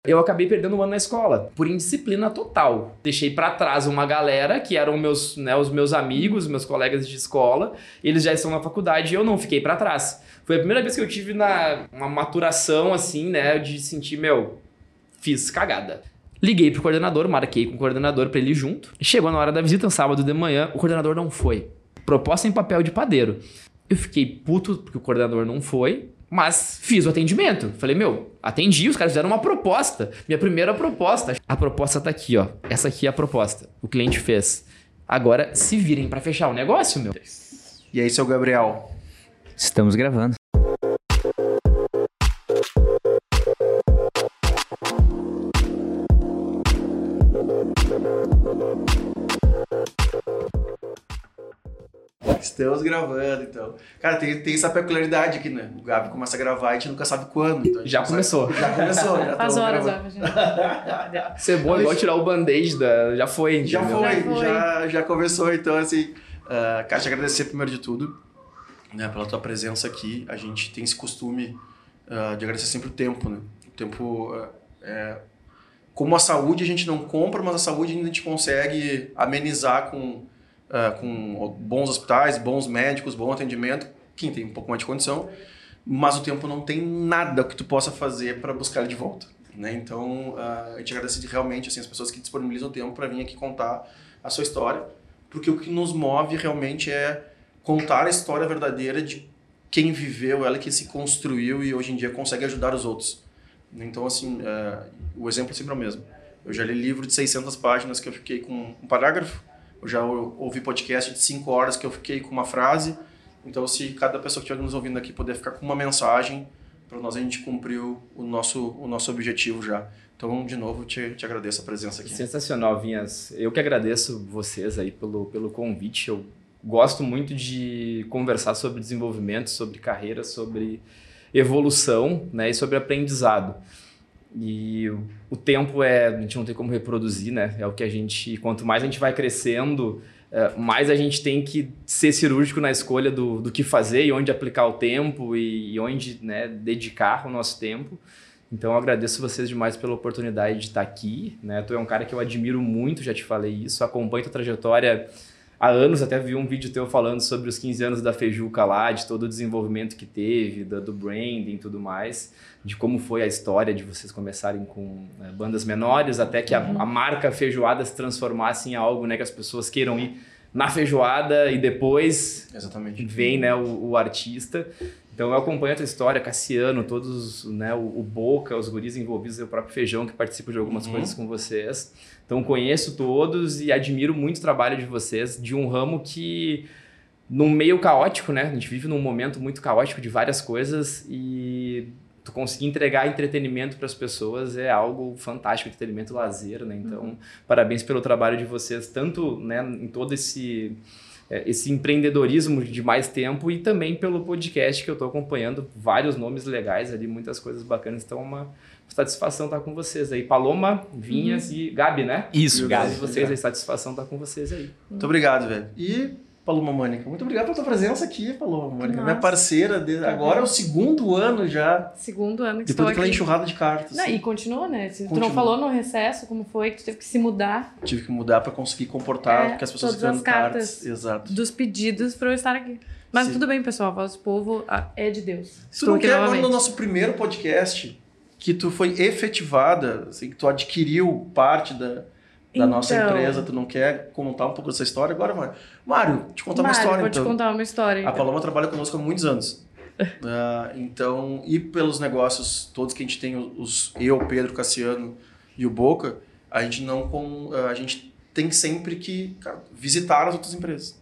Eu acabei perdendo um ano na escola, por indisciplina total. Deixei pra trás uma galera que eram os meus amigos, meus colegas de escola, eles já estão na faculdade e eu não fiquei pra trás. Foi a primeira vez que eu tive uma maturação assim, né, de sentir, fiz cagada. Liguei pro coordenador, marquei com o coordenador pra ele ir junto. Chegou na hora da visita, um sábado de manhã, o coordenador não foi. Proposta em papel de padeiro. Eu fiquei puto porque o coordenador não foi. Mas fiz o atendimento. Falei, atendi, os caras fizeram uma proposta. Minha primeira proposta. A proposta tá aqui, ó. Essa aqui é a proposta. O cliente fez. Agora, se virem pra fechar o negócio, E aí, seu Gabriel? Estamos gravando. Estamos gravando, então. Cara, tem essa peculiaridade aqui, né? O Gabi começa a gravar e a gente nunca sabe quando. Então já começou. Já Faz horas, já. Isso é bom, igual tirar o band-aid Já foi. Já começou. Então, assim, cara, te agradecer primeiro de tudo, né, pela tua presença aqui. A gente tem esse costume de agradecer sempre o tempo, né? O tempo, como a saúde a gente não compra, mas a saúde ainda a gente consegue amenizar com bons hospitais, bons médicos, bom atendimento, quem tem um pouco mais de condição, mas o tempo não tem nada que tu possa fazer para buscar ele de volta, né? Então, eu te agradeço realmente assim, as pessoas que disponibilizam o tempo para vir aqui contar a sua história, porque o que nos move realmente é contar a história verdadeira de quem viveu ela, que se construiu e hoje em dia consegue ajudar os outros. Então, assim, o exemplo sempre é o mesmo. Eu já li livro de 600 páginas que eu fiquei com um parágrafo. Eu já ouvi podcast de 5 horas que eu fiquei com uma frase. Então, se cada pessoa que estiver nos ouvindo aqui puder ficar com uma mensagem, para nós a gente cumpriu o nosso objetivo já. Então, de novo, te agradeço a presença aqui. Sensacional, Vinhas. Eu que agradeço vocês aí pelo convite. Eu gosto muito de conversar sobre desenvolvimento, sobre carreira, sobre evolução, né, e sobre aprendizado. E o tempo a gente não tem como reproduzir, né? É o que quanto mais a gente vai crescendo, mais a gente tem que ser cirúrgico na escolha do que fazer e onde aplicar o tempo e onde, né, dedicar o nosso tempo. Então eu agradeço vocês demais pela oportunidade de estar aqui, né? Tu é um cara que eu admiro muito, já te falei isso, acompanho tua trajetória há anos, até vi um vídeo teu falando sobre os 15 anos da Feijuca lá, de todo o desenvolvimento que teve, do branding e tudo mais, de como foi a história de vocês começarem com bandas menores, até que a marca Feijoada se transformasse em algo, né, que as pessoas queiram ir na feijoada e depois Exatamente. Vem, né, o artista. Então eu acompanho a tua história, Cassiano, todos, né, o Boca, os guris envolvidos, o próprio Feijão que participa de algumas coisas com vocês. Então conheço todos e admiro muito o trabalho de vocês, de um ramo que, num meio caótico, né, a gente vive num momento muito caótico de várias coisas e tu conseguir entregar entretenimento para as pessoas é algo fantástico, entretenimento, lazer, né? Então, parabéns pelo trabalho de vocês, tanto, né, em todo esse empreendedorismo de mais tempo e também pelo podcast que eu estou acompanhando, vários nomes legais ali, muitas coisas bacanas, então é uma satisfação estar com vocês aí. Paloma, Vinhas e Gabi, né? Isso. Gabi, vocês aí, satisfação estar com vocês aí. Muito obrigado, velho. E Paloma Mônica, muito obrigado pela tua presença aqui, Paloma Mônica. Nossa. Minha parceira, agora é o segundo ano já. Segundo ano que Depois estou daquela aqui. enxurrada de cartas. Não, e continua, né? Tu Continua. não falou no recesso como foi, que tu teve que se mudar Tive que mudar para conseguir comportar, porque as pessoas todas as escrevendo cartas. cartas Exato. dos pedidos para eu estar aqui. Mas Sim. tudo bem, pessoal, a voz do povo é de Deus. Se tu não aqui quer agora novamente. no nosso primeiro podcast, que tu foi efetivada, assim, que tu adquiriu parte da nossa Então. empresa, tu não quer contar um pouco dessa história? Agora, Mário, te contar uma história, Vou então. te contar uma história. A Então. Paloma trabalha conosco há muitos anos. Então, e pelos negócios todos que a gente tem, eu, o Pedro, o Cassiano e o Boca, a gente tem sempre que, cara, visitar as outras empresas.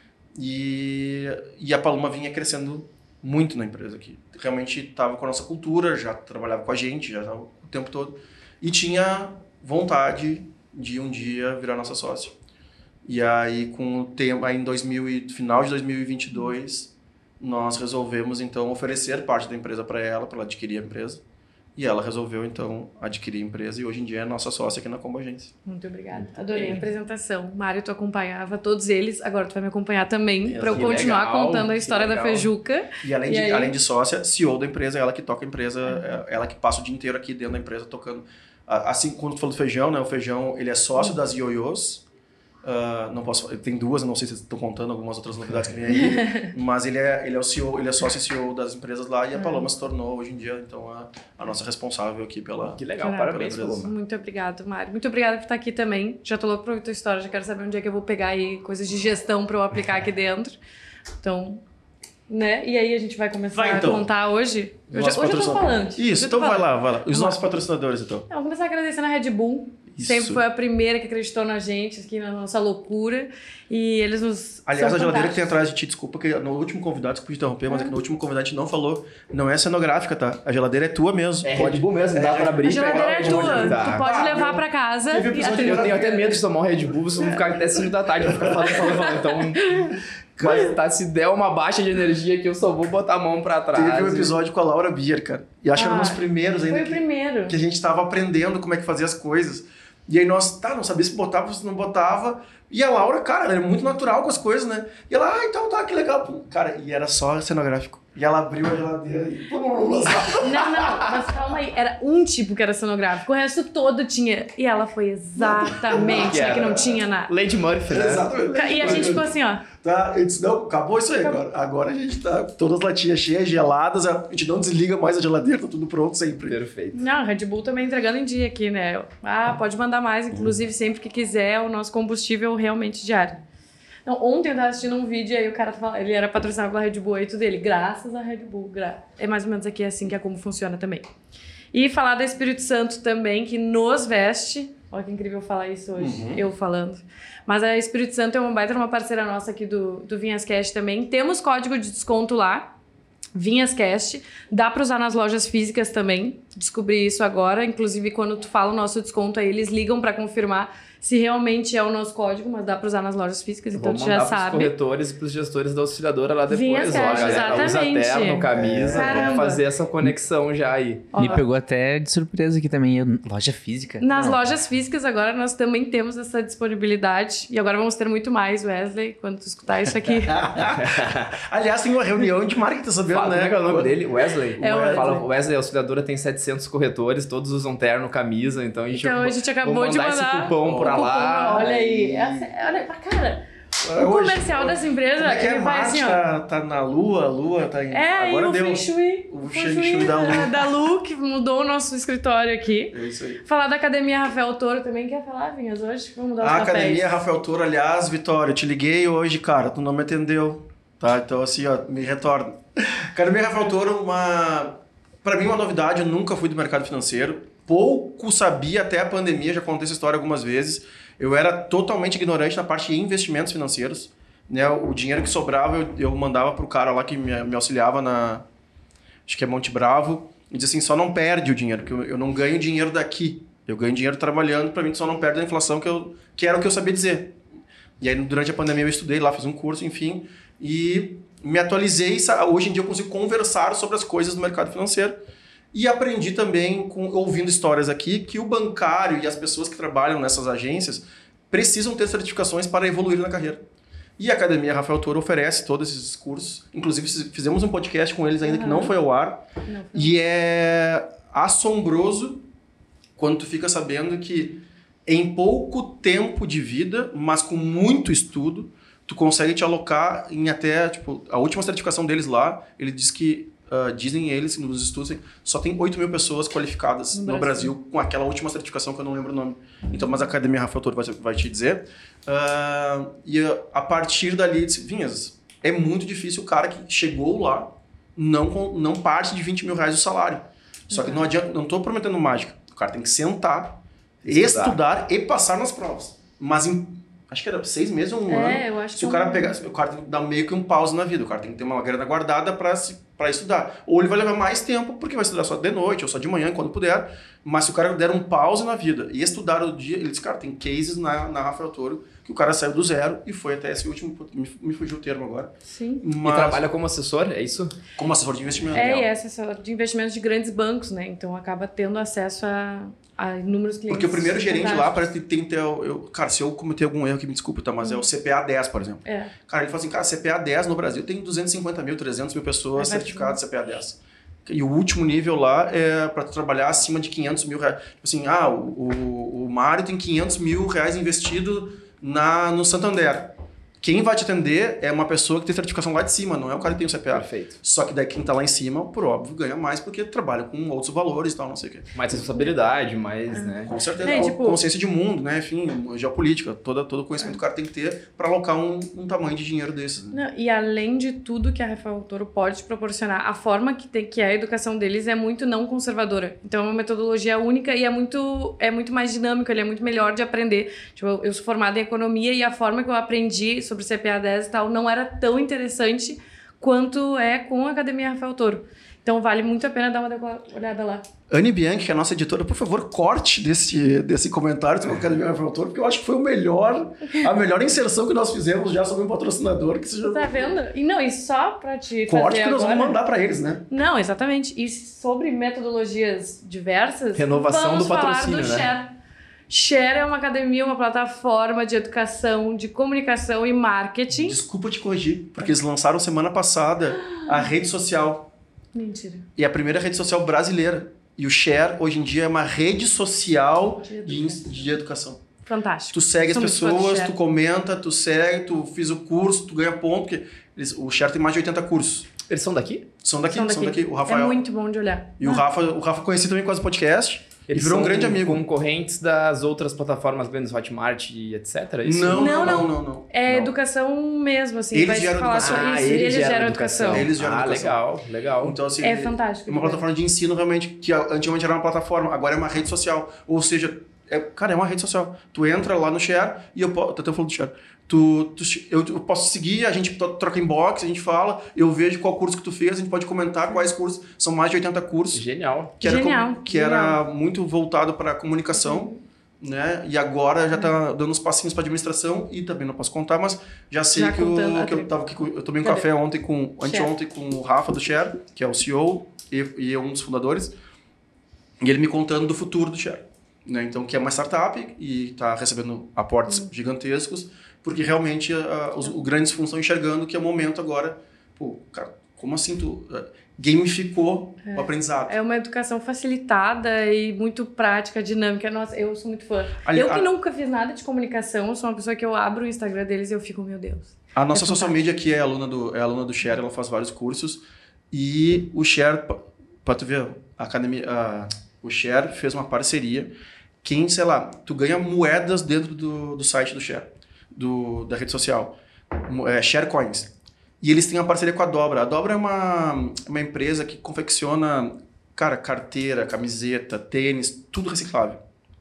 E a Paloma vinha crescendo muito na empresa aqui. Realmente estava com a nossa cultura, já trabalhava com a gente, já estava o tempo todo. E tinha vontade de um dia virar nossa sócia. E aí, com o tempo, aí final de 2022, nós resolvemos então oferecer parte da empresa para ela adquirir a empresa. E ela resolveu, então, adquirir a empresa e hoje em dia é nossa sócia aqui na Combo Agência. Muito obrigada. Adorei a apresentação. Mário, tu acompanhava todos eles, agora tu vai me acompanhar também para eu Que continuar legal, contando a que história da legal. Fejuca. E além, E aí? além de sócia, CEO da empresa, ela que toca a empresa, ela que passa o dia inteiro aqui dentro da empresa tocando. Assim, quando tu falou do Feijão, né? O Feijão, ele é sócio das Ioiôs. Não posso, tem duas, eu não sei se estou contando algumas outras novidades que vem aí, mas ele é o CEO, ele é sócio e CEO das empresas lá e a Paloma se tornou hoje em dia então a nossa responsável aqui pela. Que legal, Que parabéns, beleza. Paloma. Muito obrigado, Mário. Muito obrigada por estar aqui também. Já tô louco pra ouvir tua história, já quero saber onde é que eu vou pegar aí coisas de gestão para eu aplicar aqui dentro. Então, né? E aí a gente vai começar Vai, então. a contar hoje. Nosso Hoje eu tô patrocinador. falando. Isso, Hoje eu tô então vai falando. lá. Os nossos patrocinadores, então. Vamos começar agradecendo a Red Bull. Isso. Sempre foi a primeira que acreditou na gente, aqui na nossa loucura. E eles nos. Aliás, são a geladeira que tem fantásticos. atrás de ti, desculpa, que no último convidado, desculpa te interromper, mas é que no último convidado a gente não falou, não é cenográfica, tá? A geladeira é tua mesmo. É Red Bull mesmo, dá pra abrir A e pegar geladeira é o tua. Red Bull. Tu Tá. pode Ah, levar eu- pra casa. teve E episódio Eu tenho até medo de tomar um Red Bull, vocês vão ficar até 5 da tarde, vão ficar falando. Então, mas tá, se der uma baixa de energia aqui, eu só vou botar a mão pra trás. Teve um episódio com a Laura Bier, cara. E acho que era um dos primeiros ainda. Foi o primeiro. Que a gente tava aprendendo como é que fazia as coisas. E aí nós, não sabia se botava, se não botava. E a Laura, cara, ela é muito natural com as coisas, né? E ela, então tá, que legal. Cara, e era só cenográfico. E ela abriu a geladeira e... Não, mas calma aí. Era um tipo que era cenográfico, o resto todo tinha. E ela foi exatamente a que não tinha nada. Lady Murphy, né? Exatamente. E a gente ficou assim, ó. Tá, eu disse, não, acabou isso aí agora. Agora a gente tá todas as latinhas cheias, geladas, a gente não desliga mais a geladeira, tá tudo pronto sempre. Perfeito. Não, Red Bull também entregando em dia aqui, né? Pode mandar mais, inclusive sempre que quiser, o nosso combustível realmente diário. Não, ontem eu tava assistindo um vídeo e aí o cara tava, ele era patrocinado pela Red Bull aí tudo dele, graças a Red Bull. É mais ou menos aqui assim que é como funciona também. E falar da Espírito Santo também, que nos veste. Olha que incrível falar isso hoje, eu falando. Mas a Espírito Santo é uma baita, uma parceira nossa aqui do Vinhascast também. Temos código de desconto lá, Vinhascast. Dá para usar nas lojas físicas também. Descobri isso agora. Inclusive, quando tu fala o nosso desconto aí, eles ligam para confirmar se realmente é o nosso código, mas dá para usar nas lojas físicas, então tu já Vou mandar pros sabe. corretores e pros gestores da auxiliadora lá depois. Vinhas Ó, Cash, galera, usa exatamente. terno, camisa, Caramba. vamos fazer essa conexão já aí. Ó, Me pegou até de surpresa aqui também. Loja física. nas Não. lojas físicas agora nós também temos essa disponibilidade e agora vamos ter muito mais, Wesley, quando tu escutar isso aqui. Aliás, tem uma reunião de marketing, tá sabendo, Fala, né? como é que é o nome dele? Wesley? É o Wesley. Fala, Wesley, a auxiliadora tem 700 corretores, todos usam terno, camisa, então a gente, Então a gente acabou vou de mandar mandar esse cupom pra o lá. Olha aí, olha, cara, o Hoje, comercial dessa empresa, Como é que é? ele vai Marte assim, ó. tá na lua, a lua tá em... É, agora e o deu. Feng Shui, O Feng Shui da Lu. da Lu, que mudou o nosso escritório aqui. É isso aí. Falar da Academia Rafael Toro também, quer falar, Vinhas, hoje? Vamos mudar os A papéis. Academia Rafael Toro, aliás, Vitória, eu te liguei hoje, cara, tu não me atendeu, tá? Então, assim, ó, me retorna. Academia Rafael Toro, pra mim, uma novidade, eu nunca fui do mercado financeiro, pouco sabia até a pandemia, já contei essa história algumas vezes, eu era totalmente ignorante na parte de investimentos financeiros, né? O dinheiro que sobrava, eu mandava pro cara lá que me auxiliava acho que é Monte Bravo, e dizia assim, só não perde o dinheiro, porque eu não ganho dinheiro daqui. Eu ganho dinheiro trabalhando, para mim só não perde a inflação, que era o que eu sabia dizer. E aí, durante a pandemia, eu estudei lá, fiz um curso, enfim, e me atualizei. Hoje em dia, eu consigo conversar sobre as coisas do mercado financeiro. E aprendi também, ouvindo histórias aqui, que o bancário e as pessoas que trabalham nessas agências precisam ter certificações para evoluir na carreira. E a Academia Rafael Toro oferece todos esses cursos. Inclusive, fizemos um podcast com eles ainda que não foi ao ar. Não, E é assombroso quando tu fica sabendo que em pouco tempo de vida, mas com muito estudo, tu consegue te alocar em até, tipo, a última certificação deles lá, ele diz que, dizem eles, nos estudos, só tem 8 mil pessoas qualificadas no Brasil com aquela última certificação que eu não lembro o nome. Então, mas a Academia Rafael Toro vai te dizer. E a partir dali, disse, Vinhas, é muito difícil o cara que chegou lá não parte de 20 mil reais o salário. Só que não adianta, não estou prometendo mágica. O cara tem que sentar, estudar e passar nas provas. Mas acho que era 6 meses ou um ano. eu acho Se o cara pegar, o cara tem que dar meio que um pause na vida. O cara tem que ter uma grana guardada para se para estudar. Ou ele vai levar mais tempo, porque vai estudar só de noite ou só de manhã, quando puder. Mas se o cara der um pause na vida e estudar o dia, ele diz, cara, tem cases na Rafael Toro que o cara saiu do zero e foi até esse último, me fugiu o termo agora. Sim. Mas, E trabalha como assessor, é isso? como assessor de investimento. E é assessor de investimentos de grandes bancos, né? Então acaba tendo acesso a inúmeros clientes. Porque o primeiro gerente lá fantásticos. parece que tem que ter... Cara, se eu cometer algum erro, que me desculpe, tá? Mas é o CPA 10, por exemplo. É. Cara, ele fala assim, cara, CPA 10 no Brasil tem 250 mil, 300 mil pessoas Vai certificadas CPA 10. E o último nível lá é para trabalhar acima de 500 mil reais. Tipo assim, o Mário tem 500 mil reais investido no Santander. Quem vai te atender é uma pessoa que tem certificação lá de cima, não é o cara que tem o CPA. Perfeito. Só que daí quem tá lá em cima, por óbvio, ganha mais porque trabalha com outros valores e tal, não sei o quê. Mais responsabilidade, mais, né? Com certeza. É, tipo- Consciência de mundo, né? Enfim, geopolítica. Todo o conhecimento que o cara tem que ter para alocar um tamanho de dinheiro desses. Né? Não, e além de tudo que a Rafael Toro pode te proporcionar, a forma que é a educação deles é muito não conservadora. Então é uma metodologia única e é muito mais dinâmico, ele é muito melhor de aprender. Tipo, eu sou formada em economia e a forma que eu aprendi sobre CPA 10 e tal não era tão interessante quanto é com a Academia Rafael Toro. Então vale muito a pena dar uma olhada lá. Anne Bianchi, que é a nossa editora, por favor, corte desse comentário sobre a Academia Rafael Toro, porque eu acho que foi a melhor inserção que nós fizemos já sobre um patrocinador. Que seja... Tá vendo? E só pra te Corte fazer que nós agora... vamos mandar para eles, né? Não, exatamente. E sobre metodologias diversas... Renovação vamos do patrocínio, falar do né? Share. Share é uma academia, uma plataforma de educação, de comunicação e marketing. Desculpa te corrigir, porque eles lançaram semana passada a rede social. Mentira. E é a primeira rede social brasileira. E o Share, hoje em dia, é uma rede social de educação. Fantástico. Tu segue as Sou muito fã do pessoas, Share. tu comenta, tu segue, tu fiz o curso, tu ganha ponto, porque o Share tem mais de 80 cursos. Eles são daqui? São daqui. O Rafael. É muito bom de olhar. E o Rafa conheci também quase podcast. Eles e virou um são grande amigo. concorrentes das outras plataformas grandes, Hotmart e etc? É isso? Não. É Não. educação mesmo, assim. Eles vai geram falar educação. sobre Ah, isso. eles geram geram educação. Eles geram educação. Legal. Então, assim, É fantástico. uma plataforma de ensino realmente, que antigamente era uma plataforma, agora é uma rede social. Ou seja, é uma rede social. Tu entra lá no Share e eu posso... Tô até falando do Share. Eu posso seguir, a gente troca inbox, a gente fala, eu vejo qual curso que tu fez, a gente pode comentar quais cursos. São mais de 80 cursos. Genial. Que era muito voltado para comunicação, né? E agora já tá dando uns passinhos para administração e também não posso contar, mas já sei Já que eu tava aqui eu tomei um Cadê? café anteontem com o Rafa do Share, que é o CEO e é um dos fundadores, e ele me contando do futuro do Share, né? Então, que é uma startup e está recebendo aportes gigantescos, porque realmente os grandes fundos estão enxergando que é o momento agora. Pô, cara, como assim tu gamificou o aprendizado? É uma educação facilitada e muito prática, dinâmica. Nossa, eu sou muito fã. Ali- eu que nunca fiz nada de comunicação, sou uma pessoa que eu abro o Instagram deles e eu fico, meu Deus. A nossa É social fantástico. media aqui é aluna do Share, ela faz vários cursos. E o Share, pra tu ver, o Share fez uma parceria. Quem, sei lá, tu ganha moedas dentro do site do Share, da rede social. Share Coins. E eles têm uma parceria com a Dobra. A Dobra é uma empresa que confecciona, cara, carteira, camiseta, tênis, tudo reciclável.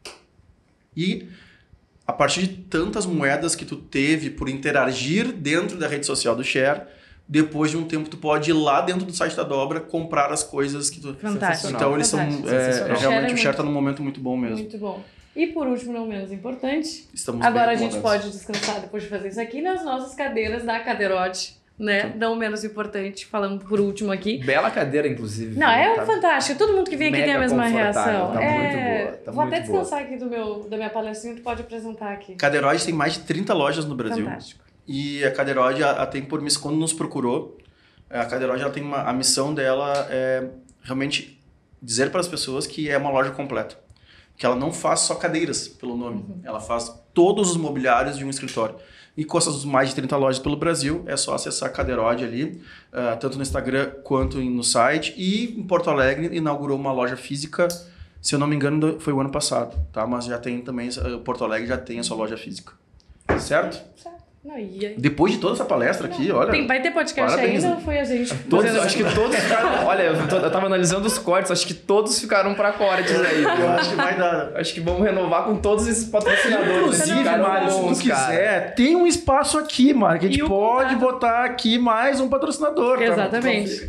E a partir de tantas moedas que tu teve por interagir dentro da rede social do Share, depois de um tempo tu pode ir lá dentro do site da Dobra comprar as coisas que tu... Fantástico. Então eles são... Fantástico. Sensacional. realmente o Share muito- está num momento muito bom mesmo. Muito bom. E por último, não menos importante, Estamos agora a bem gente acomodados. pode descansar depois de fazer isso aqui nas nossas cadeiras da Cadeirote, né? Não menos importante, falando por último aqui. Bela cadeira, inclusive. Não, é Tá fantástico. Todo mundo que vem aqui mega tem a mesma confortável, reação. tá muito boa, tá Vou até muito boa. descansar aqui da minha palestrinha, tu pode apresentar aqui. Cadeiroide tem mais de 30 lojas no Brasil. Fantástico. E a Cadeiroide, quando nos procurou, a Cadeiroide ela tem a missão dela é realmente dizer para as pessoas que é uma loja completa. Que ela não faz só cadeiras, pelo nome. Ela faz todos os mobiliários de um escritório. E com essas mais de 30 lojas pelo Brasil, é só acessar a Cadeiroide ali, tanto no Instagram quanto no site. E em Porto Alegre inaugurou uma loja física, se eu não me engano, foi o ano passado, tá? Mas já tem também, Porto Alegre já tem a sua loja física. Certo? Certo. Não, e aí? Depois de toda essa palestra aqui, olha... Vai ter podcast parabéns, ainda né? ou foi a gente? Acho que todos ficaram... Olha, eu tava analisando os cortes, acho que todos ficaram pra cortes aí. Eu acho que vai dar... Acho que vamos renovar com todos esses patrocinadores. Inclusive, Ficaram Mário, se bons, tu cara. quiser, tem um espaço aqui, Mário, que a E gente o pode contato. botar aqui mais um patrocinador. tá? Exatamente.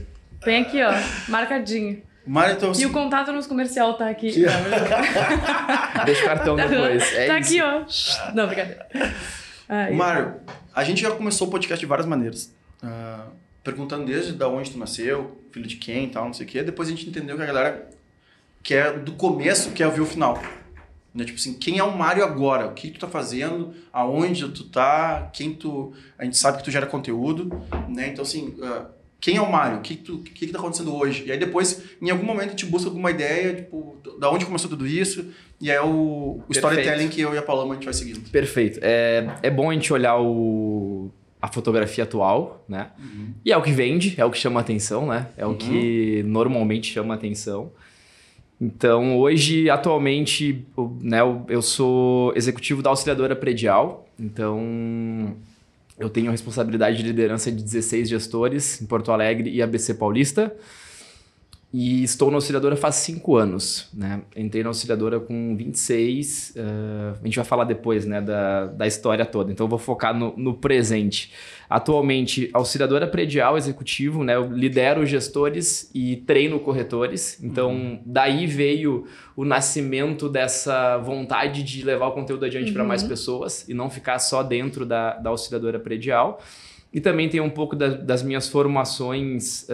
Bem aqui, ó, marcadinho. Mário, então... E o contato nos comercial tá aqui. Deixa o cartão depois. Tá isso. aqui, ó. Não, brincadeira. Mário, a gente já começou o podcast de várias maneiras. Perguntando desde da onde tu nasceu, filho de quem e tal, não sei o quê. Depois a gente entendeu que a galera quer do começo, quer ouvir o final. Né? Tipo assim, quem é o Mário agora? O que tu tá fazendo? Aonde tu tá? A gente sabe que tu gera conteúdo, né? Então assim, quem é o Mário? O que tá acontecendo hoje? E aí depois, em algum momento, a gente busca alguma ideia, tipo, da onde começou tudo isso. E é o storytelling que eu e a Paloma a gente vai seguindo. Perfeito. É bom a gente olhar a fotografia atual, né? E é o que vende, é o que chama atenção, né? É o que normalmente chama atenção. Então, hoje, atualmente, né, eu sou executivo da Auxiliadora Predial. Então, eu tenho a responsabilidade de liderança de 16 gestores em Porto Alegre e ABC Paulista. E estou na Auxiliadora faz 5 anos, né? Entrei na Auxiliadora com 26, a gente vai falar depois, né, da história toda, então eu vou focar no presente. Atualmente, Auxiliadora Predial Executivo, né? Eu lidero gestores e treino corretores, então daí veio o nascimento dessa vontade de levar o conteúdo adiante para mais pessoas e não ficar só dentro da Auxiliadora Predial. E também tem um pouco das minhas formações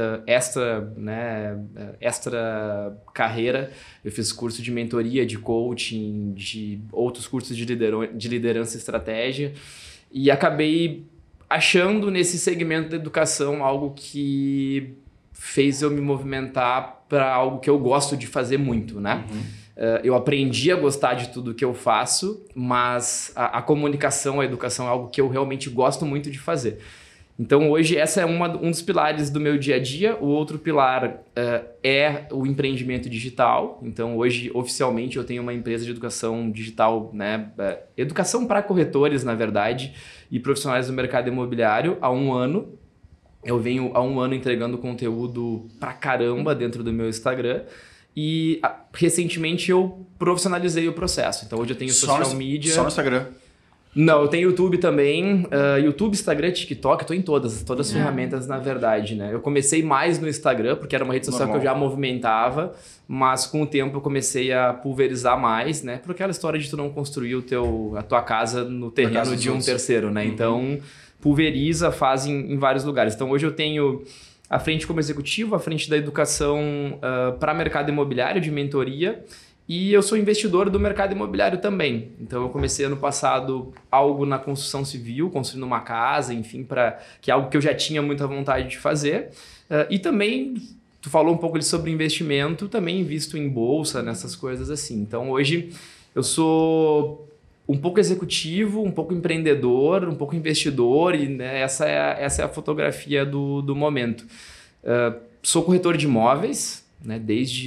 extra carreira. Eu fiz curso de mentoria, de coaching, de outros cursos de liderança e estratégia. E acabei achando nesse segmento da educação algo que fez eu me movimentar para algo que eu gosto de fazer muito, né? Eu aprendi a gostar de tudo que eu faço, mas a comunicação, a educação é algo que eu realmente gosto muito de fazer. Então, hoje, essa é um dos pilares do meu dia a dia. O outro pilar é o empreendimento digital. Então, hoje, oficialmente, eu tenho uma empresa de educação digital, né? Educação para corretores, na verdade, e profissionais do mercado imobiliário há 1 ano. Eu venho há 1 ano entregando conteúdo pra caramba dentro do meu Instagram. E, recentemente, eu profissionalizei o processo. Então, hoje eu tenho social media... Só no Instagram? Não, eu tenho YouTube também, YouTube, Instagram, TikTok, eu tô em todas as ferramentas, na verdade, né? Eu comecei mais no Instagram, porque era uma rede social que eu já movimentava, mas com o tempo eu comecei a pulverizar mais, né? Por aquela história de tu não construir a tua casa no terreno de um terceiro, né? Então, pulveriza, faz em vários lugares. Então, hoje eu tenho a frente como executivo, a frente da educação para mercado imobiliário, de mentoria. E eu sou investidor do mercado imobiliário também. Então, eu comecei ano passado algo na construção civil, construindo uma casa, enfim, que é algo que eu já tinha muita vontade de fazer. E também, tu falou um pouco ali sobre investimento, também invisto em bolsa, nessas coisas assim. Então, hoje, eu sou um pouco executivo, um pouco empreendedor, um pouco investidor, e né, essa é a fotografia do momento. Sou corretor de imóveis, né, desde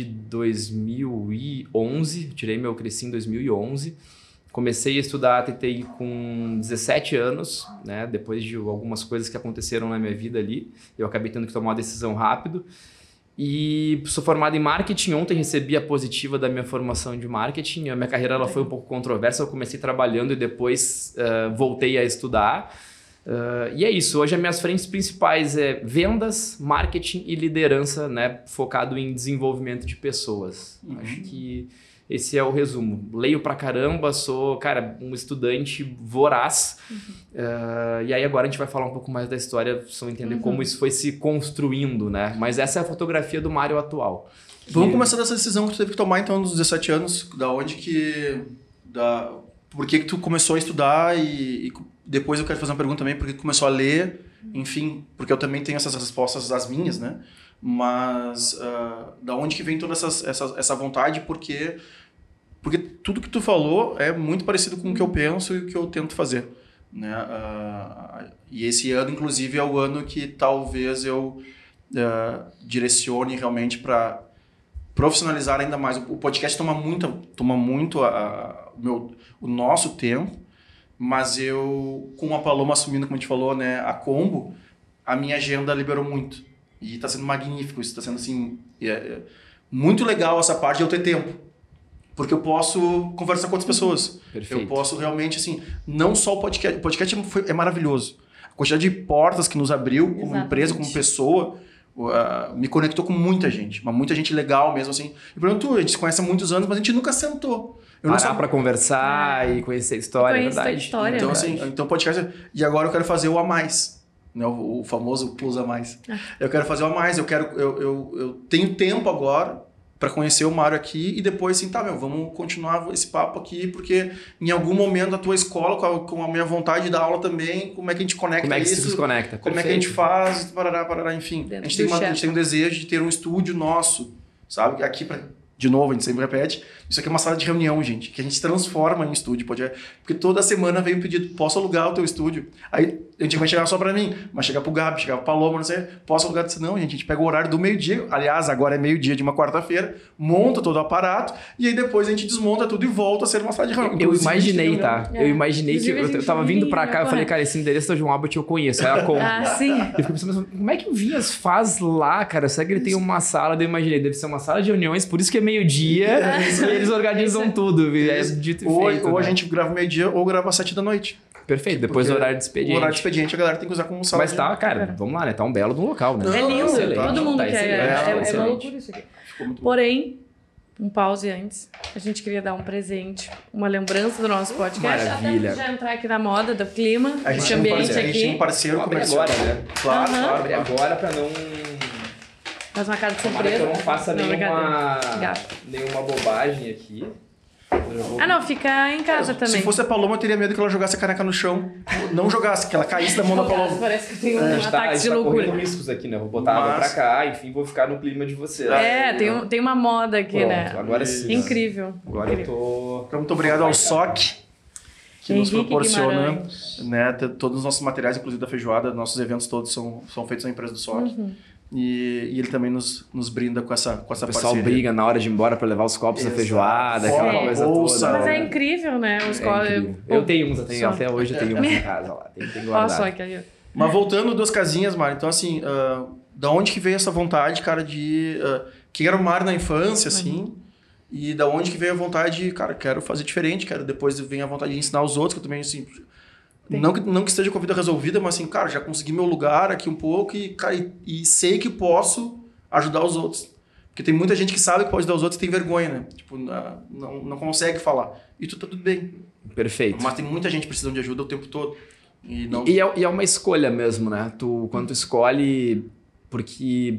2011, cresci em 2011, comecei a estudar TTI com 17 anos, né, depois de algumas coisas que aconteceram na minha vida ali, eu acabei tendo que tomar uma decisão rápido, e sou formado em marketing. Ontem recebi a positiva da minha formação de marketing, a minha carreira ela foi um pouco controversa, eu comecei trabalhando e depois voltei a estudar. E é isso, hoje as minhas frentes principais é vendas, marketing e liderança, né, focado em desenvolvimento de pessoas. Acho que esse é o resumo. Leio pra caramba, sou, cara, um estudante voraz. E aí agora a gente vai falar um pouco mais da história, só entender como isso foi se construindo, né? Mas essa é a fotografia do Mário atual. Vamos começar dessa decisão que tu teve que tomar então nos 17 anos, por que tu começou a estudar e depois eu quero fazer uma pergunta também, por que tu começou a ler, enfim, porque eu também tenho essas respostas das minhas, né? Mas da onde que vem toda essa vontade, porque tudo que tu falou é muito parecido com o que eu penso e o que eu tento fazer, né? E esse ano, inclusive, é o ano que talvez eu direcione realmente para profissionalizar ainda mais. O podcast toma muito o nosso tempo, mas eu, com a Paloma assumindo, como a gente falou, né, a combo, a minha agenda liberou muito. E está sendo magnífico, isso está sendo assim, muito legal essa parte de eu ter tempo. Porque eu posso conversar com outras pessoas. Perfeito. Eu posso realmente, assim, não só o podcast. O podcast é maravilhoso. A quantidade de portas que nos abriu como empresa, como pessoa, me conectou com muita gente, mas muita gente legal mesmo, assim. E por exemplo, a gente se conhece há muitos anos, mas a gente nunca sentou. Parar pra conversar e conhecer a história, é verdade. História, então, né? assim, então podcast. E agora eu quero fazer o a mais. Né, o famoso plus a mais. Eu quero fazer o a mais, eu tenho tempo agora para conhecer o Mário aqui e depois assim, vamos continuar esse papo aqui, porque em algum momento da tua escola, com a minha vontade da aula também, como é que a gente conecta isso? Como é que isso se conecta? Como é que a gente faz, parará, enfim. A gente tem um desejo de ter um estúdio nosso, sabe? Aqui, de novo, a gente sempre repete, isso aqui é uma sala de reunião, gente, que a gente transforma em estúdio, porque toda semana vem um pedido, posso alugar o teu estúdio? Aí, a gente vai chegar só pra mim, mas chegar pro Gabi, chegar pro Paloma, não sei, posso alugar? Não, gente, a gente pega o horário do meio-dia, aliás, agora é meio-dia de uma quarta-feira, monta todo o aparato, e aí depois a gente desmonta tudo e volta a ser uma sala de reunião. Eu imaginei, tá? É. Eu imaginei que eu tava vindo pra cá, eu falei, cara, esse endereço do João Albert eu conheço, era a conta. Sim. Eu fiquei pensando, como é que o Vinhas faz lá, cara? Será que ele tem uma sala? Eu imaginei, deve ser uma sala de reuniões, por isso que é meio-dia, e eles organizam tudo, é dito e feito. Ou a né? gente grava meio-dia ou grava às 7 da noite. Perfeito, depois do horário de expediente. O horário de expediente a galera tem que usar como sala. Mas tá, cara, vamos lá, né? Tá um belo do local, né? Não, É lindo, excelente, todo mundo tá quer. excelente, É uma excelente. loucura isso aqui. Ficou muito bom. Porém, um pause antes. A gente queria dar um presente, uma lembrança do nosso podcast. Maravilha. Até já entrar aqui na moda, do clima, A gente desse tem um ambiente parceiro, a gente tem um aqui. parceiro Vou abrir comercial. agora, né? Claro, Aham. Vou claro. abrir agora pra não... Faz uma cara de Tomara que surpresa. eu não faça brincadeira. Gato. nenhuma bobagem aqui. Ah, não, fica em casa também. Se fosse a Paloma, eu teria medo que ela jogasse a caneca no chão. Não jogasse, que ela caísse da mão da Paloma. Parece que tem um A gente ataque de tá loucura. correndo riscos aqui, né? Vou botar água pra cá, enfim, vou ficar no clima de vocês. Tem uma moda aqui, Pronto, né? agora sim. Incrível. Agora eu tô... Então, muito obrigado ao SOC, que nos Henrique proporciona, Guimarães. né, todos os nossos materiais, inclusive da feijoada, nossos eventos todos são feitos na empresa do SOC. E ele também nos brinda com essa O pessoal parceria. briga na hora de ir embora pra levar os copos da Exato. feijoada, aquela Fora, coisa bolsa. toda. Mas é incrível, né? Os É incrível. Eu tenho uns, até hoje eu tenho uns em casa lá. Tem Olha guardado. só que aí. Mas voltando duas casinhas, Mário, então assim, da onde que veio essa vontade, cara, de... quem era o Mário na infância, assim, e da onde que veio a vontade de, cara, quero fazer diferente, depois vem a vontade de ensinar os outros, que eu também, assim... Não que esteja com a vida resolvida, mas assim, cara, já consegui meu lugar aqui um pouco e, cara, e sei que posso ajudar os outros. Porque tem muita gente que sabe que pode ajudar os outros e tem vergonha, né? Tipo, não consegue falar. E tu tá tudo bem. Perfeito. Mas tem muita gente precisando de ajuda o tempo todo. E não... E é uma escolha mesmo, né? Quando tu escolhe, porque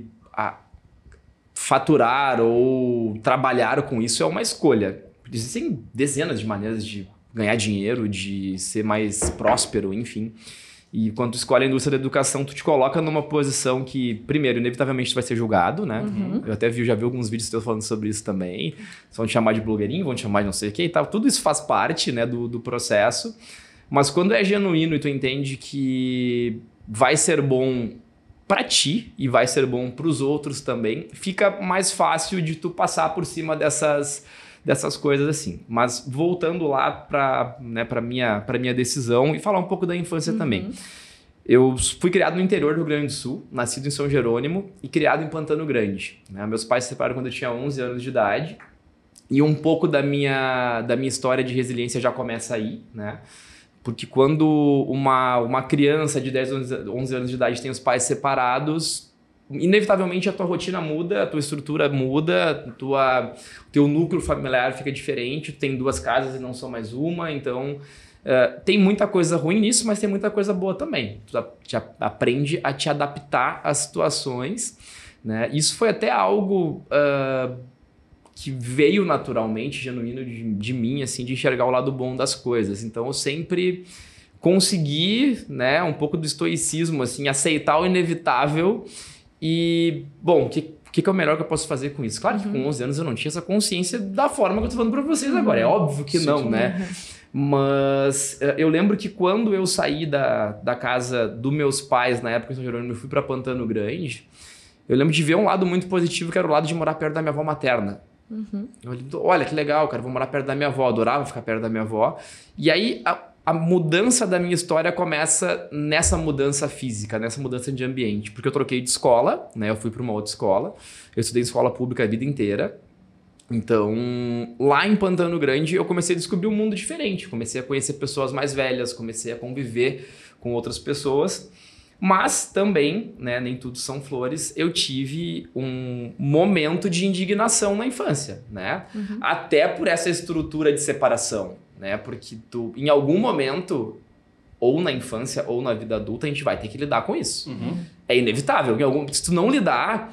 faturar ou trabalhar com isso é uma escolha. Existem dezenas de maneiras de ganhar dinheiro, de ser mais próspero, enfim. E quando tu escolhe a indústria da educação, tu te coloca numa posição que, primeiro, inevitavelmente tu vai ser julgado, né? Eu até já vi alguns vídeos teus falando sobre isso também. Vão te chamar de blogueirinho, vão te chamar de não sei o que e tal. Tudo isso faz parte, né, do processo. Mas quando é genuíno e tu entende que vai ser bom pra ti e vai ser bom pros outros também, fica mais fácil de tu passar por cima dessas coisas assim. Mas voltando lá para minha decisão e falar um pouco da infância também. Eu fui criado no interior do Rio Grande do Sul, nascido em São Jerônimo e criado em Pantano Grande, né? Meus pais se separaram quando eu tinha 11 anos de idade e um pouco da minha história de resiliência já começa aí, né? Porque quando uma criança de 10, 11 anos de idade tem os pais separados, inevitavelmente a tua rotina muda, a tua estrutura muda, o teu núcleo familiar fica diferente, tu tem duas casas e não só mais uma, então tem muita coisa ruim nisso, mas tem muita coisa boa também. Tu aprende a te adaptar às situações, né? Isso foi até algo que veio naturalmente, genuíno de mim, assim, de enxergar o lado bom das coisas. Então eu sempre consegui, né, um pouco do estoicismo, assim, aceitar o inevitável. E, bom, o que é o melhor que eu posso fazer com isso? Claro que com 11 anos eu não tinha essa consciência da forma que eu tô falando pra vocês agora. É óbvio que não, né? Mas eu lembro que quando eu saí da casa dos meus pais, na época em São Jerônimo, eu fui pra Pantano Grande, eu lembro de ver um lado muito positivo, que era o lado de morar perto da minha avó materna. Olha, que legal, cara, vou morar perto da minha avó. Adorava ficar perto da minha avó. E aí a mudança da minha história começa nessa mudança física, nessa mudança de ambiente. Porque eu troquei de escola, né? Eu fui para uma outra escola. Eu estudei em escola pública a vida inteira. Então, lá em Pantano Grande, eu comecei a descobrir um mundo diferente. Comecei a conhecer pessoas mais velhas, comecei a conviver com outras pessoas. Mas também, né, nem tudo são flores, eu tive um momento de indignação na infância, né? Até por essa estrutura de separação, né? Porque tu, em algum momento, ou na infância ou na vida adulta, a gente vai ter que lidar com isso. É inevitável. Se tu não lidar,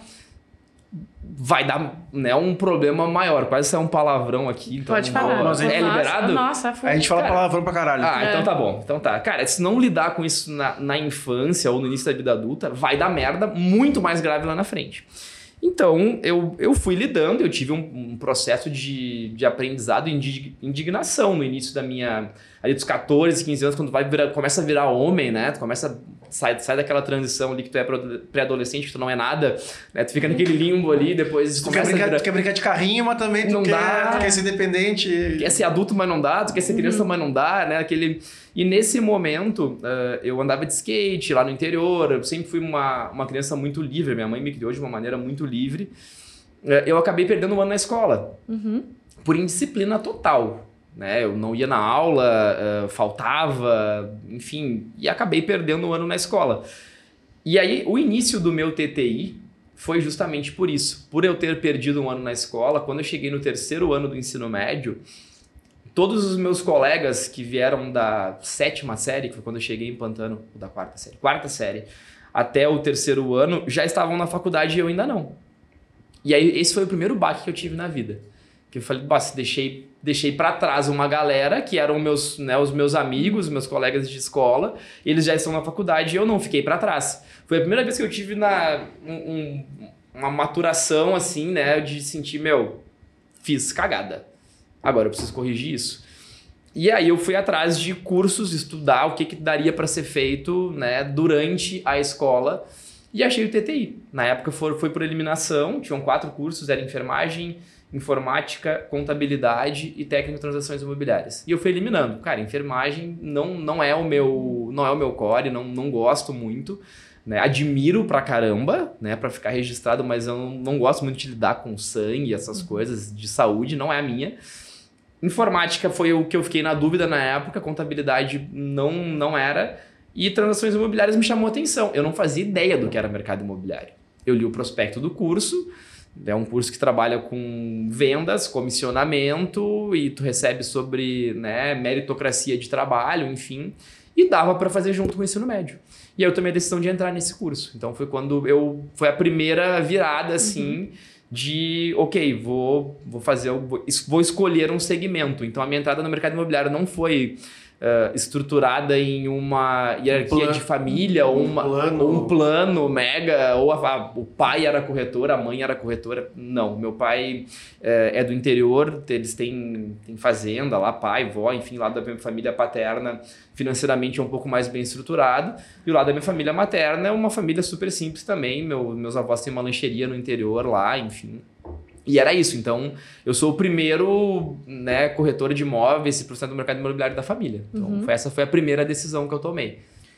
vai dar, né, um problema maior. Quase saiu um palavrão aqui. Então Pode falar. É liberado? Nossa, foi. A gente fala palavrão pra caralho. Então tá bom. Então tá. Cara, se não lidar com isso na infância ou no início da vida adulta, vai dar merda muito mais grave lá na frente. Então, eu fui lidando, eu tive um processo de aprendizado e de indignação no início da minha... Ali dos 14, 15 anos, quando começa a virar homem, né? Tu começa sai daquela transição ali que tu é pré-adolescente, que tu não é nada, né? Tu fica naquele limbo ali, depois tu quer brincar de carrinho, mas também tu quer ser independente. Quer ser adulto, mas não dá. Tu quer ser criança, mas não dá, né? E nesse momento, eu andava de skate lá no interior, eu sempre fui uma criança muito livre, minha mãe me criou de uma maneira muito livre. Eu acabei perdendo um ano na escola, por indisciplina total. Né? Eu não ia na aula, faltava, enfim, e acabei perdendo um ano na escola. E aí, o início do meu TTI foi justamente por isso. Por eu ter perdido um ano na escola, quando eu cheguei no 3º ano do ensino médio, todos os meus colegas que vieram da 7ª série, que foi quando eu cheguei em Pantano, da 4ª série, até o 3º ano, já estavam na faculdade e eu ainda não. E aí, esse foi o primeiro baque que eu tive na vida. Que eu falei, deixei para trás uma galera que eram os meus amigos, meus colegas de escola, eles já estão na faculdade e eu não fiquei para trás. Foi a primeira vez que eu tive uma maturação assim, né, de sentir, fiz cagada. Agora eu preciso corrigir isso. E aí eu fui atrás de cursos, estudar o que daria para ser feito, né, durante a escola e achei o TTI. Na época foi por eliminação, tinham 4 cursos, era enfermagem, informática, contabilidade e técnico de transações imobiliárias. E eu fui eliminando. Cara, enfermagem não é o meu core, não gosto muito, né? Admiro pra caramba, né, para ficar registrado, mas eu não gosto muito de lidar com sangue, essas coisas de saúde, não é a minha. Informática foi o que eu fiquei na dúvida na época, contabilidade não era, e transações imobiliárias me chamou a atenção. Eu não fazia ideia do que era mercado imobiliário. Eu li o prospecto do curso. É um curso que trabalha com vendas, comissionamento e tu recebe sobre, né, meritocracia de trabalho, enfim. E dava para fazer junto com o ensino médio. E aí eu tomei a decisão de entrar nesse curso. Então foi quando foi a primeira virada, assim, de, ok, vou escolher um segmento. Então a minha entrada no mercado imobiliário não foi estruturada em uma hierarquia de família ou um plano mega, ou o pai era corretor, a mãe era corretora. Não, meu pai é do interior, eles têm fazenda lá, pai, vó, enfim, lá da minha família paterna financeiramente é um pouco mais bem estruturado, e o lado da minha família materna é uma família super simples também, meus avós têm uma lancheria no interior lá, enfim. E era isso, então eu sou o primeiro, né, corretor de imóveis e profissional do mercado imobiliário da família. Então essa foi a primeira decisão que eu tomei.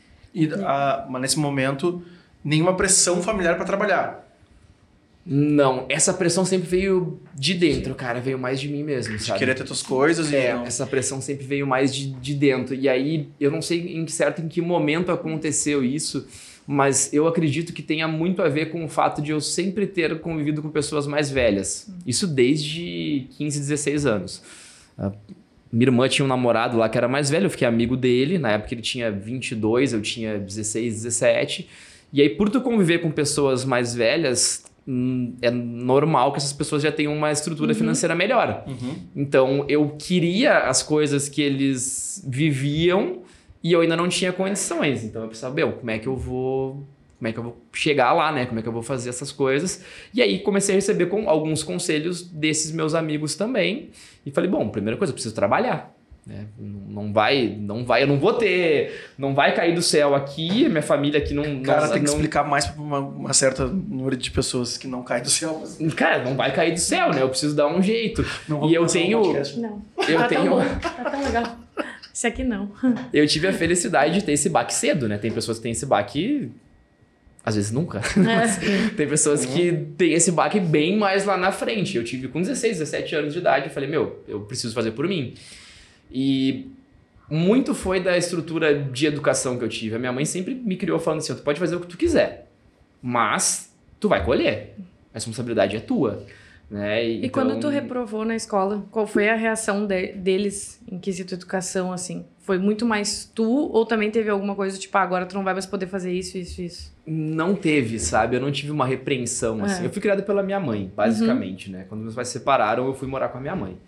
Mas nesse momento, nenhuma pressão familiar para trabalhar? Não, essa pressão sempre veio de dentro, cara, veio mais de mim mesmo, sabe? De querer ter tuas coisas e... essa pressão sempre veio mais de dentro. E aí, eu não sei em que momento aconteceu isso, mas eu acredito que tenha muito a ver com o fato de eu sempre ter convivido com pessoas mais velhas. Isso desde 15, 16 anos. Minha irmã tinha um namorado lá que era mais velho, eu fiquei amigo dele. Na época ele tinha 22, eu tinha 16, 17. E aí, por tu conviver com pessoas mais velhas, é normal que essas pessoas já tenham uma estrutura financeira melhor. Então, eu queria as coisas que eles viviam e eu ainda não tinha condições. Então, eu pensava, como é que eu vou chegar lá, né? Como é que eu vou fazer essas coisas? E aí, comecei a receber alguns conselhos desses meus amigos também. E falei, primeira coisa, eu preciso trabalhar. Né? Não vai cair do céu aqui, minha família aqui não... Cara, tem que explicar mais para uma certa número de pessoas que não cai do céu. Mas... Cara, não vai cair do céu, né? Eu preciso dar um jeito. E eu tenho... Não, tá tão legal. Esse aqui não. Eu tive a felicidade de ter esse baque cedo, né? Tem pessoas que têm esse baque... Às vezes nunca. Tem pessoas que têm esse baque bem mais lá na frente. Eu tive com 16, 17 anos de idade. Eu falei, eu preciso fazer por mim. E muito foi da estrutura de educação que eu tive. A minha mãe sempre me criou falando assim, tu pode fazer o que tu quiser, mas tu vai colher. A responsabilidade é tua. Né? E quando tu reprovou na escola, qual foi a reação deles em quesito educação, assim? Foi muito mais tu ou também teve alguma coisa tipo, agora tu não vai mais poder fazer isso? Não teve, sabe? Eu não tive uma repreensão, assim. Eu fui criado pela minha mãe, basicamente, né? Quando meus pais se separaram, eu fui morar com a minha mãe.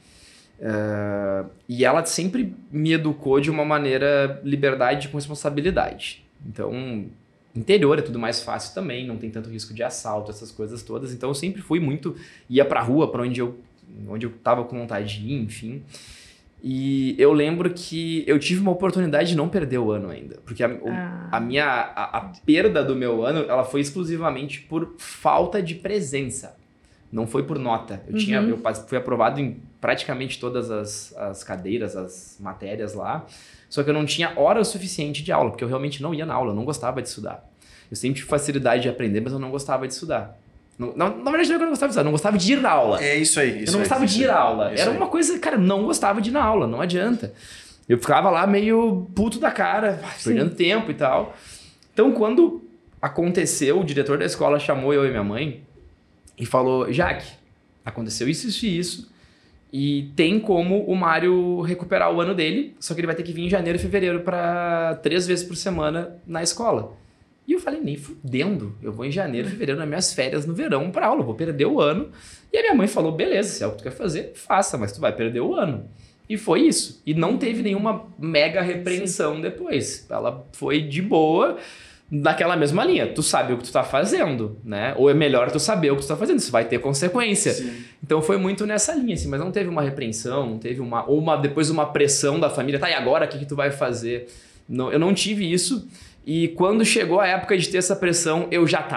E ela sempre me educou de uma maneira liberdade com responsabilidade. Então, interior é tudo mais fácil também, não tem tanto risco de assalto, essas coisas todas. Então eu sempre fui muito, ia pra rua, pra onde eu tava com vontade de ir, enfim. E eu lembro que eu tive uma oportunidade de não perder o ano ainda. Porque a perda do meu ano, ela foi exclusivamente por falta de presença. Não foi por nota. Eu fui aprovado em praticamente todas as cadeiras, as matérias lá. Só que eu não tinha hora suficiente de aula, porque eu realmente não ia na aula, eu não gostava de estudar. Eu sempre tive facilidade de aprender, mas eu não gostava de estudar. Na verdade, não é que eu não gostava de estudar, eu não gostava de ir na aula. É isso aí. Eu não gostava de ir à aula. Era uma coisa, cara, não gostava de ir na aula, não adianta. Eu ficava lá meio puto da cara, perdendo tempo e tal. Então, quando aconteceu, o diretor da escola chamou eu e minha mãe e falou, Jaque, aconteceu isso e isso. E tem como o Mário recuperar o ano dele, só que ele vai ter que vir em janeiro e fevereiro para 3 vezes por semana na escola. E eu falei, nem fudendo, eu vou em janeiro e fevereiro nas minhas férias no verão pra aula, eu vou perder o ano. E a minha mãe falou, beleza, se é o que tu quer fazer, faça, mas tu vai perder o ano. E foi isso. E não teve nenhuma mega repreensão depois. Ela foi de boa, naquela mesma linha. Tu sabe o que tu tá fazendo, né? Ou é melhor tu saber o que tu tá fazendo, isso vai ter consequência. Sim. Então foi muito nessa linha, assim, mas não teve uma repreensão, não teve depois uma pressão da família, tá, e agora o que tu vai fazer? Não, eu não tive isso, e quando chegou a época de ter essa pressão, eu já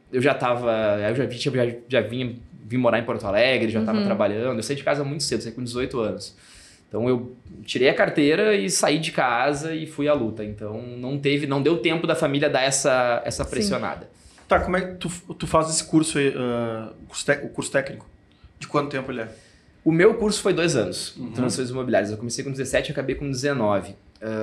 vim morar em Porto Alegre, já tava trabalhando, eu saí de casa muito cedo, saí com 18 anos. Então eu tirei a carteira e saí de casa e fui à luta. Então não deu tempo da família dar essa pressionada. Sim. Tá, como é que tu faz esse curso aí, o curso técnico? De quanto tempo ele é? O meu curso foi 2 anos, transações imobiliárias. Eu comecei com 17 e acabei com 19.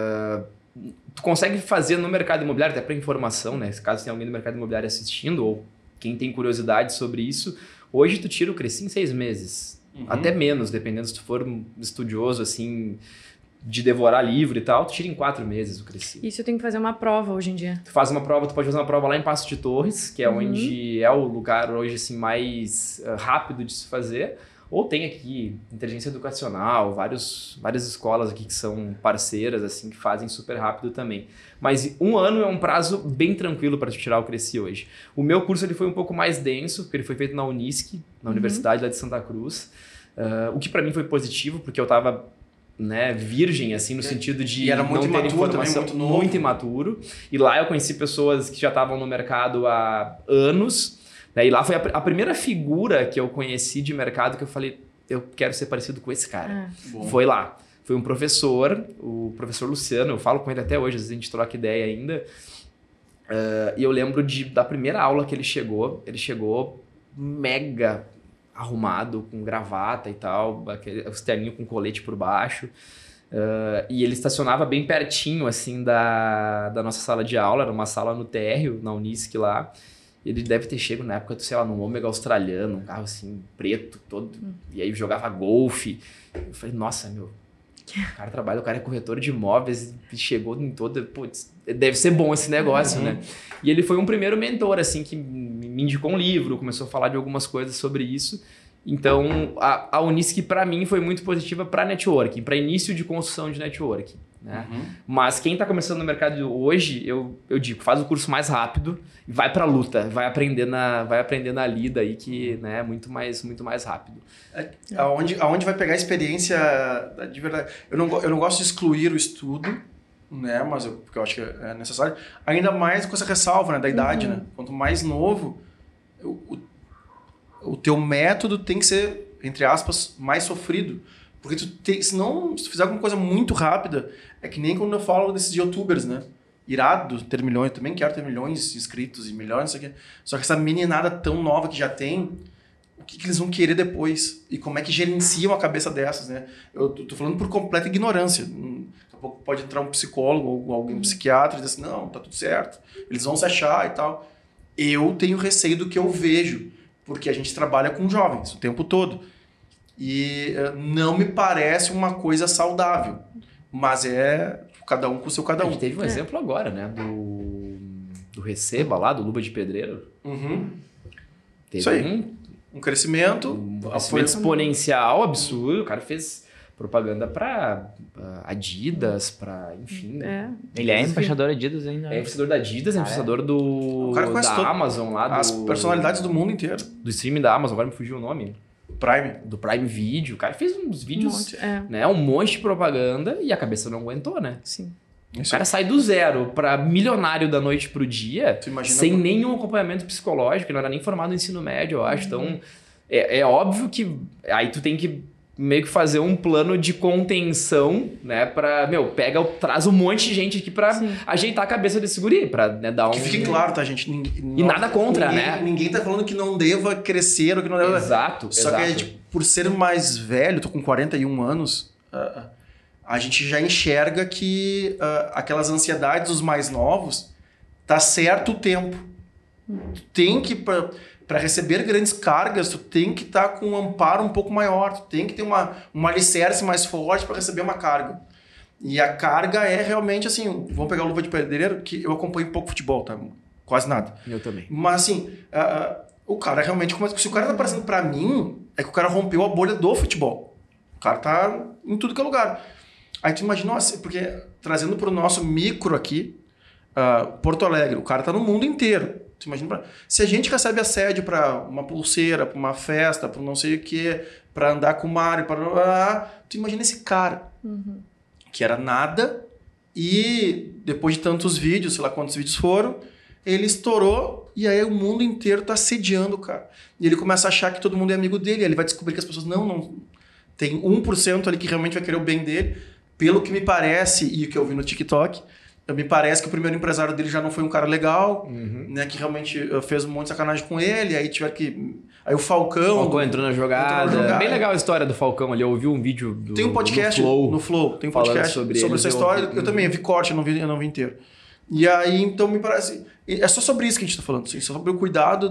Tu consegue fazer no mercado imobiliário, até para informação, né? Caso tenha alguém do mercado imobiliário assistindo ou quem tem curiosidade sobre isso, hoje tu tira o Cresci em 6 meses. Até menos, dependendo se tu for um estudioso, assim, de devorar livro e tal, tu tira em 4 meses o Cresci. Isso eu tenho que fazer uma prova hoje em dia. Tu faz uma prova, tu pode fazer uma prova lá em Paços de Torres, que é onde é o lugar hoje, assim, mais rápido de se fazer. Ou tem aqui inteligência educacional, várias escolas aqui que são parceiras, assim, que fazem super rápido também. Mas 1 ano é um prazo bem tranquilo para tirar o Cresci hoje. O meu curso ele foi um pouco mais denso, porque ele foi feito na Unisc, na Universidade lá de Santa Cruz. O que para mim foi positivo, porque eu estava virgem, assim, no sentido de e era muito não ter informação, também, muito imaturo. E lá eu conheci pessoas que já estavam no mercado há anos. E lá foi a primeira figura que eu conheci de mercado que eu falei, eu quero ser parecido com esse cara. Foi lá. Foi um professor, o professor Luciano, eu falo com ele até hoje, às vezes a gente troca ideia ainda. E eu lembro da primeira aula que ele chegou mega arrumado, com gravata e tal, os terninhos com colete por baixo. E ele estacionava bem pertinho, assim, da nossa sala de aula, era uma sala no térreo, na Unisc lá. Ele deve ter chegado na época, sei lá, num Ômega australiano, um carro assim, preto, todo. E aí jogava golfe. Eu falei, nossa, o cara trabalha, o cara é corretor de imóveis e chegou em toda... Putz, deve ser bom esse negócio, né? E ele foi um primeiro mentor, assim, que me indicou um livro, começou a falar de algumas coisas sobre isso. Então, a Unisc, para mim, foi muito positiva para networking, para início de construção de networking. Né? Mas quem está começando no mercado hoje, eu digo, faz o curso mais rápido e vai para a luta, vai aprender na lida aí, que é muito mais rápido. Aonde vai pegar a experiência de verdade? Eu não gosto de excluir o estudo, né? Mas porque eu acho que é necessário, ainda mais com essa ressalva, né, da idade. Né? Quanto mais novo, o teu método tem que ser, entre aspas, mais sofrido. Porque senão, se tu fizer alguma coisa muito rápida, é que nem quando eu falo desses youtubers, né? Irado ter milhões, eu também quero ter milhões de inscritos e milhões, isso aqui. Só que essa meninada tão nova que já tem, o que eles vão querer depois? E como é que gerenciam a cabeça dessas, né? Eu tô falando por completa ignorância. a pouco pode entrar um psicólogo ou algum psiquiatra e dizer assim, não, tá tudo certo, eles vão se achar e tal. Eu tenho receio do que eu vejo, porque a gente trabalha com jovens o tempo todo. E não me parece uma coisa saudável, mas é cada um com o seu cada A um. gente teve um exemplo agora, né? Do Receba lá, do Luva de Pedreiro. Teve Isso aí. Um crescimento. Exponencial, absurdo. O cara fez propaganda pra Adidas, pra... Enfim. Ele é embaixador Adidas ainda. É embaixador da Adidas, é embaixador O cara conhece da Amazon lá. as personalidades do mundo inteiro. Do streaming da Amazon, agora me fugiu o nome. Prime. Do Prime Video. O cara fez uns vídeos, monte, um monte de propaganda e a cabeça não aguentou, né? Sim. O cara sai do zero pra milionário da noite pro dia, Tu imagina sem nenhum acompanhamento psicológico, ele não era nem formado no ensino médio, eu acho. Então, é óbvio que aí tu tem que meio que fazer um plano de contenção, né? Pra, traz um monte de gente aqui pra ajeitar a cabeça desse guri, pra dar um... Que fique claro, tá, gente? E nada contra, né? Ninguém tá falando que não deva crescer ou que não deva... Exato, Só que, tipo, por ser mais velho, tô com 41 anos, a gente já enxerga que aquelas ansiedades dos mais novos, tá certo o tempo. Tu tem que... Para receber grandes cargas, tu tem que estar com um amparo um pouco maior, tu tem que ter um alicerce mais forte para receber uma carga. E a carga é realmente assim, vamos pegar o Luva de Pedreiro, que eu acompanho pouco futebol, tá? Quase nada. Eu também. Mas assim, o cara realmente, se o cara tá aparecendo para mim, é que o cara rompeu a bolha do futebol. O cara tá em tudo que é lugar. Aí tu imagina, nossa, porque trazendo pro nosso micro aqui, Porto Alegre, o cara tá no mundo inteiro. Tu imagina, se a gente recebe assédio para uma pulseira, para uma festa, para não sei o que, para andar com o Mário, tu imagina esse cara, que era nada, e depois de tantos vídeos, sei lá quantos vídeos foram, ele estourou e aí o mundo inteiro tá assediando o cara. E ele começa a achar que todo mundo é amigo dele, ele vai descobrir que as pessoas não tem 1% ali que realmente vai querer o bem dele, pelo que me parece, e o que eu vi no TikTok, me parece que o primeiro empresário dele já não foi um cara legal, né? Que realmente fez um monte de sacanagem com ele, aí tiveram que... Aí o Falcão... O Falcão entrou na jogada. Bem legal a história do Falcão ali, eu ouvi um vídeo tem um podcast no Flow, tem um podcast sobre essa história, eu também vi corte, eu não vi inteiro. E aí, então, me parece... É só sobre isso que a gente tá falando, assim, só sobre o cuidado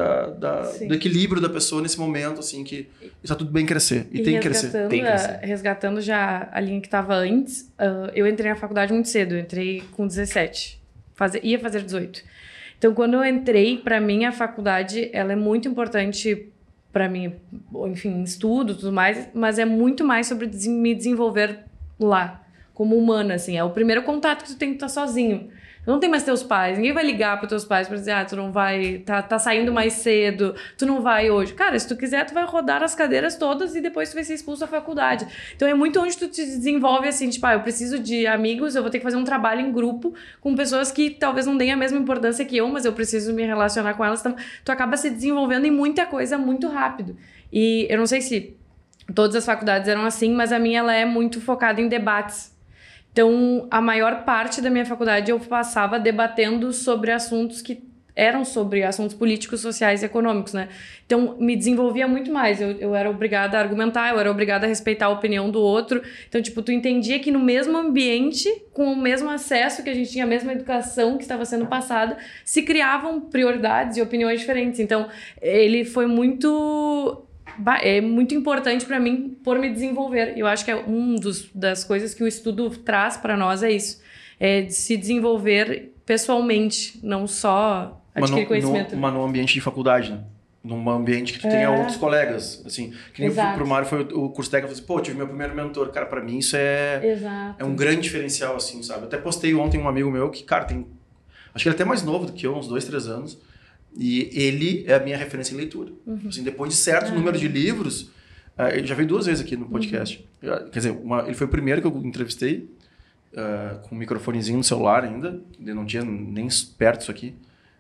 do equilíbrio da pessoa nesse momento, assim, que está tudo bem crescer. E tem que crescer. Resgatando já a linha que estava antes, eu entrei na faculdade muito cedo, eu entrei com 17, ia fazer 18. Então, quando eu entrei, para mim, a faculdade, ela é muito importante para mim, enfim, estudo e tudo mais, mas é muito mais sobre me desenvolver lá, como humana, assim. É o primeiro contato que tu tem que estar sozinho. Tu não tem mais teus pais, ninguém vai ligar para teus pais para dizer, tu não vai, tá saindo mais cedo, tu não vai hoje. Cara, se tu quiser, tu vai rodar as cadeiras todas e depois tu vai ser expulso da faculdade. Então é muito onde tu te desenvolve assim, tipo, eu preciso de amigos, eu vou ter que fazer um trabalho em grupo com pessoas que talvez não deem a mesma importância que eu, mas eu preciso me relacionar com elas. Então, tu acaba se desenvolvendo em muita coisa muito rápido. E eu não sei se todas as faculdades eram assim, mas a minha ela é muito focada em debates. Então, a maior parte da minha faculdade eu passava debatendo sobre assuntos que eram sobre assuntos políticos, sociais e econômicos, né? Então, me desenvolvia muito mais. Eu era obrigada a argumentar, eu era obrigada a respeitar a opinião do outro. Então, tipo, tu entendia que no mesmo ambiente, com o mesmo acesso que a gente tinha, a mesma educação que estava sendo passada, se criavam prioridades e opiniões diferentes. Então, ele foi muito... É muito importante para mim por me desenvolver. Eu acho que é das coisas que o estudo traz para nós é isso. É de se desenvolver pessoalmente, não só adquirir conhecimento. Mas num ambiente de faculdade, né? Num ambiente que tu tenha outros colegas. Assim, que nem pro Mário foi o curso técnico. Eu falei assim, tive meu primeiro mentor. Cara, para mim isso é um grande diferencial, assim, sabe? Eu até postei ontem um amigo meu que, cara, tem... Acho que ele é até mais novo do que eu, uns 2, 3 anos. E ele é a minha referência em leitura. Assim, depois de certo número de livros, ele já veio 2 vezes aqui no podcast. Quer dizer, ele foi o primeiro que eu entrevistei, com um microfonezinho no celular ainda, ele não tinha nem perto disso aqui.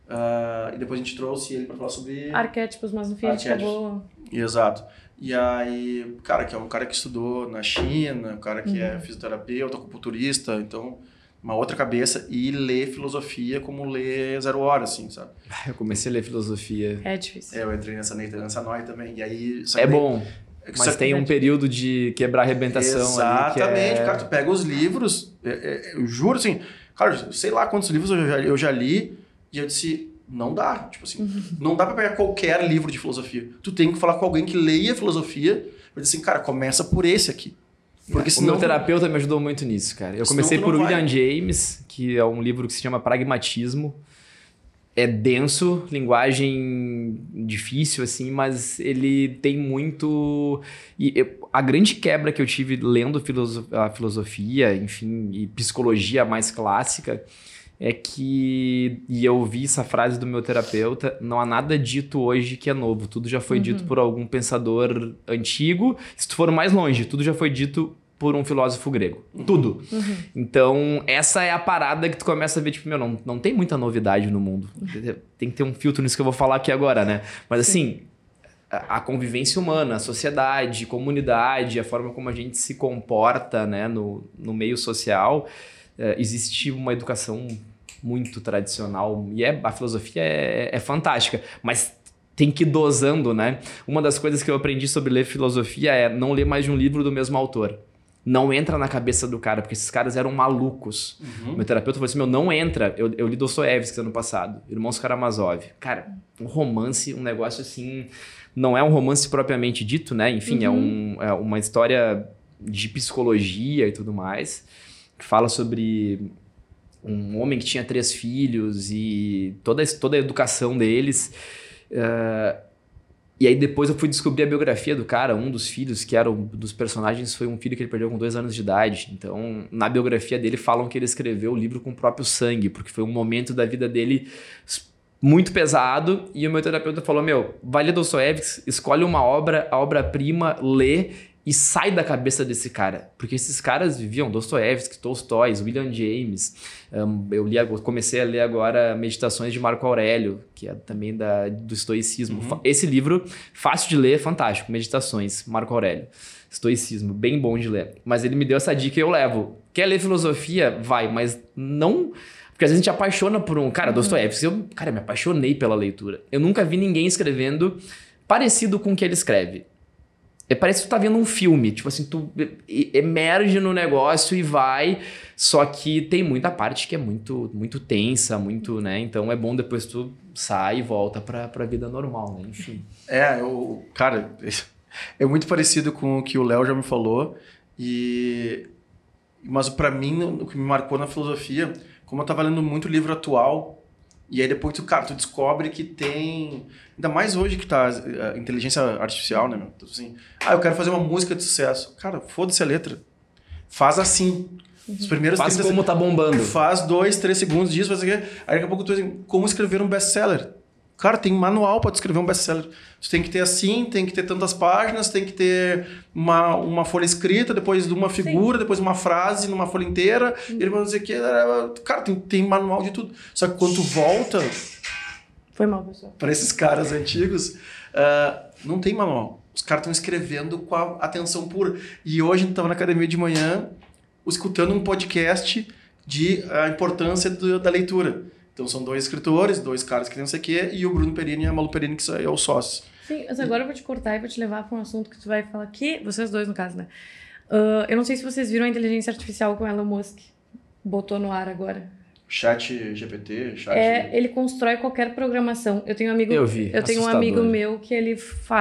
E depois a gente trouxe ele para falar sobre... Arquétipos, mas no fim a gente acabou... Exato. E aí, cara, que é um cara que estudou na China, um cara que é fisioterapeuta, acupunturista, então... uma outra cabeça e ler filosofia como ler 0 hora, assim, sabe? Eu comecei a ler filosofia. É difícil. Eu entrei nessa noia também. E aí... É bom. Mas tem um período de quebrar arrebentação. Exatamente, cara, tu pega os livros, eu juro assim, cara, eu sei lá quantos livros eu já li, e eu disse, não dá, tipo assim, não dá pra pegar qualquer livro de filosofia. Tu tem que falar com alguém que leia filosofia, pra dizer assim, cara, começa por esse aqui. Porque o meu terapeuta me ajudou muito nisso, cara. Eu comecei por William James, que é um livro que se chama Pragmatismo. É denso, linguagem difícil, assim, mas ele tem muito... a grande quebra que eu tive lendo a filosofia, enfim, e psicologia mais clássica, é que... E eu vi essa frase do meu terapeuta, não há nada dito hoje que é novo. Tudo já foi dito por algum pensador antigo. Se tu for mais longe, tudo já foi dito por um filósofo grego. Tudo. Então, essa é a parada que tu começa a ver, tipo, meu, não tem muita novidade no mundo. Tem que ter um filtro nisso que eu vou falar aqui agora, né? Mas assim, a convivência humana, a sociedade, comunidade, a forma como a gente se comporta, né, no meio social, existe uma educação muito tradicional. E a filosofia é fantástica, mas tem que ir dosando, né? Uma das coisas que eu aprendi sobre ler filosofia é não ler mais de um livro do mesmo autor. Não entra na cabeça do cara, porque esses caras eram malucos. Meu terapeuta falou assim, não entra. Eu li Dostoiévski ano passado, Irmãos Karamazov. Cara, um romance, um negócio assim... Não é um romance propriamente dito, né? Enfim, é uma história de psicologia e tudo mais. Que fala sobre um homem que tinha 3 filhos e toda a educação deles... E aí depois eu fui descobrir a biografia do cara, um dos filhos, que era um dos personagens, foi um filho que ele perdeu com 2 anos de idade. Então, na biografia dele falam que ele escreveu o livro com o próprio sangue, porque foi um momento da vida dele muito pesado. E o meu terapeuta falou, vai ler Dostoiévski, escolhe uma obra, a obra-prima, lê e sai da cabeça desse cara. Porque esses caras viviam Dostoiévski, Tolstói, William James. Eu comecei a ler agora Meditações de Marco Aurélio, que é também do estoicismo. Esse livro, fácil de ler, fantástico. Meditações, Marco Aurélio. Estoicismo, bem bom de ler. Mas ele me deu essa dica e eu levo. Quer ler filosofia? Vai, mas não... Porque às vezes a gente apaixona por um... Cara, Dostoiévski, eu me apaixonei pela leitura. Eu nunca vi ninguém escrevendo parecido com o que ele escreve. Parece que tu tá vendo um filme, tipo assim, tu emerge no negócio e vai, só que tem muita parte que é muito, muito tensa, muito, né? Então é bom depois tu sai e volta pra vida normal, né? Enfim. Cara, é muito parecido com o que o Léo já me falou, mas pra mim, o que me marcou na filosofia, como eu tava lendo muito livro atual, e aí depois tu descobre que tem... Ainda mais hoje que tá a inteligência artificial, né, meu? Então, assim, eu quero fazer uma música de sucesso. Cara, foda-se a letra. Faz assim. Os primeiros faz como tá bombando. Faz 2, 3 segundos disso, faz aqui. Aí daqui a pouco tu assim, como escrever um best-seller. Cara, tem manual para tu escrever um best-seller. Tu tem que ter assim, tem que ter tantas páginas, tem que ter uma folha escrita, depois de uma figura, depois uma frase numa folha inteira. E ele vai dizer que... Cara, tem manual de tudo. Só que quando tu volta... Foi mal, pessoal. Para esses caras antigos, não tem manual. Os caras estão escrevendo com a atenção pura. E hoje a gente estava na academia de manhã, escutando um podcast de a importância da leitura. Então são 2 escritores, 2 caras que não sei o quê, e o Bruno Perini e a Malu Perini, que é o sócio. Sim, mas agora eu vou te cortar e vou te levar para um assunto que tu vai falar aqui, vocês dois no caso, né? Eu não sei se vocês viram a inteligência artificial que o Elon Musk botou no ar agora. Chat GPT, ele constrói qualquer programação. Eu tenho um amigo meu que ele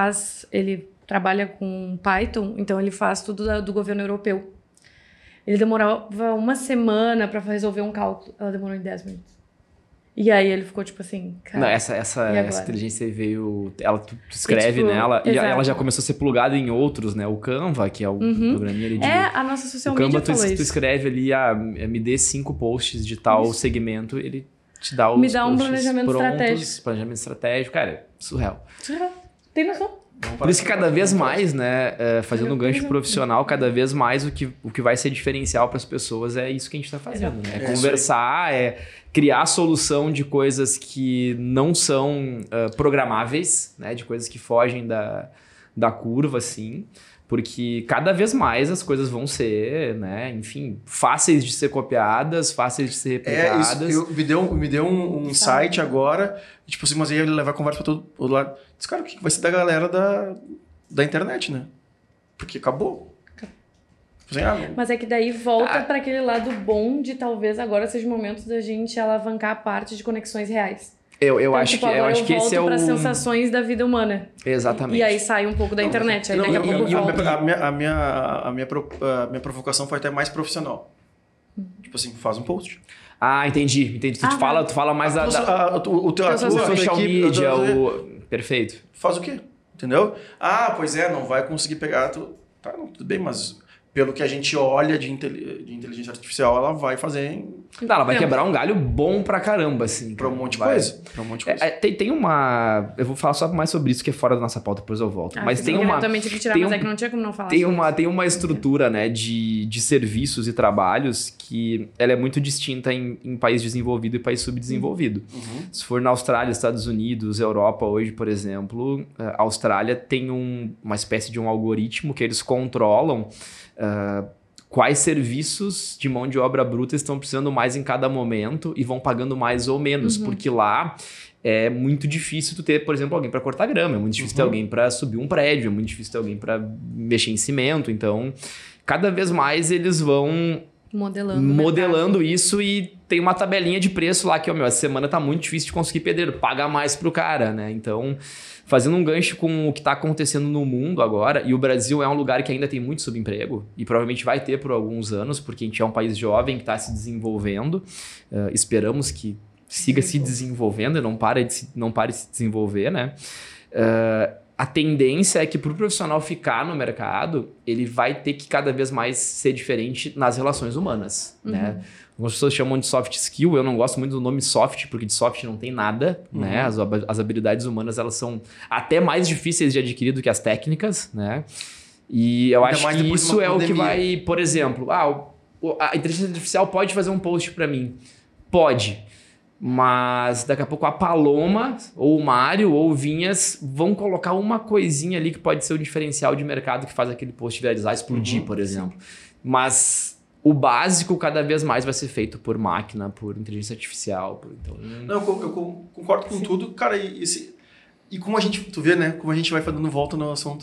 trabalha com Python, então ele faz tudo do governo europeu. Ele demorava 1 semana para resolver um cálculo, ela demorou em 10 minutos. E aí ele ficou tipo assim, cara... Não, essa inteligência veio... Tu escreve nela e ela já começou a ser plugada em outros, né? O Canva, que é o programinha ali de... a nossa social media falou isso. Tu escreve ali, me dê 5 posts de tal segmento, ele te dá os me dá um planejamento estratégico. Planejamento estratégico, cara, surreal. Tem noção? Por isso que cada vez mais, né, fazendo um gancho profissional, cada vez mais o que vai ser diferencial para as pessoas é isso que a gente está fazendo, né? É conversar, criar solução de coisas que não são programáveis, né? De coisas que fogem da curva, assim. Porque cada vez mais as coisas vão ser, né, enfim, fáceis de ser copiadas, fáceis de ser replicadas. Me deu um site agora, tipo assim, mas aí ele levar a conversa para todo lado. Disse, cara, o que vai ser da galera da internet, né? Porque acabou. Assim, Mas é que daí volta para aquele lado bom de talvez agora seja o momento da gente alavancar a parte de conexões reais. Eu Então, acho tipo, que agora esse é o... para sensações da vida humana. Exatamente. E aí sai um pouco da internet. Aí daqui a pouco volta. A minha provocação foi até mais profissional. Tipo assim, faz um post. Ah, entendi. Tu fala mais da O teu social equipe, media, Perfeito. Faz o quê? Entendeu? Ah, pois é, não vai conseguir pegar... Tá, não, tudo bem, mas pelo que a gente olha de inteligência artificial, ela vai fazer... Ela vai quebrar um galho bom pra caramba, assim. Pra um monte de coisa. Tem uma... Eu vou falar só mais sobre isso, que é fora da nossa pauta, depois eu volto. Mas tem uma... Eu também tinha que tirar, mas é que não tinha como não falar tem uma estrutura, né, de serviços e trabalhos que ela é muito distinta em país desenvolvido e país subdesenvolvido. Uhum. Se for na Austrália, Estados Unidos, Europa hoje, por exemplo, a Austrália tem uma espécie de um algoritmo que eles controlam quais serviços de mão de obra bruta estão precisando mais em cada momento e vão pagando mais ou menos, porque lá é muito difícil tu ter, por exemplo, alguém para cortar grama, é muito difícil ter alguém para subir um prédio, é muito difícil ter alguém para mexer em cimento, então cada vez mais eles vão modelando isso e tem uma tabelinha de preço lá que, essa semana tá muito difícil de conseguir pedreiro, paga mais pro cara, né? Então, fazendo um gancho com o que está acontecendo no mundo agora, e o Brasil é um lugar que ainda tem muito subemprego, e provavelmente vai ter por alguns anos, porque a gente é um país jovem que está se desenvolvendo, esperamos que siga se desenvolvendo e não pare de se desenvolver, né? A tendência é que para o profissional ficar no mercado, ele vai ter que cada vez mais ser diferente nas relações humanas, né? Algumas pessoas chamam de soft skill, eu não gosto muito do nome soft, porque de soft não tem nada, né? As habilidades humanas, elas são até mais difíceis de adquirir do que as técnicas, né? E eu acho que isso é o que vai, por exemplo, a inteligência artificial pode fazer um post para mim. Pode. Mas daqui a pouco a Paloma, ou o Mário, ou o Vinhas vão colocar uma coisinha ali que pode ser o diferencial de mercado que faz aquele post viralizar, explodir, por exemplo. Mas o básico cada vez mais vai ser feito por máquina, por inteligência artificial. Não, eu concordo com tudo, cara. E como a gente, tu vê, né? Como a gente vai dando volta no assunto.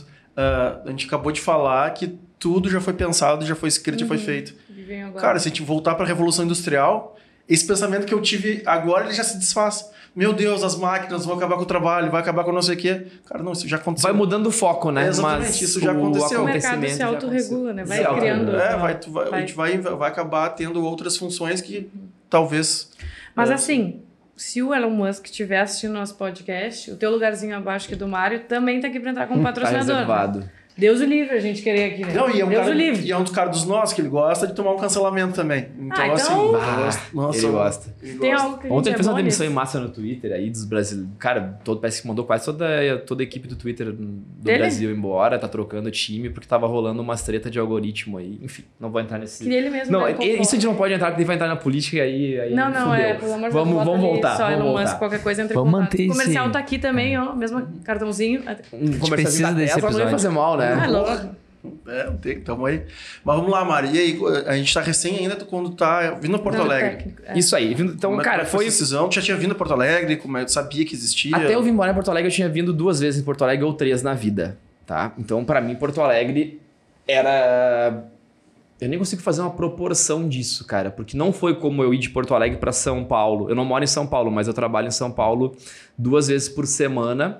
A gente acabou de falar que tudo já foi pensado, já foi escrito, já foi feito. Cara, se a gente voltar para a Revolução Industrial, esse pensamento que eu tive agora, ele já se desfaz. Meu Deus, as máquinas vão acabar com o trabalho, vai acabar com não sei o quê. Cara, não, isso já aconteceu. Vai mudando o foco, né? Exatamente, mas isso já aconteceu. O mercado se autorregula, né? Vai criando. A gente vai acabar tendo outras funções que talvez... Mas assim, se o Elon Musk estiver assistindo nosso podcast, o teu lugarzinho abaixo aqui do Mário também tá aqui para entrar como patrocinador. Tá reservado. Né? Deus o livre a gente querer aqui, né? Não, e Deus é um dos caras dos nossos que ele gosta de tomar um cancelamento também. Então, nossa, ele gosta. Tem algo que a gente Ontem ele fez uma demissão em massa no Twitter aí dos brasileiros. Cara, parece que mandou quase toda a equipe do Twitter do Brasil embora, tá trocando time, porque tava rolando umas treta de algoritmo aí. Enfim, não vou entrar nesse... Queria ele mesmo. Não, isso a gente não pode entrar, porque ele vai entrar na política aí não, fudeu. Pelo amor de Deus. Vamos voltar. Só Vamos voltar. Qualquer coisa entre vamos contato. manter O comercial tá aqui também, ó. Mesmo cartãozinho. Um comercial precisa desse Tesla não ia fazer mal, né? Ah, louco. Tamo aí. Mas vamos lá, Mari. E aí, a gente tá recém ainda quando tá vindo a Porto Alegre. Isso aí. Então, cara, foi... decisão. Tu já tinha vindo a Porto Alegre? Tu sabia que existia? Até eu vim morar em Porto Alegre, eu tinha vindo 2 vezes em Porto Alegre ou 3 na vida, tá? Então, pra mim, Porto Alegre era... Eu nem consigo fazer uma proporção disso, cara, porque não foi como eu ir de Porto Alegre pra São Paulo. Eu não moro em São Paulo, mas eu trabalho em São Paulo 2 vezes por semana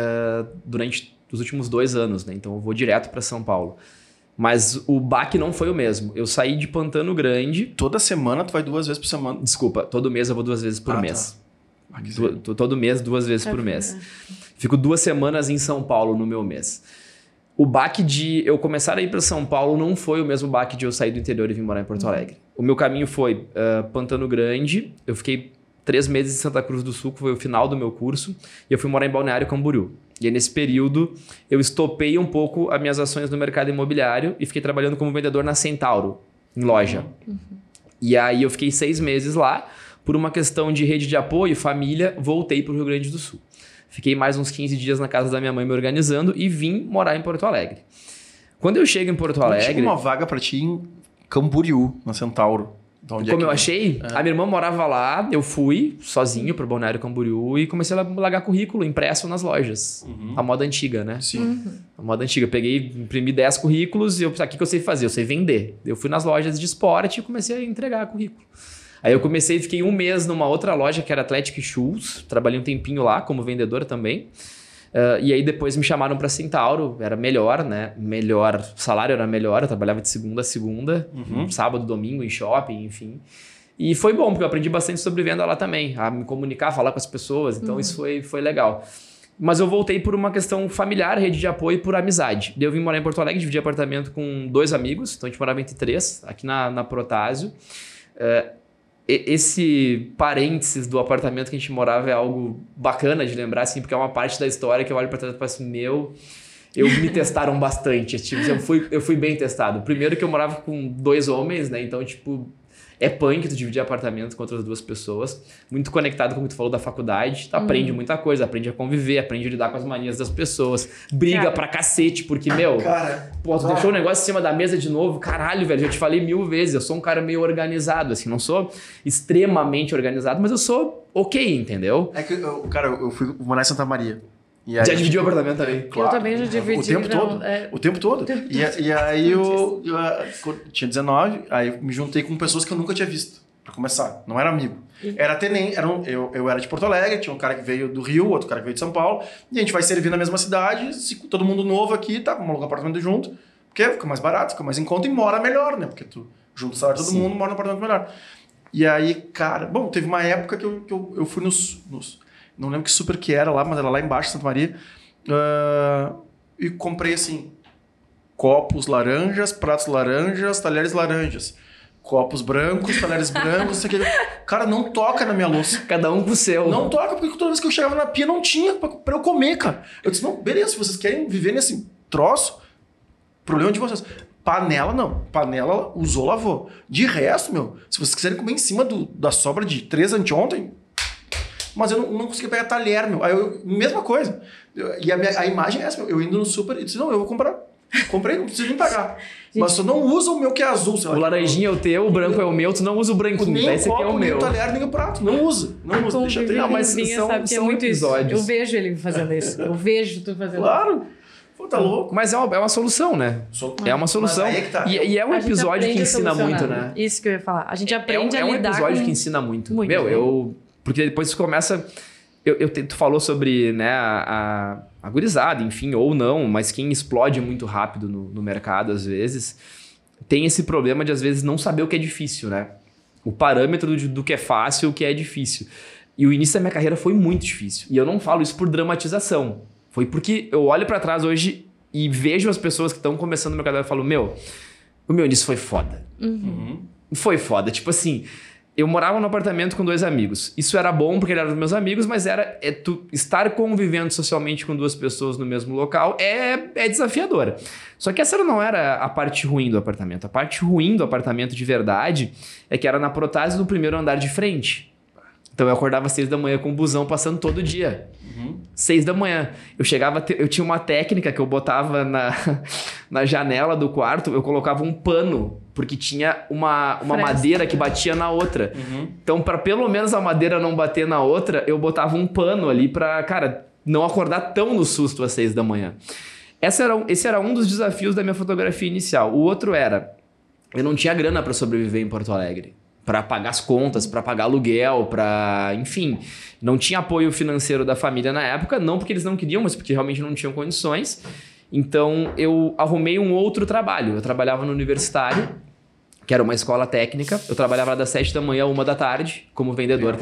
durante os últimos 2 anos, né? Então eu vou direto para São Paulo. Mas o baque não foi o mesmo. Eu saí de Pantano Grande... Toda semana tu vai 2 vezes por semana? Desculpa, todo mês eu vou 2 vezes por mês. Tá. Todo mês, 2 vezes por mês. Fico 2 semanas em São Paulo no meu mês. O baque de eu começar a ir para São Paulo não foi o mesmo baque de eu sair do interior e vir morar em Porto Alegre. O meu caminho foi Pantano Grande, eu fiquei 3 meses em Santa Cruz do Sul, que foi o final do meu curso, e eu fui morar em Balneário Camboriú. E aí, nesse período, eu estopei um pouco as minhas ações no mercado imobiliário e fiquei trabalhando como vendedor na Centauro, em loja. E aí, eu fiquei 6 meses lá. Por uma questão de rede de apoio, família, voltei para o Rio Grande do Sul. Fiquei mais uns 15 dias na casa da minha mãe me organizando e vim morar em Porto Alegre. Quando eu chego em Porto Alegre... Tinha uma vaga para ti em Camboriú, na Centauro. Então, onde Como é eu que- achei, a minha irmã morava lá, eu fui sozinho pro Balneário Camboriú e comecei a largar currículo impresso nas lojas. A moda antiga, né? Sim. A moda antiga. Eu peguei, imprimi 10 currículos e eu pensei, o que eu sei fazer? Eu sei vender. Eu fui nas lojas de esporte e comecei a entregar currículo. Aí eu comecei, fiquei um mês numa outra loja que era Athletic Shoes, trabalhei um tempinho lá como vendedor também. E aí depois me chamaram para Centauro, era melhor, né? Melhor, o salário era melhor, eu trabalhava de segunda a segunda, sábado, domingo em shopping, enfim. E foi bom, porque eu aprendi bastante sobre venda lá também, a me comunicar, falar com as pessoas, então isso foi legal. Mas eu voltei por uma questão familiar, rede de apoio e por amizade. Daí eu vim morar em Porto Alegre, dividi apartamento com 2 amigos, então a gente morava entre 3, aqui na Protásio. Esse parênteses do apartamento que a gente morava é algo bacana de lembrar, assim, porque é uma parte da história que eu olho pra trás e penso, me testaram bastante. Tipo, eu fui bem testado. Primeiro que eu morava com 2 homens, né? Então, tipo, é punk tu dividir apartamento com outras 2 pessoas. Muito conectado com o que tu falou da faculdade. Tu aprende muita coisa, aprende a conviver, aprende a lidar com as manias das pessoas. Briga pra cacete, porque, Cara, pô, tu deixou o negócio em cima da mesa de novo. Caralho, velho, já te falei 1000 vezes. Eu sou um cara meio organizado, assim. Não sou extremamente organizado, mas eu sou ok, entendeu? é que, eu fui morar em Santa Maria. E aí, Já dividiu o apartamento também? Claro. Eu também já dividi. O tempo todo. O tempo todo. E aí eu tinha 19, aí me juntei com pessoas que eu nunca tinha visto, pra começar. Não era amigo. Era tenente, eu era de Porto Alegre, tinha um cara que veio do Rio, outro cara que veio de São Paulo, e a gente vai servir na mesma cidade, todo mundo novo aqui, tá? Vamos alugar apartamento junto, porque fica mais barato, fica mais em conta e mora melhor, né? Porque tu junta o salário de todo mundo, mora no apartamento melhor. E aí, cara, bom, teve uma época que eu fui nos não lembro que super que era lá, mas era lá embaixo, Santa Maria. E comprei, assim, copos laranjas, pratos laranjas, talheres laranjas. Copos brancos, talheres brancos, isso aqui. Cara, não toca na minha louça. Cada um com o seu. Não toca, porque toda vez que eu chegava na pia não tinha pra eu comer, cara. Eu disse, não, beleza, se vocês querem viver nesse troço, problema de vocês. Panela, não. Panela usou, lavou. De resto, se vocês quiserem comer em cima da sobra de 3 anteontem, mas eu não conseguia pegar talher, Aí mesma coisa. E a imagem é essa, eu indo no super e disse, não, eu vou comprar. Comprei, não preciso nem pagar. Mas tu não usa o meu que é azul, sei lá. O laranjinha é o teu, o branco é o meu, tu não usa o branquinho. Nem Esse o aqui é o copo, nem meu. o talher, nem o prato. Não usa. Deixa eu ter. Não, mas são episódios. Eu vejo ele fazendo isso. Eu vejo tu fazendo Claro. Pô, tá louco. Mas é uma solução, né? É uma solução. Mas aí é que tá. E é um A gente episódio que aprende a ensina solucionar. muito, né? Isso que eu ia falar. A gente aprende a um lidar episódio com... que ensina muito. Muito. Porque depois tu começa... Tu falou sobre, né, a gurizada, enfim, ou não, mas quem explode muito rápido no mercado, às vezes, tem esse problema de, às vezes, não saber o que é difícil, né? O parâmetro do que é fácil, o que é difícil. E o início da minha carreira foi muito difícil. E eu não falo isso por dramatização. Foi porque eu olho pra trás hoje e vejo as pessoas que estão começando no mercado e falo, o meu início foi foda. Foi foda. Tipo assim... Eu morava no apartamento com 2 amigos. Isso era bom porque eles eram meus amigos, mas tu estar convivendo socialmente com 2 pessoas no mesmo local é desafiadora. Só que essa não era a parte ruim do apartamento. A parte ruim do apartamento de verdade é que era na Protásio do primeiro andar de frente. Então eu acordava às 6 da manhã com o busão passando todo dia. 6 da manhã. Eu tinha uma técnica que eu botava na janela do quarto, eu colocava um pano, porque tinha uma madeira que batia na outra. Então, para pelo menos a madeira não bater na outra, eu botava um pano ali pra, cara, não acordar tão no susto às 6 da manhã. Esse era um dos desafios da minha fotografia inicial. O outro era, eu não tinha grana para sobreviver em Porto Alegre. Para pagar as contas, para pagar aluguel, enfim, não tinha apoio financeiro da família na época, não porque eles não queriam, mas porque realmente não tinham condições. Então, eu arrumei um outro trabalho. Eu trabalhava no Universitário, que era uma escola técnica. Eu trabalhava lá das 7 da manhã a 1 da tarde, como vendedor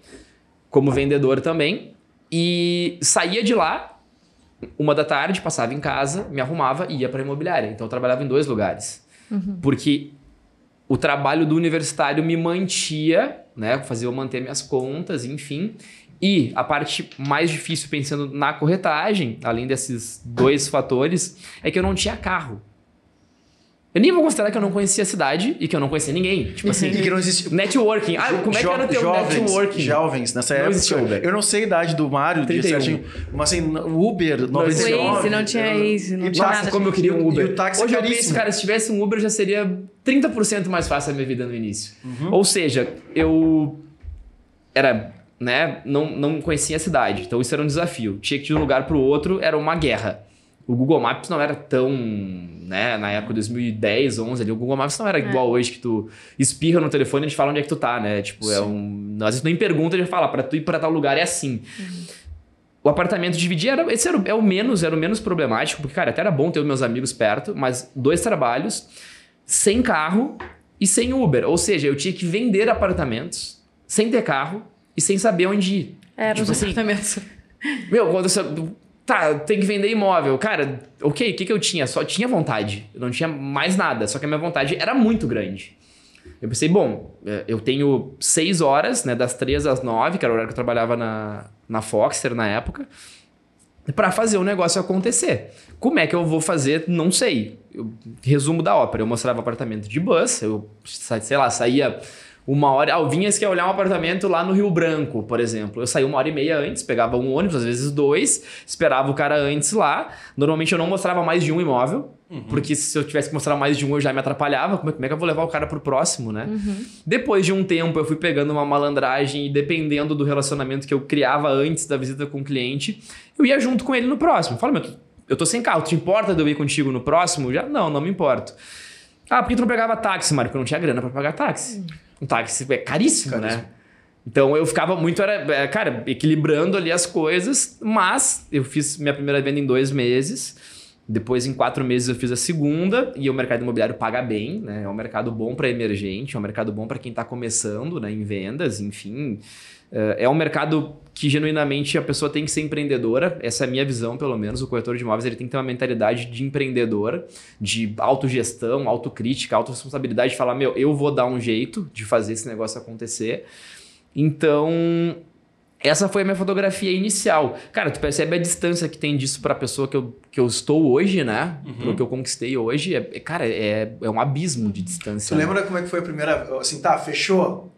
também. E saía de lá, 1 da tarde, passava em casa, me arrumava e ia para a imobiliária. Então, eu trabalhava em 2 lugares. Porque... o trabalho do universitário me mantia, né? Fazia eu manter minhas contas, enfim. E a parte mais difícil, pensando na corretagem, além desses 2 fatores, é que eu não tinha carro. Eu nem vou considerar que eu não conhecia a cidade e que eu não conhecia ninguém. Tipo assim, E que não existe... networking. Como é que era o teu networking? Jovens, nessa época. Uber. Eu não sei a idade do Mário, 31. mas assim, Uber, 99. Waze, não tinha Waze, não tinha Nossa, nada. como eu queria um Uber. E o táxi Hoje é eu penso, caríssimo. cara, se tivesse um Uber já seria 30% mais fácil a minha vida no início. Ou seja, eu era, né, não conhecia a cidade, então isso era um desafio. Tinha que ir de um lugar pro outro, era uma guerra. O Google Maps não era tão, né, na época de 2010, 11 ali, o Google Maps não era igual hoje, que tu espirra no telefone e a gente fala onde é que tu tá, né? Tipo, às vezes tu nem pergunta, a gente fala, pra tu ir pra tal lugar é assim. O apartamento dividir era o menos problemático, porque, cara, até era bom ter os meus amigos perto, mas 2 trabalhos, sem carro e sem Uber. Ou seja, eu tinha que vender apartamentos sem ter carro e sem saber onde ir. Era os assim, apartamentos. Meu, quando tem que vender imóvel. Cara, ok, o que eu tinha? Só tinha vontade. Eu não tinha mais nada, só que a minha vontade era muito grande. Eu pensei, bom, eu tenho 6 horas, né, das 3 às 9, que era o horário que eu trabalhava na Foxter na época, para fazer o negócio acontecer. Como é que eu vou fazer? Não sei. Resumo da ópera. Eu mostrava apartamento de bus, eu, sei lá, saía 1 hora... o Vinhas quer olhar um apartamento lá no Rio Branco, por exemplo. Eu saía 1h30 antes, pegava um ônibus, às vezes 2, esperava o cara antes lá. Normalmente eu não mostrava mais de um imóvel, porque se eu tivesse que mostrar mais de um eu já me atrapalhava. Como é que eu vou levar o cara pro próximo, né? Depois de um tempo eu fui pegando uma malandragem e dependendo do relacionamento que eu criava antes da visita com o cliente, eu ia junto com ele no próximo. Fala, eu tô sem carro, te importa de eu ir contigo no próximo? Já não me importo. Por que tu não pegava táxi, Mário? Porque eu não tinha grana pra pagar táxi. Um táxi é caríssimo, né? Então eu ficava muito, cara, equilibrando ali as coisas, mas eu fiz minha primeira venda em 2 meses, depois em 4 meses eu fiz a segunda, e o mercado imobiliário paga bem, né? É um mercado bom para emergente, é um mercado bom para quem está começando, né, em vendas, enfim. É um mercado que genuinamente a pessoa tem que ser empreendedora, essa é a minha visão, pelo menos. O corretor de imóveis ele tem que ter uma mentalidade de empreendedor, de autogestão, autocrítica, autorresponsabilidade, de falar, eu vou dar um jeito de fazer esse negócio acontecer. Então, essa foi a minha fotografia inicial. Cara, tu percebe a distância que tem disso para a pessoa que eu estou hoje, né? Pro que eu conquistei hoje. Cara, é um abismo de distância. Tu lembra como é que foi a primeira... Assim, fechou?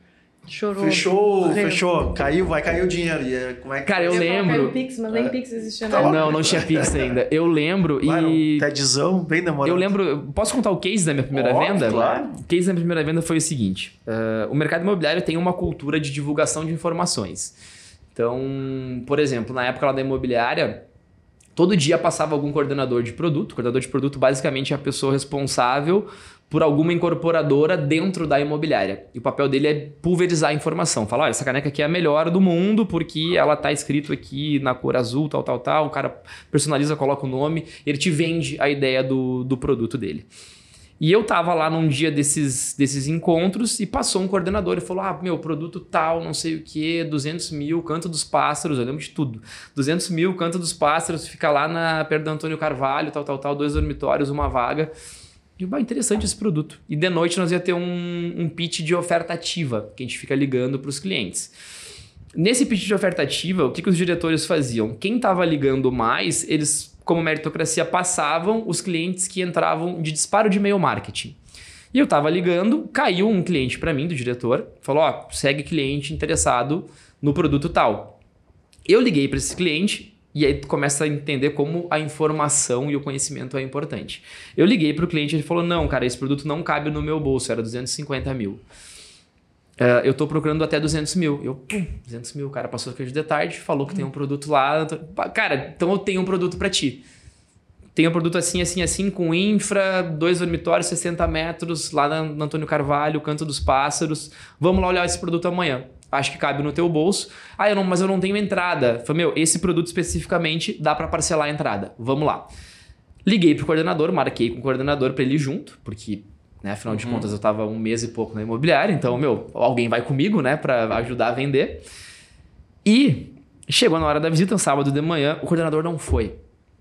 Chorou. Fechou. Vai cair o dinheiro. Como é que... Cara, eu lembro... Caiu o Pix, mas nem Pix existia Tá nada. Não tinha Pix ainda. Eu lembro e... TEDzão, bem demorado. Eu lembro... Posso contar o case da minha primeira venda? Claro. O case da minha primeira venda foi o seguinte. O mercado imobiliário tem uma cultura de divulgação de informações. Então, por exemplo, na época lá da imobiliária, todo dia passava algum coordenador de produto. O coordenador de produto basicamente é a pessoa responsável por alguma incorporadora dentro da imobiliária. E o papel dele é pulverizar a informação. Falar, olha, essa caneca aqui é a melhor do mundo porque ela tá escrito aqui na cor azul, tal. O cara personaliza, coloca o nome, ele te vende a ideia do produto dele. E eu tava lá num dia desses encontros e passou um coordenador e falou, produto tal, não sei o que, 200 mil, Canto dos Pássaros, eu lembro de tudo. 200 mil, Canto dos Pássaros, fica lá perto do Antônio Carvalho, tal, 2 dormitórios, uma vaga. E interessante esse produto. E de noite nós ia ter um pitch de oferta ativa, que a gente fica ligando para os clientes. Nesse pitch de oferta ativa, o que os diretores faziam? Quem estava ligando mais, eles, como meritocracia, passavam os clientes que entravam de disparo de e-mail marketing. E eu estava ligando, caiu um cliente para mim, do diretor, falou, segue cliente interessado no produto tal. Eu liguei para esse cliente... E aí tu começa a entender como a informação e o conhecimento é importante. Eu liguei para o cliente e ele falou, não, cara, esse produto não cabe no meu bolso, era 250 mil. Eu tô procurando até 200 mil. 200 mil, o cara passou aqui hoje de tarde, falou que tem um produto lá. Cara, então eu tenho um produto para ti. Tenho um produto assim, com infra, 2 dormitórios, 60 metros, lá no Antônio Carvalho, Canto dos Pássaros. Vamos lá olhar esse produto amanhã. Acho que cabe no teu bolso. Mas eu não tenho entrada. Falei, esse produto especificamente dá para parcelar a entrada. Vamos lá. Liguei pro coordenador, marquei com o coordenador para ele ir junto, porque, né, afinal de contas eu tava 1 mês e pouco na imobiliária, então, alguém vai comigo, né, para ajudar a vender. E chegou na hora da visita, sábado de manhã, o coordenador não foi.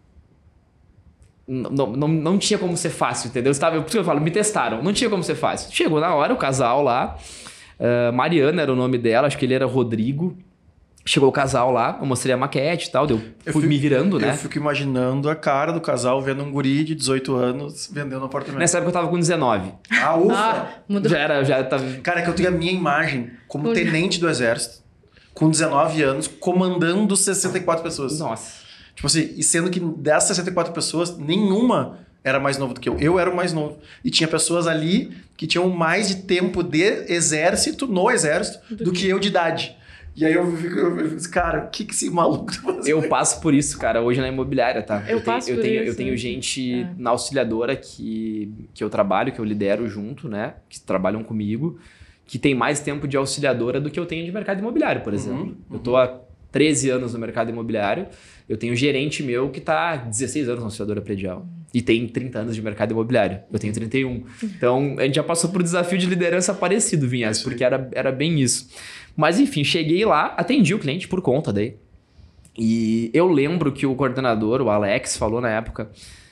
Não tinha como ser fácil, entendeu? Por isso que eu falo, me testaram. Não tinha como ser fácil. Chegou na hora, o casal lá... Mariana era o nome dela, acho que ele era Rodrigo. Chegou o casal lá, eu mostrei a maquete e tal, fui me virando, né? Eu fico imaginando a cara do casal vendo um guri de 18 anos vendendo um apartamento. Nessa época eu tava com 19. Ah, ufa! Mudou. Já tava... Cara, é que eu tenho a minha imagem como tenente do exército, com 19 anos, comandando 64 pessoas. Nossa. Tipo assim, e sendo que dessas 64 pessoas, nenhuma era mais novo do que eu. Eu era o mais novo. E tinha pessoas ali que tinham mais de tempo de exército, no exército, do que eu de idade. E aí eu fico, cara, o que esse maluco tá fazendo? Eu passo por isso, cara, hoje na imobiliária, tá? Eu tenho gente na auxiliadora que eu trabalho, que eu lidero junto, né? Que trabalham comigo, que tem mais tempo de auxiliadora do que eu tenho de mercado imobiliário, por exemplo. Eu tô há 13 anos no mercado imobiliário, eu tenho gerente meu que tá há 16 anos na auxiliadora predial. E tem 30 anos de mercado imobiliário. Eu tenho 31. Então, a gente já passou por um desafio de liderança parecido, Vinhas, porque era bem isso. Mas, enfim, cheguei lá, atendi o cliente por conta daí. E eu lembro que o coordenador, o Alex, falou na época,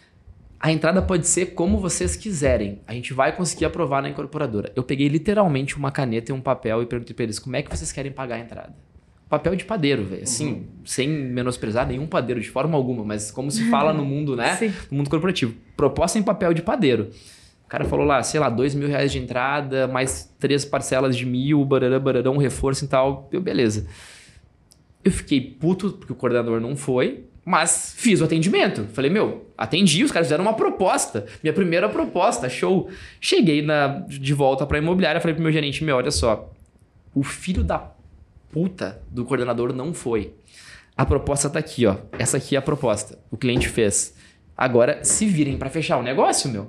a entrada pode ser como vocês quiserem. A gente vai conseguir aprovar na incorporadora. Eu peguei literalmente uma caneta e um papel e perguntei para eles, como é que vocês querem pagar a entrada? Papel de padeiro, velho. Assim, sem menosprezar nenhum padeiro de forma alguma, mas como se fala no mundo, né? Sim. No mundo corporativo. Proposta em papel de padeiro. O cara falou lá, sei lá, R$2.000 de entrada, mais 3 parcelas de 1.000, barará, um reforço e tal. Eu, beleza. Eu fiquei puto porque o coordenador não foi, mas fiz o atendimento. Falei, atendi, os caras fizeram uma proposta. Minha primeira proposta, show. Cheguei de volta pra imobiliária, falei pro meu gerente, olha só, o filho da puta do coordenador não foi. A proposta tá aqui, ó. Essa aqui é a proposta. O cliente fez. Agora, se virem pra fechar o negócio,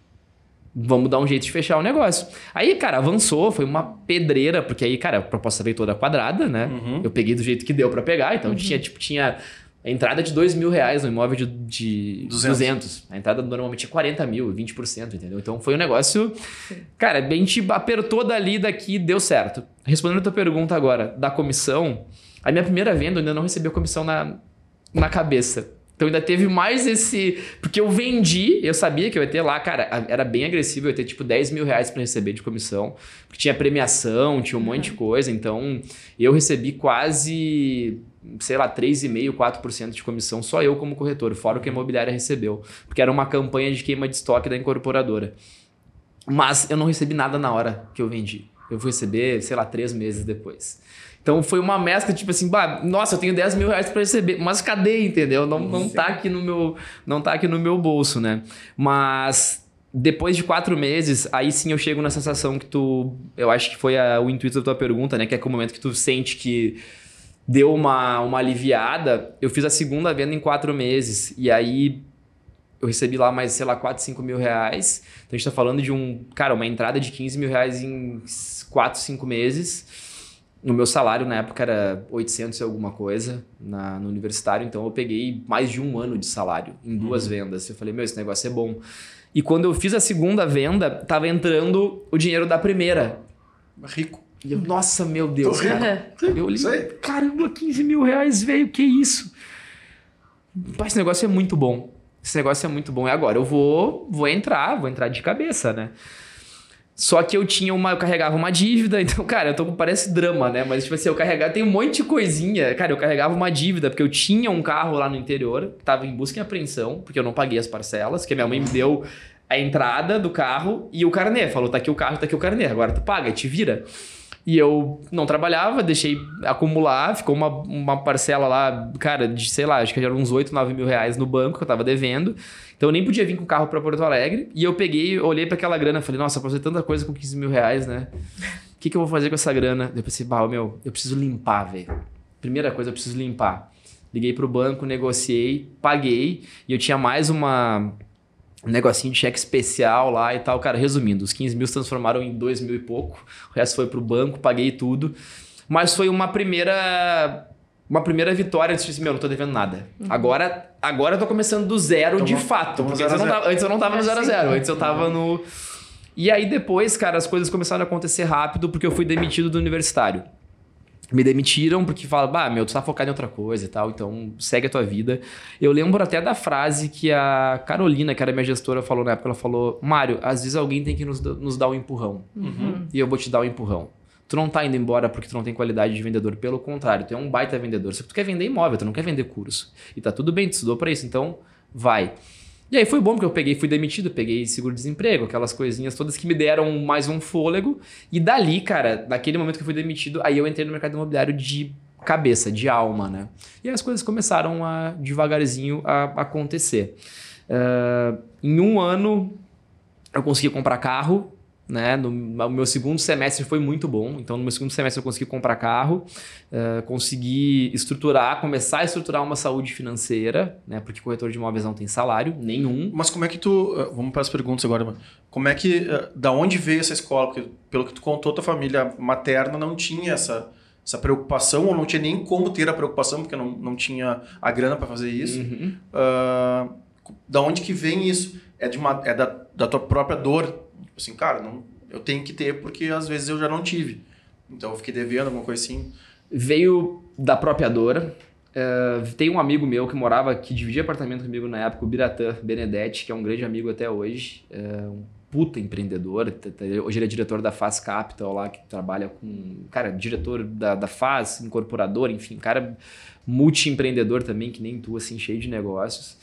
vamos dar um jeito de fechar o negócio. Aí, cara, avançou, foi uma pedreira, porque aí, cara, a proposta veio toda quadrada, né? Eu peguei do jeito que deu pra pegar, então tinha a entrada de R$2.000 no imóvel de 200. A entrada normalmente é 40 mil, 20%, entendeu? Então foi um negócio... Cara, a gente apertou daqui, deu certo. Respondendo a tua pergunta agora, da comissão, a minha primeira venda eu ainda não recebi a comissão na cabeça. Então ainda teve mais esse... Porque eu vendi, eu sabia que eu ia ter lá, cara, era bem agressivo, eu ia ter tipo R$10.000 para receber de comissão, porque tinha premiação, tinha um monte de coisa, então eu recebi quase, sei lá, 3,5%, 4% de comissão, só eu como corretor, fora o que a imobiliária recebeu, porque era uma campanha de queima de estoque da incorporadora. Mas eu não recebi nada na hora que eu vendi. Eu vou receber, sei lá, 3 meses depois. Então foi uma mescla, tipo assim, nossa, eu tenho R$10.000 para receber, mas cadê, entendeu? Não tá aqui no meu bolso, né? Mas depois de 4 meses, aí sim eu chego na sensação que eu acho que foi o intuito da tua pergunta, né? Que é o momento que tu sente que deu uma aliviada. Eu fiz a segunda venda em 4 meses e aí eu recebi lá mais, sei lá, R$4, R$5 mil. Então a gente tá falando de uma entrada de R$15 mil em 4, 5 meses. No meu salário, na época, era 800 e alguma coisa no universitário. Então, eu peguei mais de 1 ano de salário em 2 vendas. Eu falei, esse negócio é bom. E quando eu fiz a segunda venda, tava entrando o dinheiro da primeira. Rico. E eu, nossa, meu Deus, cara. Eu olhei, Isso aí. caramba, R$15 mil, velho, que isso? Esse negócio é muito bom. Esse negócio é muito bom. E agora eu vou entrar de cabeça, né? Só que eu carregava uma dívida, então, cara, parece drama, né? Mas, tipo assim, tem um monte de coisinha. Cara, eu carregava uma dívida, porque eu tinha um carro lá no interior, que tava em busca e apreensão, porque eu não paguei as parcelas, que a minha mãe me deu a entrada do carro e o carnê. Falou, tá aqui o carro, tá aqui o carnê, agora tu paga, te vira. E eu não trabalhava, deixei acumular, ficou uma parcela lá, cara, de, sei lá, acho que eram uns R$8, R$9 mil no banco que eu tava devendo. Então eu nem podia vir com o carro pra Porto Alegre. E eu olhei pra aquela grana e falei, nossa, eu posso fazer tanta coisa com R$15 mil, né? O que eu vou fazer com essa grana? Eu pensei, eu preciso limpar, velho. Primeira coisa, eu preciso limpar. Liguei pro banco, negociei, paguei. E eu tinha mais um negocinho de cheque especial lá e tal. Cara, resumindo, os 15 mil se transformaram em 2 mil e pouco. O resto foi pro banco, paguei tudo. Mas foi uma primeira vitória. Eu disse, não tô devendo nada. Agora eu tô começando do zero de fato. Porque antes eu não tava no 0 a 0. Antes eu tava no... E aí depois, cara, as coisas começaram a acontecer rápido porque eu fui demitido do universitário. Me demitiram porque falaram, tu tá focado em outra coisa e tal, então segue a tua vida. Eu lembro até da frase que a Carolina, que era minha gestora, falou na época. Ela falou, Mário, às vezes alguém tem que nos dar um empurrão. E eu vou te dar um empurrão. Tu não tá indo embora porque tu não tem qualidade de vendedor. Pelo contrário, tu é um baita vendedor. Só que tu quer vender imóvel, tu não quer vender curso. E tá tudo bem, tu estudou pra isso, então vai. E aí foi bom porque fui demitido, peguei seguro-desemprego, aquelas coisinhas todas que me deram mais um fôlego. E dali, cara, naquele momento que eu fui demitido, aí eu entrei no mercado imobiliário de cabeça, de alma, né? E aí as coisas começaram a, devagarzinho, a acontecer. Em um ano, eu consegui comprar carro, né? No meu segundo semestre foi muito bom. Então, no meu segundo semestre eu consegui comprar carro, consegui começar a estruturar uma saúde financeira, né? Porque corretor de imóveis não tem salário nenhum. Mas como é que tu... Vamos para as perguntas agora, mano. Como é que... Da onde veio essa escola? Porque, pelo que tu contou, tua família materna não tinha essa preocupação, ou não tinha nem como ter a preocupação, porque não tinha a grana para fazer isso. Uhum. Da onde que vem isso? É da tua própria dor? Assim, cara, eu tenho que ter porque às vezes eu já não tive. Então eu fiquei devendo, alguma coisa assim. Veio da própria dor. Tem um amigo meu que dividia apartamento comigo na época, o Biratã Benedetti, que é um grande amigo até hoje. Um puta empreendedor. Hoje ele é diretor da Faz Capital lá, que trabalha com... Cara, diretor da Faz, incorporador, enfim, cara multi-empreendedor também, que nem tu, assim, cheio de negócios.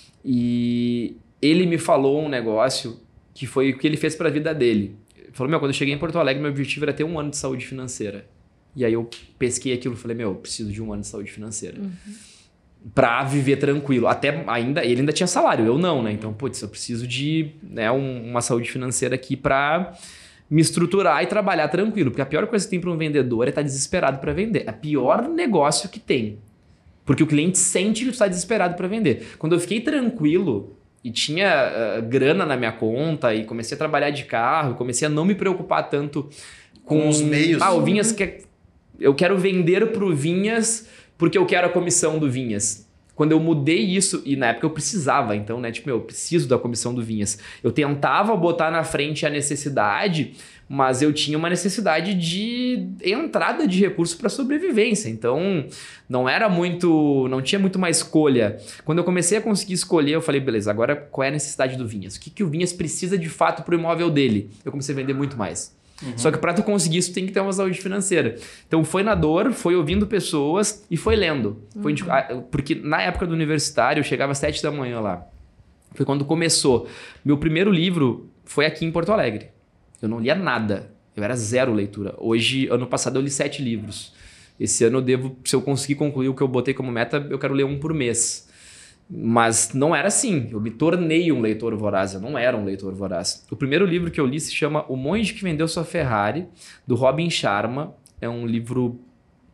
E ele me falou um negócio que foi o que ele fez para a vida dele. Ele falou, quando eu cheguei em Porto Alegre, meu objetivo era ter 1 ano de saúde financeira. E aí eu pesquei aquilo e falei, eu preciso de 1 ano de saúde financeira. Para viver tranquilo. Ele ainda tinha salário, eu não, né? Então, eu preciso de uma saúde financeira aqui para me estruturar e trabalhar tranquilo. Porque a pior coisa que tem para um vendedor é estar desesperado para vender. É o pior negócio que tem. Porque o cliente sente que tu está desesperado para vender. Quando eu fiquei tranquilo e tinha grana na minha conta e comecei a trabalhar de carro, comecei a não me preocupar tanto com os meios. O Vinhas, eu quero vender pro Vinhas porque eu quero a comissão do Vinhas. Quando eu mudei isso, e na época eu precisava, então, né? Eu preciso da comissão do Vinhas. Eu tentava botar na frente a necessidade, mas eu tinha uma necessidade de entrada de recurso para sobrevivência. Então, não tinha muito uma escolha. Quando eu comecei a conseguir escolher, eu falei, beleza, agora qual é a necessidade do Vinhas? O que o Vinhas precisa de fato para o imóvel dele? Eu comecei a vender muito mais. Só que para tu conseguir isso, tem que ter uma saúde financeira. Então foi na dor, foi ouvindo pessoas e foi lendo. Porque na época do universitário, eu chegava às 7 da manhã lá. Foi quando começou. Meu primeiro livro foi aqui em Porto Alegre. Eu não lia nada. Eu era 0 leitura. Hoje, ano passado, eu li 7 livros. Esse ano se eu conseguir concluir o que eu botei como meta, eu quero ler 1 por mês. Mas não era assim. Eu me tornei um leitor voraz. Eu não era um leitor voraz. O primeiro livro que eu li se chama O Monge que Vendeu Sua Ferrari, do Robin Sharma. É um livro,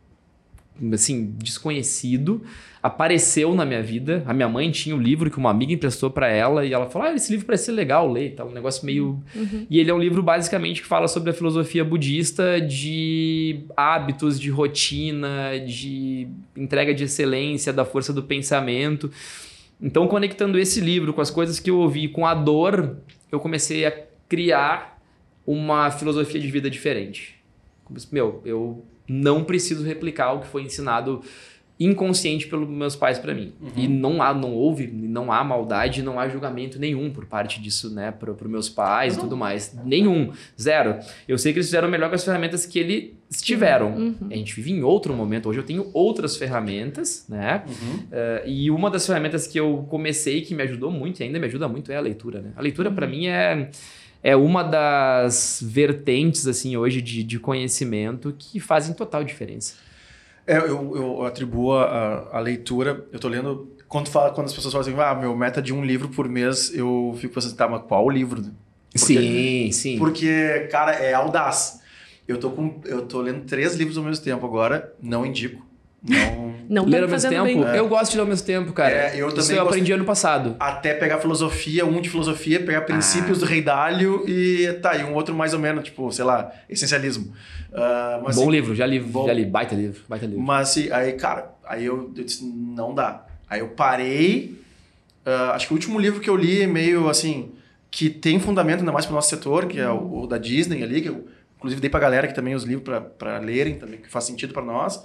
assim, desconhecido. Apareceu na minha vida. A minha mãe tinha o livro que uma amiga emprestou para ela e ela falou, esse livro parece ser legal ler, tá? Um negócio meio... E ele é um livro basicamente que fala sobre a filosofia budista de hábitos, de rotina, de entrega de excelência, da força do pensamento. Então, conectando esse livro com as coisas que eu ouvi, com a dor, eu comecei a criar uma filosofia de vida diferente. Eu não preciso replicar o que foi ensinado inconsciente pelos meus pais para mim. E não há maldade, não há julgamento nenhum por parte disso, né, para os meus pais e tudo mais. Nenhum. 0. Eu sei que eles fizeram melhor com as ferramentas que eles tiveram. A gente vive em outro momento. Hoje eu tenho outras ferramentas, né? E uma das ferramentas que eu comecei, que me ajudou muito e ainda me ajuda muito, é a leitura, né? A leitura para mim é uma das vertentes, assim, hoje de conhecimento que fazem total diferença. Eu atribuo a leitura, eu tô lendo, quando as pessoas falam assim, meu meta de 1 livro por mês, eu fico pensando, tá, mas qual livro? Sim. Porque, cara, é audaz. Eu tô lendo 3 livros ao mesmo tempo agora, não indico. Não ler ao mesmo tempo? Bem. Eu gosto de ler ao mesmo tempo, cara. Isso eu aprendi ano passado. Até pegar filosofia, de filosofia, pegar princípios do Rei Dalio e um outro mais ou menos, tipo, sei lá, essencialismo. Mas, bom livro, já li, baita livro. Mas aí, cara, eu disse, não dá. Aí eu parei, acho que o último livro que eu li é meio assim, que tem fundamento ainda mais pro nosso setor, que é o da Disney ali, que eu inclusive dei pra galera aqui também os livros pra lerem também, que faz sentido pra nós.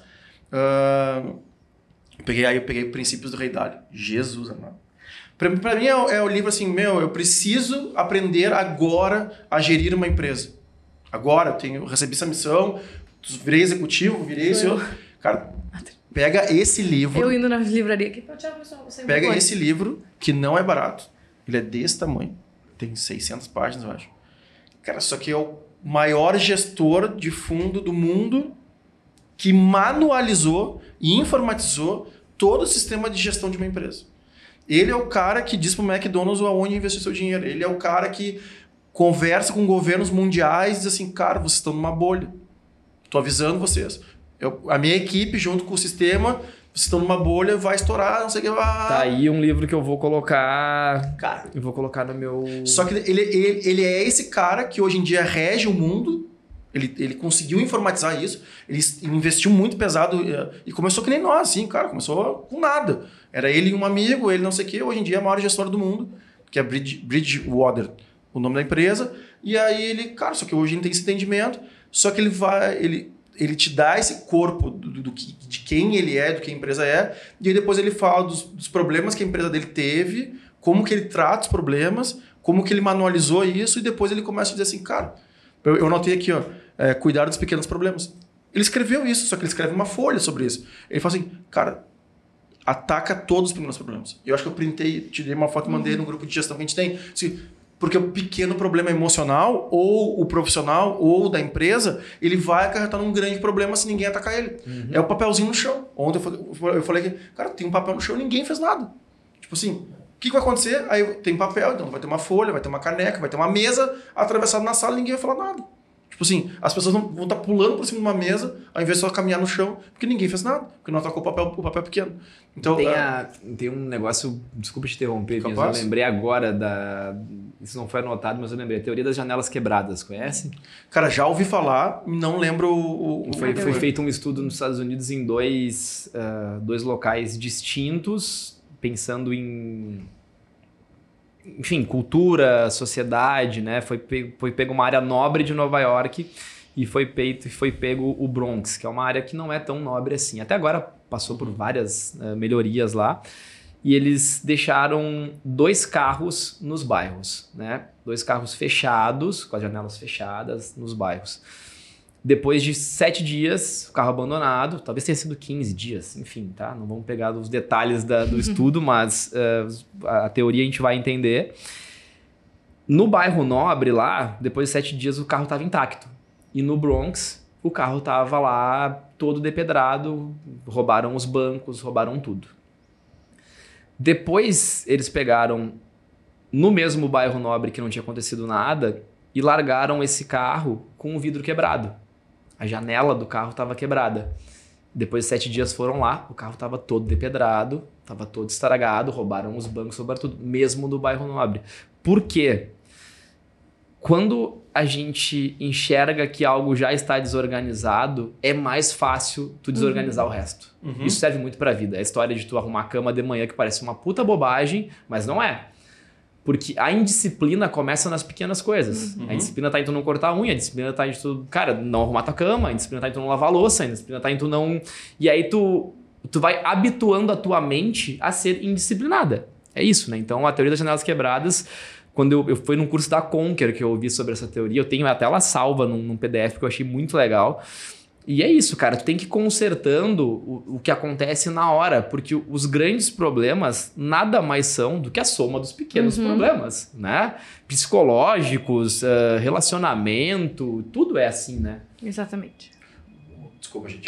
Eu peguei Princípios do Rei Dalio. Jesus amado. Pra mim é o livro assim, eu preciso aprender agora a gerir uma empresa. Agora, eu recebi essa missão, virei executivo, virei senhor. Cara, pega esse livro. Eu indo na livraria aqui, pega esse livro, que não é barato. Ele é desse tamanho. Tem 600 páginas, eu acho. Cara, só que é o maior gestor de fundo do mundo que manualizou e informatizou todo o sistema de gestão de uma empresa. Ele é o cara que diz pro McDonald's aonde investir seu dinheiro. Ele é o cara que conversa com governos mundiais e diz assim, cara, vocês estão numa bolha. Tô avisando vocês. A minha equipe, junto com o sistema, vocês estão numa bolha, vai estourar, não sei o que. Tá aí um livro que eu vou colocar... Cara, eu vou colocar no meu... Só que ele é esse cara que hoje em dia rege o mundo. Ele conseguiu informatizar isso. Ele investiu muito pesado e começou que nem nós, assim, cara. Começou com nada. Era ele e um amigo, ele não sei o que. Hoje em dia é a maior gestora do mundo, que é Bridgewater, o nome da empresa. E aí ele, cara, só que hoje ele tem esse entendimento. Só que ele te dá esse corpo de quem ele é, do que a empresa é. E aí depois ele fala dos problemas que a empresa dele teve, como que ele trata os problemas, como que ele manualizou isso. E depois ele começa a dizer assim, cara... Eu anotei aqui, ó, cuidar dos pequenos problemas. Ele escreveu isso, só que ele escreve uma folha sobre isso. Ele fala assim, cara, ataca todos os pequenos problemas. Eu acho que eu printei, tirei uma foto e mandei no grupo de gestão que a gente tem. Assim, porque o pequeno problema emocional, ou o profissional, ou da empresa, ele vai acarretar num grande problema se ninguém atacar ele. É o papelzinho no chão. Ontem eu falei que, cara, tem um papel no chão e ninguém fez nada. Tipo assim... O que vai acontecer? Aí tem papel, então vai ter uma folha, vai ter uma caneca, vai ter uma mesa atravessada na sala e ninguém vai falar nada. Tipo assim, as pessoas vão estar pulando por cima de uma mesa ao invés de só caminhar no chão, porque ninguém fez nada, porque não atacou o papel pequeno. Então, tem um negócio, desculpa te interromper, mas eu lembrei agora isso não foi anotado, mas eu lembrei, a teoria das janelas quebradas, conhece? Cara, já ouvi falar, não lembro Foi feito um estudo nos Estados Unidos em dois locais distintos, pensando em, enfim, cultura, sociedade, né? Foi pego uma área nobre de Nova York e foi pego o Bronx, que é uma área que não é tão nobre assim. Até agora passou por várias melhorias lá. E eles deixaram 2 carros nos bairros, né? 2 carros fechados, com as janelas fechadas nos bairros. Depois de 7 dias, o carro abandonado, talvez tenha sido 15 dias, enfim, tá? Não vamos pegar os detalhes do estudo, mas a teoria a gente vai entender. No bairro Nobre lá, depois de 7 dias, o carro estava intacto. E no Bronx, o carro estava lá todo depedrado, roubaram os bancos, roubaram tudo. Depois, eles pegaram, no mesmo bairro Nobre que não tinha acontecido nada, e largaram esse carro com o vidro quebrado. A janela do carro estava quebrada. Depois de 7 dias foram lá, o carro estava todo depedrado, estava todo estragado, roubaram os bancos, roubaram tudo, mesmo no bairro Nobre. Por quê? Quando a gente enxerga que algo já está desorganizado, é mais fácil tu desorganizar o resto. Isso serve muito para a vida. É a história de tu arrumar a cama de manhã que parece uma puta bobagem, mas não é. Porque a indisciplina começa nas pequenas coisas. A indisciplina tá em tu não cortar a unha, a disciplina tá em tu, cara, não arrumar tua cama, a disciplina tá em tu não lavar a louça, a disciplina tá em tu não... E aí tu vai habituando a tua mente a ser indisciplinada. É isso, né? Então, a teoria das janelas quebradas, quando eu fui num curso da Conquer que eu ouvi sobre essa teoria, eu tenho até ela salva num PDF que eu achei muito legal. E é isso, cara, tu tem que ir consertando o que acontece na hora, porque os grandes problemas nada mais são do que a soma dos pequenos problemas, né? Psicológicos, relacionamento, tudo é assim, né? Exatamente. Desculpa, gente.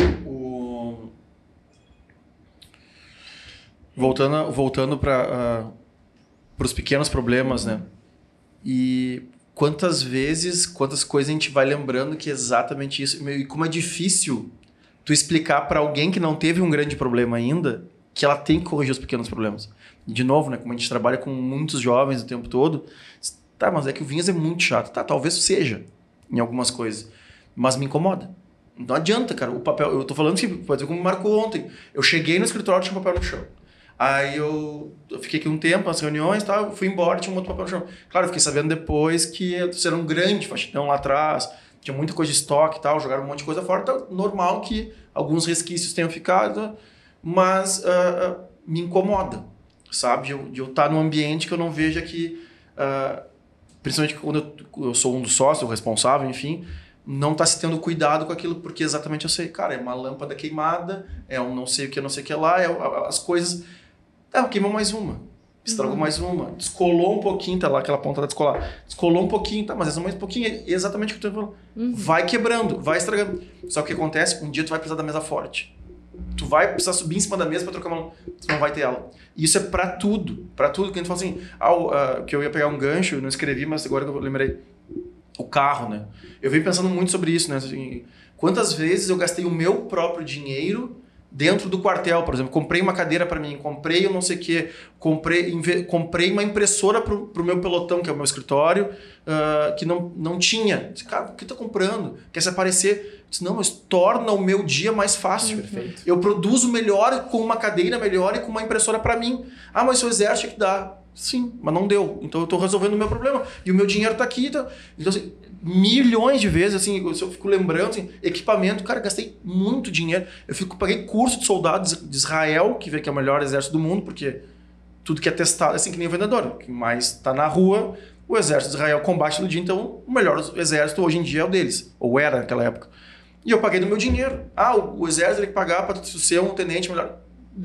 Voltando para os pequenos problemas, né? E quantas coisas a gente vai lembrando que é exatamente isso. E como é difícil tu explicar para alguém que não teve um grande problema ainda que ela tem que corrigir os pequenos problemas. E de novo, né? Como a gente trabalha com muitos jovens o tempo todo, tá, mas é que o Vinhas é muito chato. Tá, talvez seja em algumas coisas, mas me incomoda. Não adianta, cara. O papel, eu tô falando que pode ser como marcou ontem. Eu cheguei no escritório e tinha um papel no chão. Aí eu fiquei aqui um tempo, nas reuniões e tal, fui embora, tinha um outro papel no chão. Claro, eu fiquei sabendo depois que era um grande faxinão lá atrás, tinha muita coisa de estoque e tal, jogaram um monte de coisa fora, então normal que alguns resquícios tenham ficado, mas me incomoda, sabe? De eu estar num ambiente que eu não veja que, principalmente quando eu sou um dos sócios, o responsável, enfim, não tá se tendo cuidado com aquilo, porque exatamente eu sei, cara, é uma lâmpada queimada, é um não sei o que lá, as coisas... queimou mais uma, estragou mais uma, descolou um pouquinho, tá lá aquela ponta da descolar, descolou um pouquinho, tá, mas essa mais um pouquinho, é exatamente o que eu tô falando. Vai quebrando, vai estragando. Só que o que acontece, um dia tu vai precisar da mesa forte. Tu vai precisar subir em cima da mesa pra trocar uma... Tu não vai ter ela. E isso é pra tudo, que a gente fala assim, que eu ia pegar um gancho, não escrevi, mas agora eu lembrei. O carro, né? Eu venho pensando muito sobre isso, né? Assim, quantas vezes eu gastei o meu próprio dinheiro dentro do quartel, por exemplo. Comprei uma cadeira para mim, comprei eu não sei o quê, comprei uma impressora pro meu pelotão, que é o meu escritório, que não tinha. Disse, cara, o que tá comprando? Quer se aparecer? Eu disse, não, mas torna o meu dia mais fácil. Perfeito. Eu produzo melhor com uma cadeira melhor e com uma impressora para mim. Mas o exército é que dá. Sim, mas não deu. Então eu tô resolvendo o meu problema. E o meu dinheiro tá aqui. Então assim, milhões de vezes, assim, eu fico lembrando, assim, equipamento, cara, gastei muito dinheiro. Paguei curso de soldados de Israel, que é o melhor exército do mundo, porque tudo que é testado, assim, que nem o vendedor. O que mais tá na rua, o exército de Israel combate todo dia, então o melhor exército hoje em dia é o deles. Ou era naquela época. E eu paguei do meu dinheiro. O exército tem que pagar para ser um tenente melhor.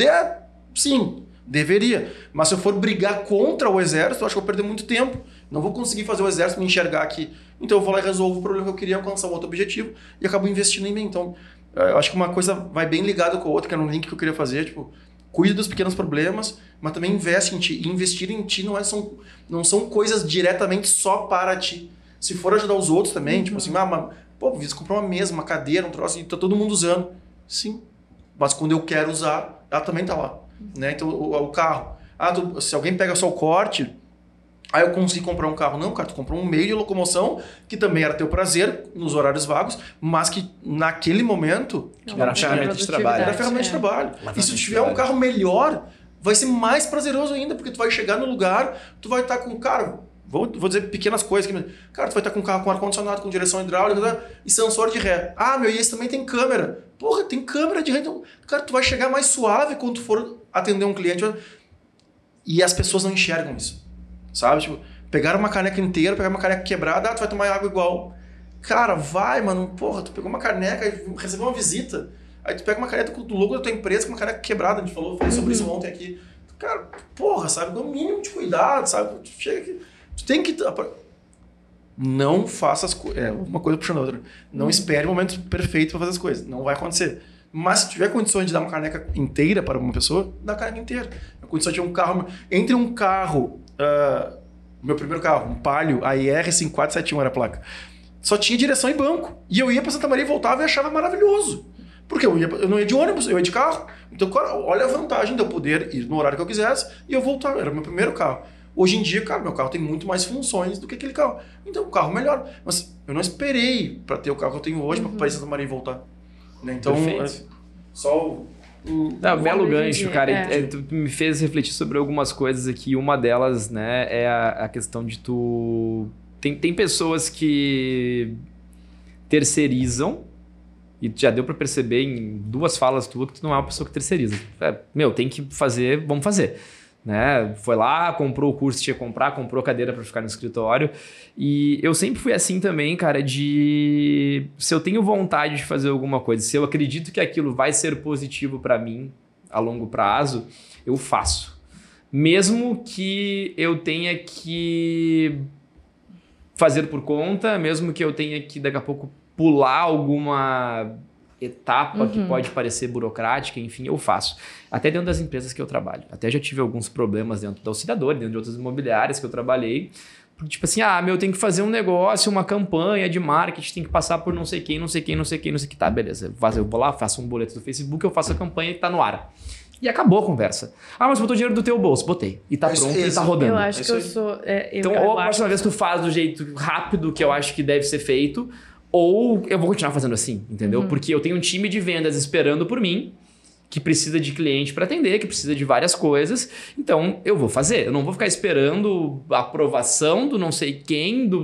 Sim. Deveria. Mas se eu for brigar contra o exército, eu acho que eu vou perder muito tempo. Não vou conseguir fazer o exército me enxergar aqui. Então eu vou lá e resolvo o problema que eu queria alcançar, um outro objetivo, e acabo investindo em mim. Então, eu acho que uma coisa vai bem ligada com a outra, que era um link que eu queria fazer, tipo, cuide dos pequenos problemas, mas também investe em ti. E investir em ti não são coisas diretamente só para ti. Se for ajudar os outros também, tipo assim, você comprou uma mesa, uma cadeira, um troço, e tá todo mundo usando. Sim. Mas quando eu quero usar, ela também tá lá. Né? Então, o carro. Se alguém pega só o corte, eu consegui comprar um carro. Não, cara, tu comprou um meio de locomoção que também era teu prazer nos horários vagos, mas que naquele momento era ferramenta de trabalho. Era ferramenta de trabalho. E se tu tiver um carro melhor, vai ser mais prazeroso ainda, porque tu vai chegar no lugar, tu vai estar com, cara, vou dizer pequenas coisas aqui, cara, tu vai estar com um carro com ar-condicionado, com direção hidráulica e sensor de ré. E esse também tem câmera. Porra, tem câmera de ré. Então, cara, tu vai chegar mais suave quando tu for atender um cliente. E as pessoas não enxergam isso. Sabe? Tipo, pegaram uma caneca inteira, pegaram uma caneca quebrada, tu vai tomar água igual. Cara, vai, mano. Porra, tu pegou uma caneca e recebeu uma visita. Aí tu pega uma caneca do logo da tua empresa com uma caneca quebrada. A gente falei sobre isso ontem aqui. Cara, porra, sabe? Com o mínimo de cuidado, sabe? Tu chega aqui. Tu tem que... Não faça as coisas. Uma coisa puxando a outra. Não espere o momento perfeito para fazer as coisas. Não vai acontecer. Mas se tiver condições de dar uma caneca inteira para uma pessoa, dá a caneca inteira. A condição de um carro... Entre um carro... meu primeiro carro, um Palio, a IR 5471 era a placa. Só tinha direção e banco. E eu ia para Santa Maria e voltava e achava maravilhoso. Porque eu não ia de ônibus, eu ia de carro. Então, cara, olha a vantagem de eu poder ir no horário que eu quisesse e eu voltar. Era o meu primeiro carro. Hoje em dia, cara, meu carro tem muito mais funções do que aquele carro. Então, o carro melhor. Mas eu não esperei para ter o carro que eu tenho hoje para ir Santa Maria e voltar. Né? Então, só belo gancho, cara. Tu me fez refletir sobre algumas coisas aqui. Uma delas, né, é a questão de tu... Tem pessoas que terceirizam, e já deu para perceber em 2 falas tuas que tu não é uma pessoa que terceiriza. Tem que fazer, vamos fazer. Né? Foi lá, comprou o curso que tinha que comprar, comprou cadeira para ficar no escritório. E eu sempre fui assim também, cara, de... Se eu tenho vontade de fazer alguma coisa, se eu acredito que aquilo vai ser positivo para mim a longo prazo, eu faço. Mesmo que eu tenha que fazer por conta, mesmo que eu tenha que daqui a pouco pular alguma etapa que pode parecer burocrática, enfim, eu faço. Até dentro das empresas que eu trabalho. Até já tive alguns problemas dentro da Auxiliadora, dentro de outras imobiliárias que eu trabalhei. Tipo assim, eu tenho que fazer um negócio, uma campanha de marketing, tem que passar por não sei quem. Tá, beleza. Eu vou lá, faço um boleto do Facebook, eu faço a campanha e tá no ar. E acabou a conversa. Mas botou dinheiro do teu bolso. Botei. E tá pronto, e tá rodando. Eu acho que eu sou... Então, ou a próxima vez tu faz do jeito rápido que eu acho que deve ser feito, ou eu vou continuar fazendo assim, entendeu? Porque eu tenho um time de vendas esperando por mim, que precisa de cliente para atender, que precisa de várias coisas. Então, eu vou fazer. Eu não vou ficar esperando a aprovação do não sei quem, do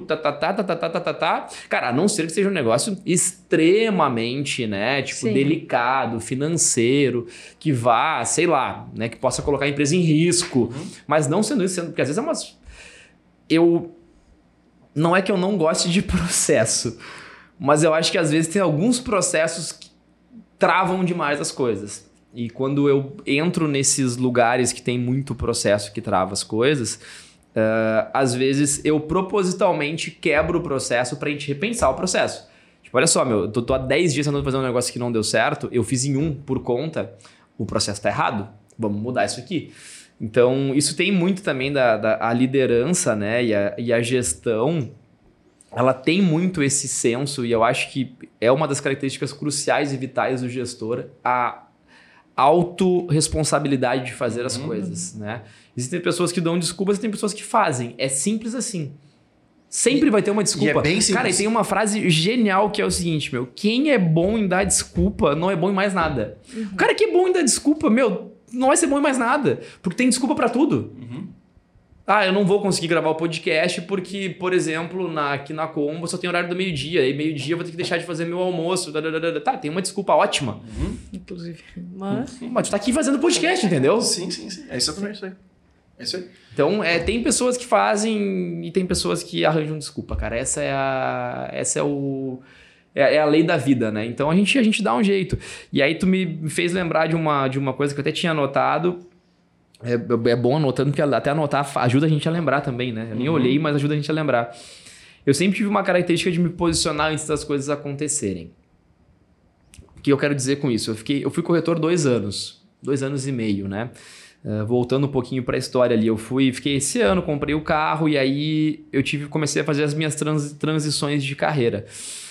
tá. Cara, a não ser que seja um negócio extremamente, né? Tipo, delicado, financeiro, que vá, sei lá, né? Que possa colocar a empresa em risco. Mas não sendo isso, porque às vezes é umas... Não é que eu não goste de processo, Mas eu acho que às vezes tem alguns processos que travam demais as coisas. E quando eu entro nesses lugares que tem muito processo que trava as coisas, às vezes eu propositalmente quebro o processo pra gente repensar o processo. Tipo, olha só, eu tô há 10 dias tentando fazer um negócio que não deu certo, eu fiz em 1 por conta, o processo tá errado, vamos mudar isso aqui. Então, isso tem muito também a liderança, né, e a gestão, ela tem muito esse senso, e eu acho que é uma das características cruciais e vitais do gestor, a autorresponsabilidade de fazer as coisas, né? Existem pessoas que dão desculpas e tem pessoas que fazem. É simples assim. Sempre vai ter uma desculpa. E é bem simples. Cara, e tem uma frase genial que é o seguinte, quem é bom em dar desculpa não é bom em mais nada. O cara que é bom em dar desculpa, não vai ser bom em mais nada. Porque tem desculpa pra tudo. Eu não vou conseguir gravar o podcast porque, por exemplo, aqui na Combo só tem horário do meio-dia. E meio-dia eu vou ter que deixar de fazer meu almoço. Tá, tem uma desculpa ótima. Inclusive. Mas tu tá aqui fazendo podcast, entendeu? Sim. É exatamente isso aí. É isso aí. Então, tem pessoas que fazem e tem pessoas que arranjam desculpa, cara. Essa é a lei da vida, né? Então, a gente dá um jeito. E aí, tu me fez lembrar de uma coisa que eu até tinha anotado. É bom anotando, porque até anotar ajuda a gente a lembrar também, né? Eu nem olhei, mas ajuda a gente a lembrar. Eu sempre tive uma característica de me posicionar antes das coisas acontecerem. O que eu quero dizer com isso? Eu fui corretor 2 anos. 2 anos e meio, né? Voltando um pouquinho para a história ali, fiquei esse ano, comprei o carro e aí comecei a fazer as minhas transições de carreira.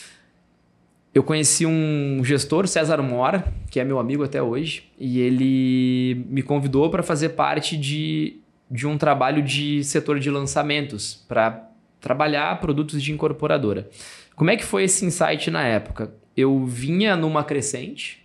Eu conheci um gestor, César Mora, que é meu amigo até hoje, e ele me convidou para fazer parte de um trabalho de setor de lançamentos, para trabalhar produtos de incorporadora. Como é que foi esse insight na época? Eu vinha numa crescente,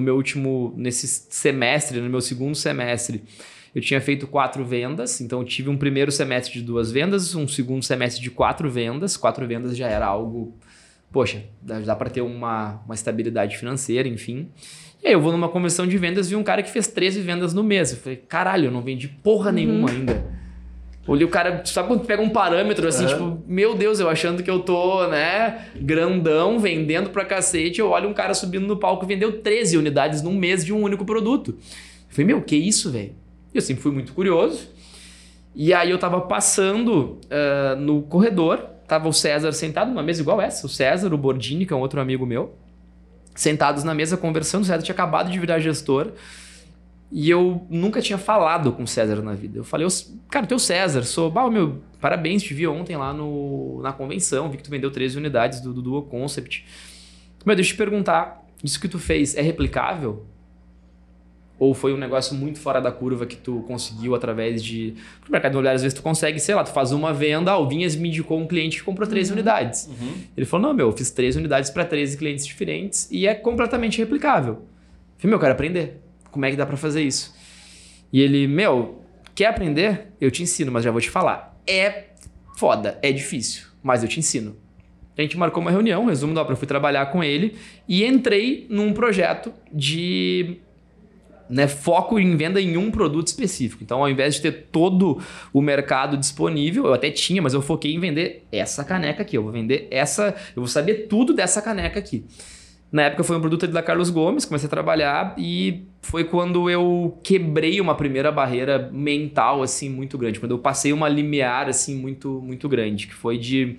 nesse semestre, no meu segundo semestre, eu tinha feito 4 vendas, então eu tive um primeiro semestre de 2 vendas, um segundo semestre de 4 vendas. 4 vendas já era algo, poxa, dá para ter uma estabilidade financeira, enfim. E aí eu vou numa convenção de vendas e vi um cara que fez 13 vendas no mês. Eu falei, caralho, eu não vendi porra nenhuma ainda. Olhei o cara, sabe quando tu pega um parâmetro assim, tipo, meu Deus, eu achando que eu tô, né, grandão, vendendo pra cacete, eu olho um cara subindo no palco e vendeu 13 unidades num mês de um único produto. Eu falei, que isso, velho? Eu sempre fui muito curioso. E aí eu tava passando no corredor, tava o César sentado numa mesa igual essa, o César, o Bordini, que é um outro amigo meu, sentados na mesa conversando, o César tinha acabado de virar gestor. E eu nunca tinha falado com o César na vida. Eu falei, cara, teu César, parabéns, te vi ontem lá na convenção, vi que tu vendeu 13 unidades do Dual Concept. Deixa eu te perguntar, isso que tu fez é replicável? Ou foi um negócio muito fora da curva que tu conseguiu através de... No mercado imobiliário, às vezes tu consegue, sei lá, tu faz uma venda, o Vinhas me indicou um cliente que comprou 13 unidades. Ele falou, eu fiz 13 unidades para 13 clientes diferentes e é completamente replicável. Eu falei, eu quero aprender. Como é que dá pra fazer isso? E ele, quer aprender? Eu te ensino, mas já vou te falar. É foda, é difícil, mas eu te ensino. A gente marcou uma reunião, resumo da obra, eu fui trabalhar com ele e entrei num projeto de foco em venda em um produto específico. Então, ao invés de ter todo o mercado disponível, eu até tinha, mas eu foquei em vender essa caneca aqui. Eu vou saber tudo dessa caneca aqui. Na época foi um produto da Carlos Gomes, comecei a trabalhar e foi quando eu quebrei uma primeira barreira mental assim muito grande, quando eu passei uma limiar assim muito muito grande, que foi de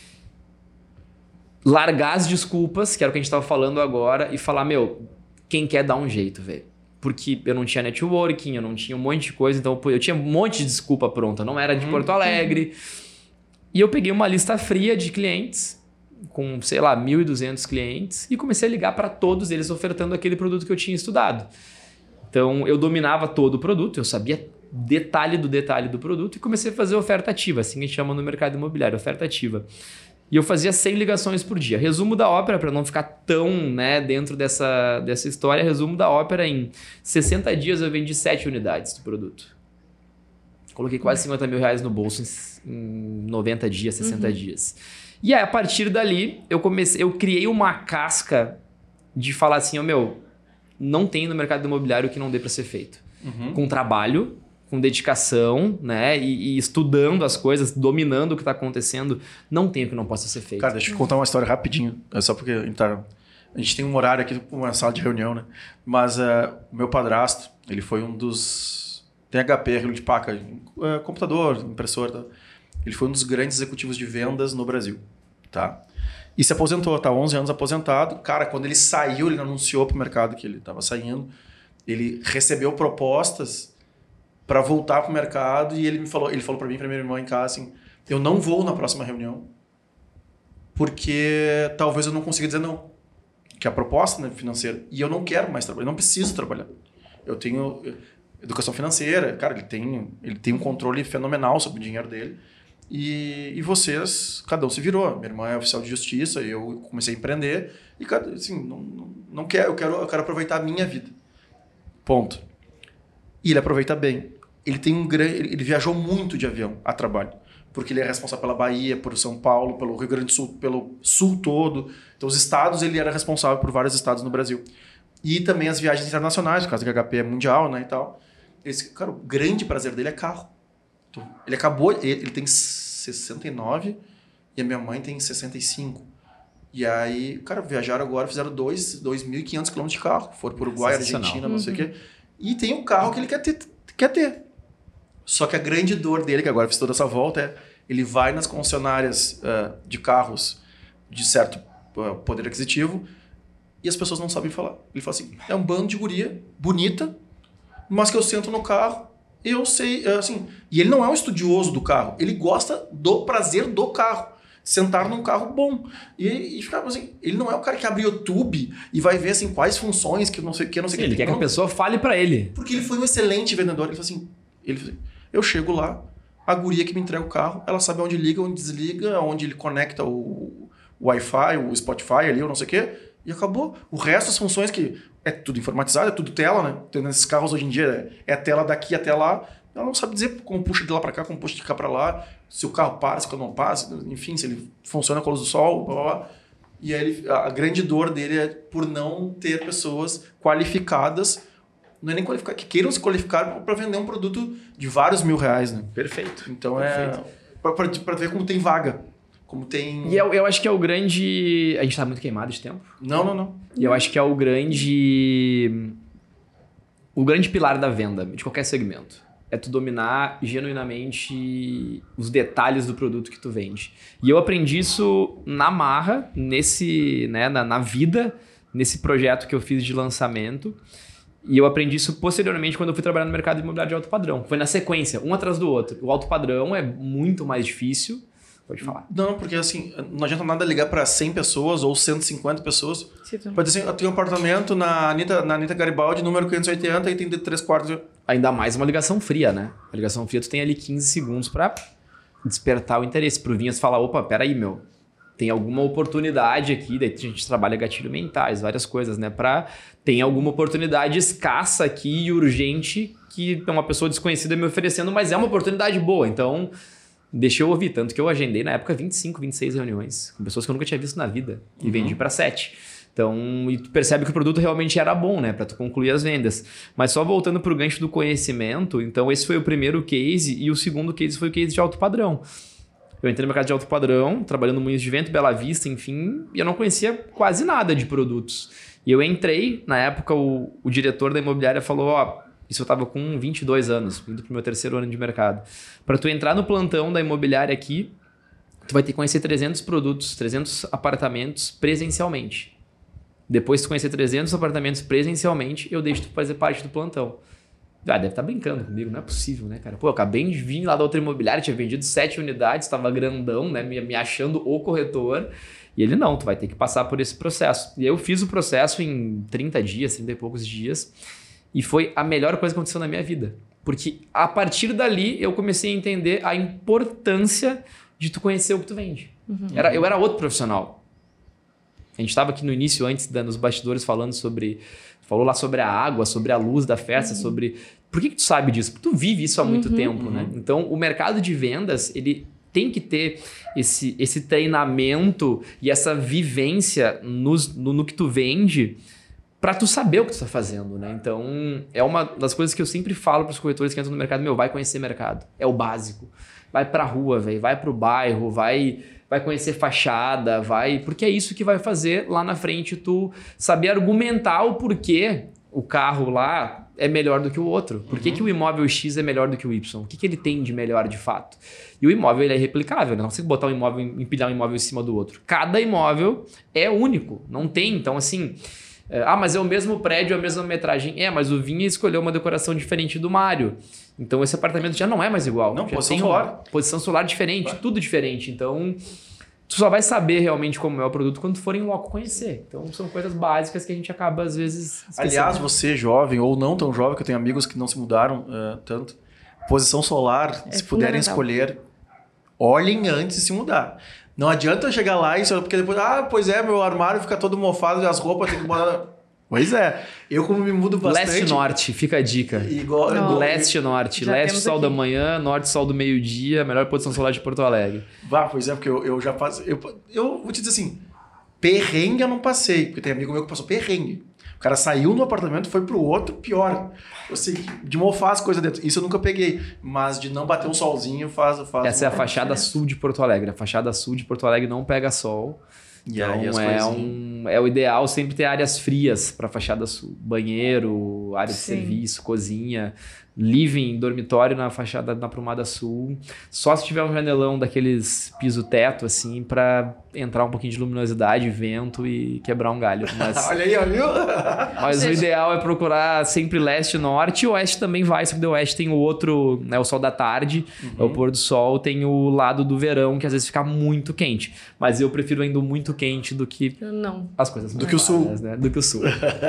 largar as desculpas, que era o que a gente estava falando agora, e falar, quem quer dar um jeito, velho. Porque eu não tinha networking, eu não tinha um monte de coisa, então eu tinha um monte de desculpa pronta, não era de Porto Alegre. E eu peguei uma lista fria de clientes com, 1.200 clientes e comecei a ligar para todos eles ofertando aquele produto que eu tinha estudado. Então, eu dominava todo o produto, eu sabia detalhe do produto e comecei a fazer oferta ativa, assim que a gente chama no mercado imobiliário, oferta ativa. E eu fazia 100 ligações por dia. Resumo da ópera, para não ficar tão dentro dessa história, resumo da ópera, em 60 dias eu vendi 7 unidades do produto. Coloquei quase 50 mil reais no bolso em 90 dias, 60 dias. E aí, a partir dali, eu criei uma casca de falar assim, não tem no mercado imobiliário o que não dê para ser feito. Com trabalho, com dedicação, né? E estudando as coisas, dominando o que está acontecendo, não tem o que não possa ser feito. Cara, deixa eu contar uma história rapidinho. É só porque a gente tem um horário aqui, uma sala de reunião, né? Mas o meu padrasto, ele foi um dos... Tem HP, Hewlett Packard, computador, impressora, tá? Ele foi um dos grandes executivos de vendas no Brasil, tá? E se aposentou, tá 11 anos aposentado. Cara, quando ele saiu, ele anunciou pro mercado que ele estava saindo. Ele recebeu propostas para voltar pro mercado e ele falou para mim, para minha irmã em casa, assim, eu não vou na próxima reunião porque talvez eu não consiga dizer não. Que é a proposta, né, financeira. E eu não quero mais trabalhar, eu não preciso trabalhar. Eu tenho educação financeira, cara, ele tem um controle fenomenal sobre o dinheiro dele. E vocês, cada um se virou. Minha irmã é oficial de justiça, eu comecei a empreender e, assim, não quero, eu quero aproveitar a minha vida. Ponto. E ele aproveita bem. Ele viajou muito de avião a trabalho, porque ele é responsável pela Bahia, por São Paulo, pelo Rio Grande do Sul, pelo Sul todo. Então, os estados, ele era responsável por vários estados no Brasil. E também as viagens internacionais, por causa que a HP é mundial, né, e tal. Cara, o grande prazer dele é carro. Então, ele tem 69 e a minha mãe tem 65. E aí, cara, viajaram agora, fizeram 2.500 km de carro. Foram para o Uruguai, Argentina, não sei o quê. E tem um carro que ele quer ter. Só que a grande dor dele, que agora fiz toda essa volta, ele vai nas concessionárias de carros de certo poder aquisitivo e as pessoas não sabem falar. Ele fala assim, é um bando de guria bonita, mas que eu sento no carro, eu sei, assim... E ele não é um estudioso do carro, ele gosta do prazer do carro. Sentar num carro bom. E ficava assim, ele não é o cara que abre o YouTube e vai ver assim, quais funções que não sei o que, não sei o que. Ele quer que a pessoa fale para ele. Porque ele foi um excelente vendedor. Ele falou assim, eu chego lá, a guria que me entrega o carro, ela sabe onde liga, onde desliga, onde ele conecta o Wi-Fi, o Spotify ali, ou não sei o que, e acabou. O resto das funções que é tudo informatizado, é tudo tela, né? Tem nesses carros hoje em dia, é tela daqui até lá. Ela não sabe dizer como puxa de lá para cá, como puxa de cá para lá, se o carro para, se o carro não passa, enfim, se ele funciona com a luz do sol, blá, blá, blá. E aí a grande dor dele é por não ter pessoas qualificadas, não é nem qualificar, que queiram se qualificar para vender um produto de vários R$1.000, né? Perfeito. Então para ver como tem vaga, como tem... E eu acho que é o grande... A gente tá muito queimado de tempo. Não. E eu acho que é o grande pilar da venda, de qualquer segmento. É tu dominar genuinamente os detalhes do produto que tu vende. E eu aprendi isso na marra, na vida, nesse projeto que eu fiz de lançamento. E eu aprendi isso posteriormente quando eu fui trabalhar no mercado imobiliário de alto padrão. Foi na sequência, um atrás do outro. O alto padrão é muito mais difícil. Pode falar. Não, porque assim, não adianta nada ligar para 100 pessoas ou 150 pessoas. Pode dizer assim, eu tenho um apartamento na Anitta Garibaldi, número 580, e tem 3 quartos. Ainda mais uma ligação fria, né? A ligação fria tu tem ali 15 segundos para despertar o interesse. Pro Vinhas falar, opa, peraí, tem alguma oportunidade aqui, daí a gente trabalha gatilho mentais, várias coisas, né? Tem alguma oportunidade escassa aqui e urgente que uma pessoa desconhecida me oferecendo, mas é uma oportunidade boa, então... Deixa eu ouvir, tanto que eu agendei na época 25, 26 reuniões com pessoas que eu nunca tinha visto na vida e vendi para 7. Então, e tu percebe que o produto realmente era bom, né? Para tu concluir as vendas. Mas só voltando pro gancho do conhecimento, então esse foi o primeiro case e o segundo case foi o case de alto padrão. Eu entrei no mercado de alto padrão, trabalhando no Moinhos de Vento, Bela Vista, enfim, e eu não conhecia quase nada de produtos. E eu entrei, na época o diretor da imobiliária falou, isso eu estava com 22 anos, indo para o meu 3º ano de mercado. Para tu entrar no plantão da imobiliária aqui, tu vai ter que conhecer 300 produtos, 300 apartamentos presencialmente. Depois de tu conhecer 300 apartamentos presencialmente, eu deixo tu fazer parte do plantão. Deve estar brincando comigo, não é possível, né, cara? Pô, eu acabei de vir lá da outra imobiliária, tinha vendido 7 unidades, estava grandão, né, me achando o corretor. E ele, não, tu vai ter que passar por esse processo. E eu fiz o processo em 30 dias, 30 e poucos dias. E foi a melhor coisa que aconteceu na minha vida. Porque a partir dali eu comecei a entender a importância de tu conhecer o que tu vende. Uhum. Eu era outro profissional. A gente estava aqui no início, antes, nos bastidores, falou lá sobre a água, sobre a luz da festa, sobre... Por que tu sabe disso? Porque tu vive isso há muito tempo, né? Então, o mercado de vendas, ele tem que ter esse treinamento e essa vivência no que tu vende para tu saber o que tu tá fazendo, né? Então, é uma das coisas que eu sempre falo pros corretores que entram no mercado, vai conhecer mercado. É o básico. Vai pra rua, velho, vai pro bairro, vai conhecer fachada, porque é isso que vai fazer lá na frente tu saber argumentar o porquê o carro lá é melhor do que o outro. Por que o imóvel X é melhor do que o Y? O que ele tem de melhor de fato? E o imóvel ele é replicável, né? Não consigo botar empilhar um imóvel em cima do outro. Cada imóvel é único, não tem. Então, assim, mas é o mesmo prédio, a mesma metragem. Mas o Vinha escolheu uma decoração diferente do Mário. Então, esse apartamento já não é mais igual. Não, já posição solar. Posição solar diferente, tudo diferente. Então, tu só vai saber realmente como é o produto quando tu for em loco conhecer. Então, são coisas básicas que a gente acaba, às vezes, esquecendo. Aliás, você jovem ou não tão jovem, que eu tenho amigos que não se mudaram tanto, posição solar, se puderem escolher, olhem antes de se mudar. Não adianta eu chegar lá e só porque depois, pois é, meu armário fica todo mofado e as roupas tem que botar... Pois é, eu como me mudo bastante... Leste-norte, fica a dica. Leste-norte, leste sol da manhã, norte sol do meio-dia, melhor posição solar de Porto Alegre. Pois é, porque eu já passei... Eu vou te dizer assim, perrengue eu não passei, porque tem amigo meu que passou perrengue. O cara saiu no apartamento, foi pro outro, pior. Eu sei, de mofar as coisas dentro. Isso eu nunca peguei, mas de não bater um solzinho faz Essa é a fachada sul de Porto Alegre. A fachada sul de Porto Alegre não pega sol. Então é o ideal sempre ter áreas frias para fachada sul, banheiro, área de serviço, cozinha, living, dormitório na fachada na prumada sul, só se tiver um janelão daqueles piso-teto assim para entrar um pouquinho de luminosidade, vento e quebrar um galho. Mas, olha aí, olha. Mas o ideal é procurar sempre leste, norte, e oeste também vai, só que o oeste tem o outro, né, o sol da tarde, é o pôr do sol, tem o lado do verão que às vezes fica muito quente, mas eu prefiro ainda muito quente do que as coisas do que o sul, né? Do que o sul.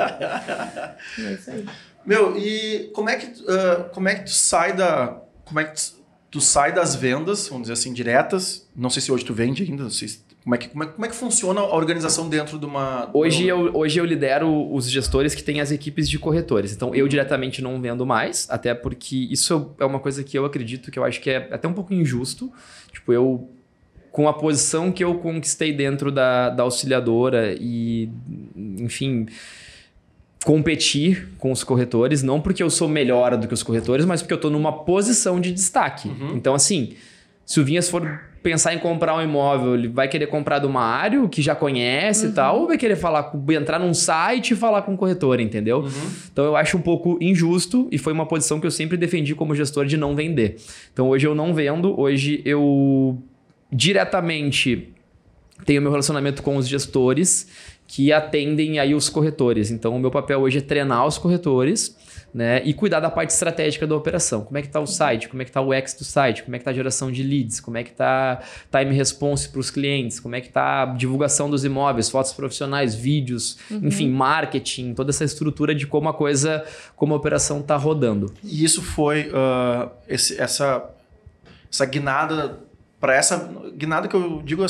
É isso aí. Meu, e como é que tu sai tu sai das vendas, vamos dizer assim, diretas? Não sei se hoje tu vende ainda, não sei como é que funciona a organização dentro de uma... Hoje eu lidero os gestores que têm as equipes de corretores. Então, eu diretamente não vendo mais, até porque isso é uma coisa que eu acredito, que eu acho que é até um pouco injusto. Tipo, com a posição que eu conquistei dentro da auxiliadora e, enfim... competir com os corretores, não porque eu sou melhor do que os corretores, mas porque eu estou numa posição de destaque. Então, assim, se o Vinhas for pensar em comprar um imóvel, ele vai querer comprar do Mário, que já conhece e tal, ou vai querer entrar num site e falar com o corretor, entendeu? Então, eu acho um pouco injusto e foi uma posição que eu sempre defendi como gestor de não vender. Então, hoje eu não vendo, hoje eu diretamente tenho meu relacionamento com os gestores que atendem aí os corretores. Então, o meu papel hoje é treinar os corretores, né, e cuidar da parte estratégica da operação. Como é que está o site? Como é que está o UX do site? Como é que está a geração de leads? Como é que está time response para os clientes? Como é que está a divulgação dos imóveis, fotos profissionais, vídeos, enfim, marketing, toda essa estrutura de como a operação está rodando. E isso foi essa guinada, para essa guinada que eu digo,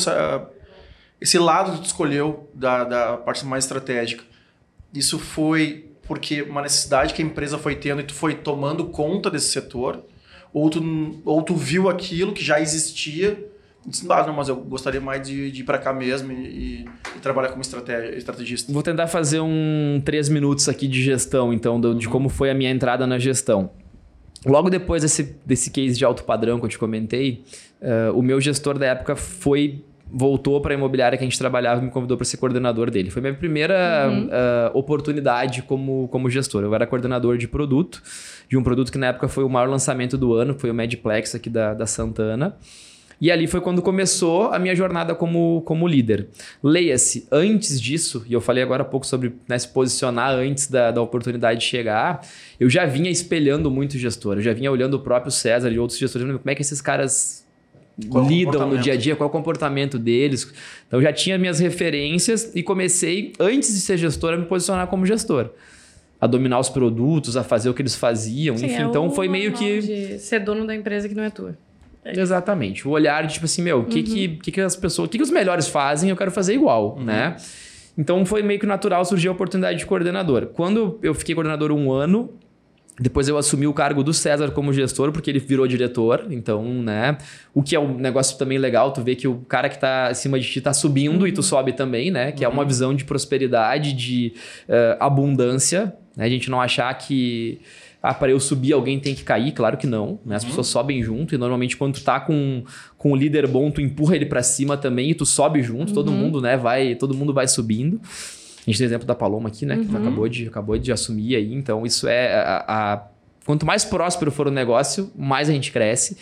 esse lado que tu escolheu da parte mais estratégica, isso foi porque uma necessidade que a empresa foi tendo e tu foi tomando conta desse setor? Ou tu viu aquilo que já existia e disse, não, mas eu gostaria mais de ir para cá mesmo e trabalhar como estrategista? Vou tentar fazer 3 minutos aqui de gestão, então, de como foi a minha entrada na gestão. Logo depois desse case de alto padrão que eu te comentei, o meu gestor da época voltou para a imobiliária que a gente trabalhava e me convidou para ser coordenador dele. Foi minha primeira oportunidade como gestor. Eu era coordenador de produto, de um produto que na época foi o maior lançamento do ano, que foi o Medplex aqui da Santana. E ali foi quando começou a minha jornada como líder. Leia-se, antes disso, e eu falei agora há pouco sobre, né, se posicionar antes da oportunidade de chegar, eu já vinha espelhando muito o gestor, eu já vinha olhando o próprio César e outros gestores, como é que esses caras lidam no dia a dia, qual é o comportamento deles. Então, já tinha minhas referências e comecei, antes de ser gestor, a me posicionar como gestor. A dominar os produtos, a fazer o que eles faziam. Sim, enfim, então foi meio que... de ser dono da empresa que não é tua. Exatamente. O olhar de tipo assim, o que as pessoas... O que os melhores fazem, eu quero fazer igual, né? Então, foi meio que natural surgir a oportunidade de coordenador. Quando eu fiquei coordenador 1 ano, Depois eu assumi o cargo do César como gestor, porque ele virou diretor. Então, né? O que é um negócio também legal, tu vê que o cara que tá acima de ti tá subindo e tu sobe também, né? Que é uma visão de prosperidade, de abundância. Né? A gente não achar que... para eu subir alguém tem que cair, claro que não. Né? As pessoas sobem junto e normalmente quando tu tá com um líder bom, tu empurra ele para cima também e tu sobe junto, todo mundo, né? Todo mundo vai subindo. A gente tem o exemplo da Paloma aqui, né? Que acabou de assumir aí. Então, isso quanto mais próspero for o negócio, mais a gente cresce.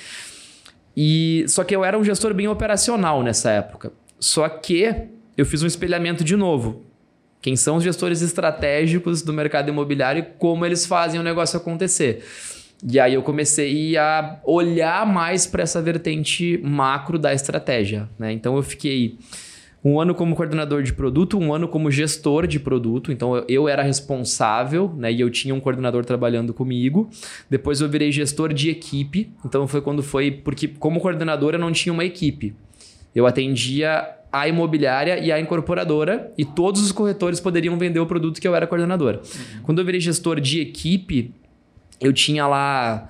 Só que eu era um gestor bem operacional nessa época. Só que eu fiz um espelhamento de novo. Quem são os gestores estratégicos do mercado imobiliário e como eles fazem o negócio acontecer. E aí eu comecei a olhar mais para essa vertente macro da estratégia. Né? Então, eu fiquei... 1 ano como coordenador de produto, 1 ano como gestor de produto. Então, eu era responsável, né? E eu tinha um coordenador trabalhando comigo. Depois, eu virei gestor de equipe. Então, porque como coordenador, eu não tinha uma equipe. Eu atendia a imobiliária e a incorporadora e todos os corretores poderiam vender o produto que eu era coordenador. Quando eu virei gestor de equipe, eu tinha lá...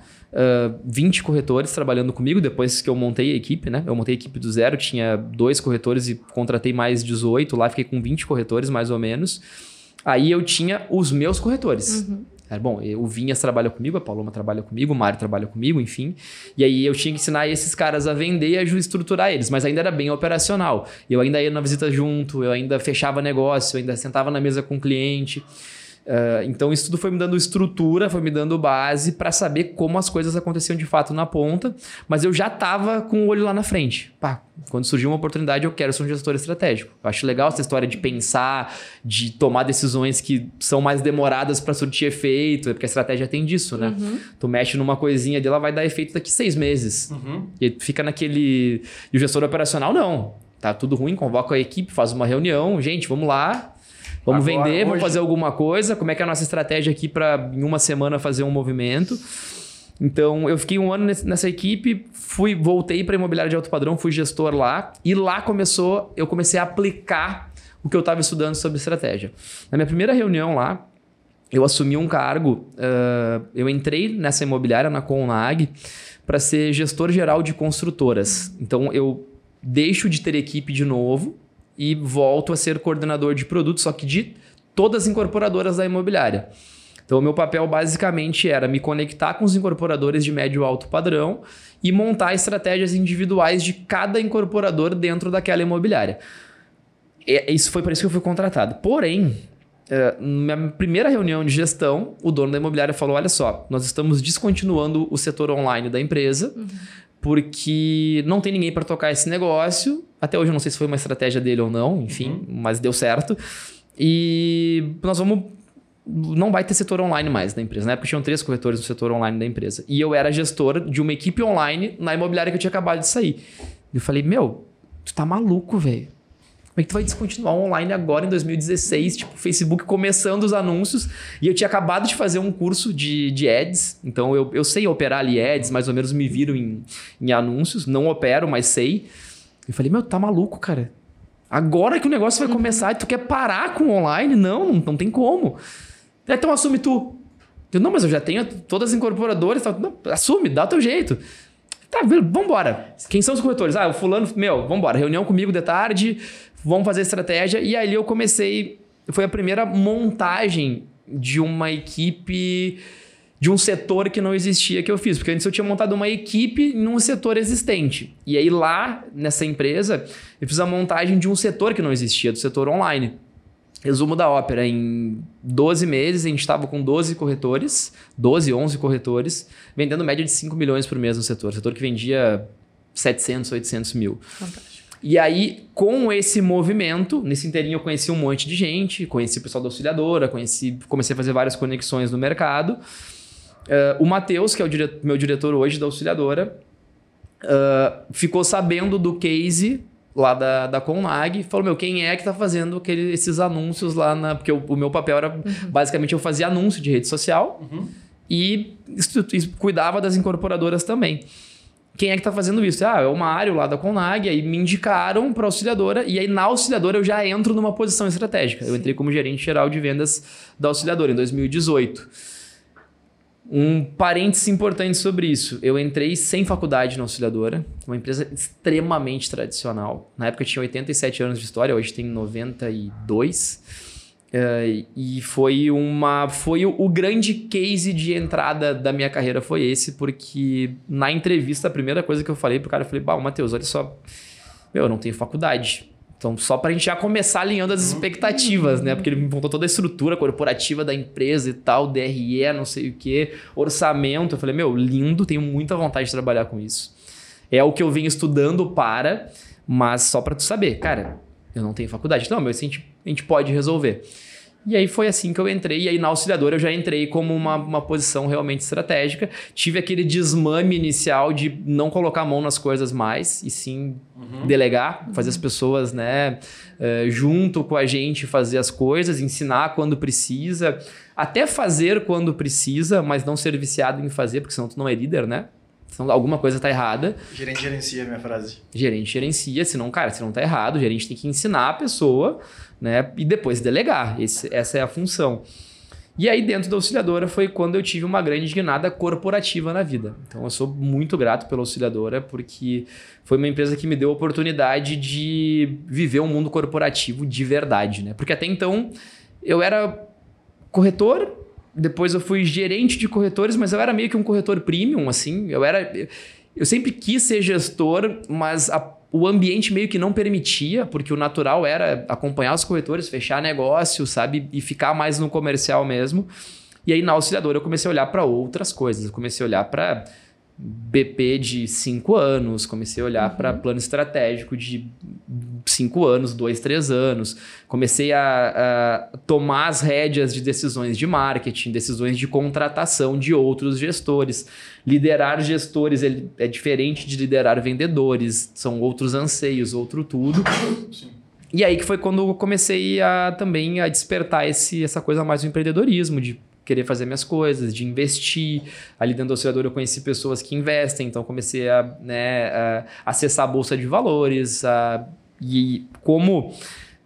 20 corretores trabalhando comigo depois que eu montei a equipe, né? Eu montei a equipe do zero, tinha 2 corretores e contratei mais 18. Lá fiquei com 20 corretores, mais ou menos. Aí eu tinha os meus corretores. Bom, o Vinhas trabalha comigo, a Paloma trabalha comigo, o Mário trabalha comigo, enfim. E aí eu tinha que ensinar esses caras a vender e a estruturar eles, mas ainda era bem operacional. Eu ainda ia na visita junto, eu ainda fechava negócio, eu ainda sentava na mesa com o cliente. Então isso tudo foi me dando estrutura, foi me dando base para saber como as coisas aconteciam de fato na ponta, mas eu já estava com o olho lá na frente. Quando surgiu uma oportunidade, eu quero ser um gestor estratégico. Eu acho legal essa história de pensar, de tomar decisões que são mais demoradas para surtir efeito, porque a estratégia tem disso, né? Tu mexe numa coisinha ali, ela vai dar efeito daqui 6 meses. E fica naquele... E o gestor operacional, não. Tá tudo ruim, convoca a equipe, faz uma reunião, gente, vamos lá. Vamos vender, vamos fazer alguma coisa. Como é que é a nossa estratégia aqui para em uma semana fazer um movimento? Então, eu fiquei 1 ano nessa equipe, voltei para a imobiliária de alto padrão, fui gestor lá. E lá eu comecei a aplicar o que eu estava estudando sobre estratégia. Na minha primeira reunião lá, eu assumi um cargo. Eu entrei nessa imobiliária, na Conag, para ser gestor geral de construtoras. Então, eu deixo de ter equipe de novo e volto a ser coordenador de produto, só que de todas as incorporadoras da imobiliária. Então, o meu papel basicamente era me conectar com os incorporadores de médio e alto padrão e montar estratégias individuais de cada incorporador dentro daquela imobiliária. Isso foi por isso que eu fui contratado. Porém, na minha primeira reunião de gestão, o dono da imobiliária falou, olha só, nós estamos descontinuando o setor online da empresa, porque não tem ninguém para tocar esse negócio. Até hoje eu não sei se foi uma estratégia dele ou não, enfim, mas deu certo. E nós não vai ter setor online mais na empresa. Na época tinham 3 corretores no setor online da empresa. E eu era gestor de uma equipe online na imobiliária que eu tinha acabado de sair. Eu falei, tu tá maluco, velho. Como é que tu vai descontinuar online agora em 2016? Tipo, Facebook começando os anúncios. E eu tinha acabado de fazer um curso de ads. Então, eu sei operar ali ads, mais ou menos me viro em anúncios. Não opero, mas sei. Eu falei, tá maluco, cara. Agora que o negócio vai começar e tu quer parar com o online? Não tem como. Então, assume tu. Não, mas eu já tenho todas as incorporadoras. Não, assume, dá o teu jeito. Tá, vambora. Quem são os corretores? O fulano, vambora. Reunião comigo de tarde, vamos fazer estratégia. E aí eu comecei... Foi a primeira montagem de uma equipe, de um setor que não existia que eu fiz. Porque antes eu tinha montado uma equipe num setor existente. E aí lá, nessa empresa, eu fiz a montagem de um setor que não existia, do setor online. Resumo da ópera, em 12 meses a gente estava com 11 corretores, vendendo média de 5 milhões por mês no setor. Setor que vendia 700, 800 mil. Fantástico. E aí, com esse movimento, nesse inteirinho eu conheci um monte de gente, conheci o pessoal da auxiliadora, comecei a fazer várias conexões no mercado. O Matheus, que é o meu diretor hoje da auxiliadora, ficou sabendo do case lá da Conag, falou, quem é que tá fazendo esses anúncios lá porque o meu papel era, basicamente, eu fazia anúncio de rede social e cuidava das incorporadoras também. Quem é que tá fazendo isso? É o Mário lá da Conag, aí me indicaram para auxiliadora, e aí na auxiliadora eu já entro numa posição estratégica. Eu entrei como gerente geral de vendas da auxiliadora em 2018. Um parênteses importante sobre isso. Eu entrei sem faculdade na Auxiliadora, uma empresa extremamente tradicional. Na época tinha 87 anos de história, hoje tem 92. E foi o grande case de entrada da minha carreira foi esse, porque na entrevista a primeira coisa que eu falei pro cara, eu falei, Matheus, olha só, eu não tenho faculdade. Então, só pra gente já começar alinhando as expectativas, né? Porque ele me montou toda a estrutura corporativa da empresa e tal, DRE, não sei o quê, orçamento. Eu falei, lindo, tenho muita vontade de trabalhar com isso. É o que eu venho estudando mas só pra tu saber, cara, eu não tenho faculdade. Não, mas a gente pode resolver. E aí foi assim que eu entrei. E aí na Auxiliadora eu já entrei como uma posição realmente estratégica. Tive aquele desmame inicial de não colocar a mão nas coisas mais e sim delegar, fazer as pessoas, né, junto com a gente fazer as coisas, ensinar quando precisa, até fazer quando precisa, mas não ser viciado em fazer, porque senão tu não é líder, né? Senão alguma coisa tá errada. Gerente gerencia, minha frase. Gerente gerencia, senão tá errado. O gerente tem que ensinar a pessoa, né? E depois delegar. Essa é a função. E aí, dentro da Auxiliadora, foi quando eu tive uma grande guinada corporativa na vida. Então, eu sou muito grato pela Auxiliadora, porque foi uma empresa que me deu a oportunidade de viver um mundo corporativo de verdade, né? Porque até então, eu era corretor. Depois eu fui gerente de corretores, mas eu era meio que um corretor premium, assim. Eu sempre quis ser gestor, mas o ambiente meio que não permitia, porque o natural era acompanhar os corretores, fechar negócio, sabe? E ficar mais no comercial mesmo. E aí na Auxiliadora eu comecei a olhar para outras coisas. Eu comecei a olhar para BP de 5 anos, comecei a olhar para plano estratégico de 5 anos, 2, 3 anos. Comecei a tomar as rédeas de decisões de marketing, decisões de contratação de outros gestores. Liderar gestores é diferente de liderar vendedores, são outros anseios, outro tudo. Sim. E aí que foi quando eu comecei também a despertar essa coisa mais do empreendedorismo, de querer fazer minhas coisas, de investir. Ali dentro do Auxiliadora eu conheci pessoas que investem, então comecei a acessar a Bolsa de Valores. E como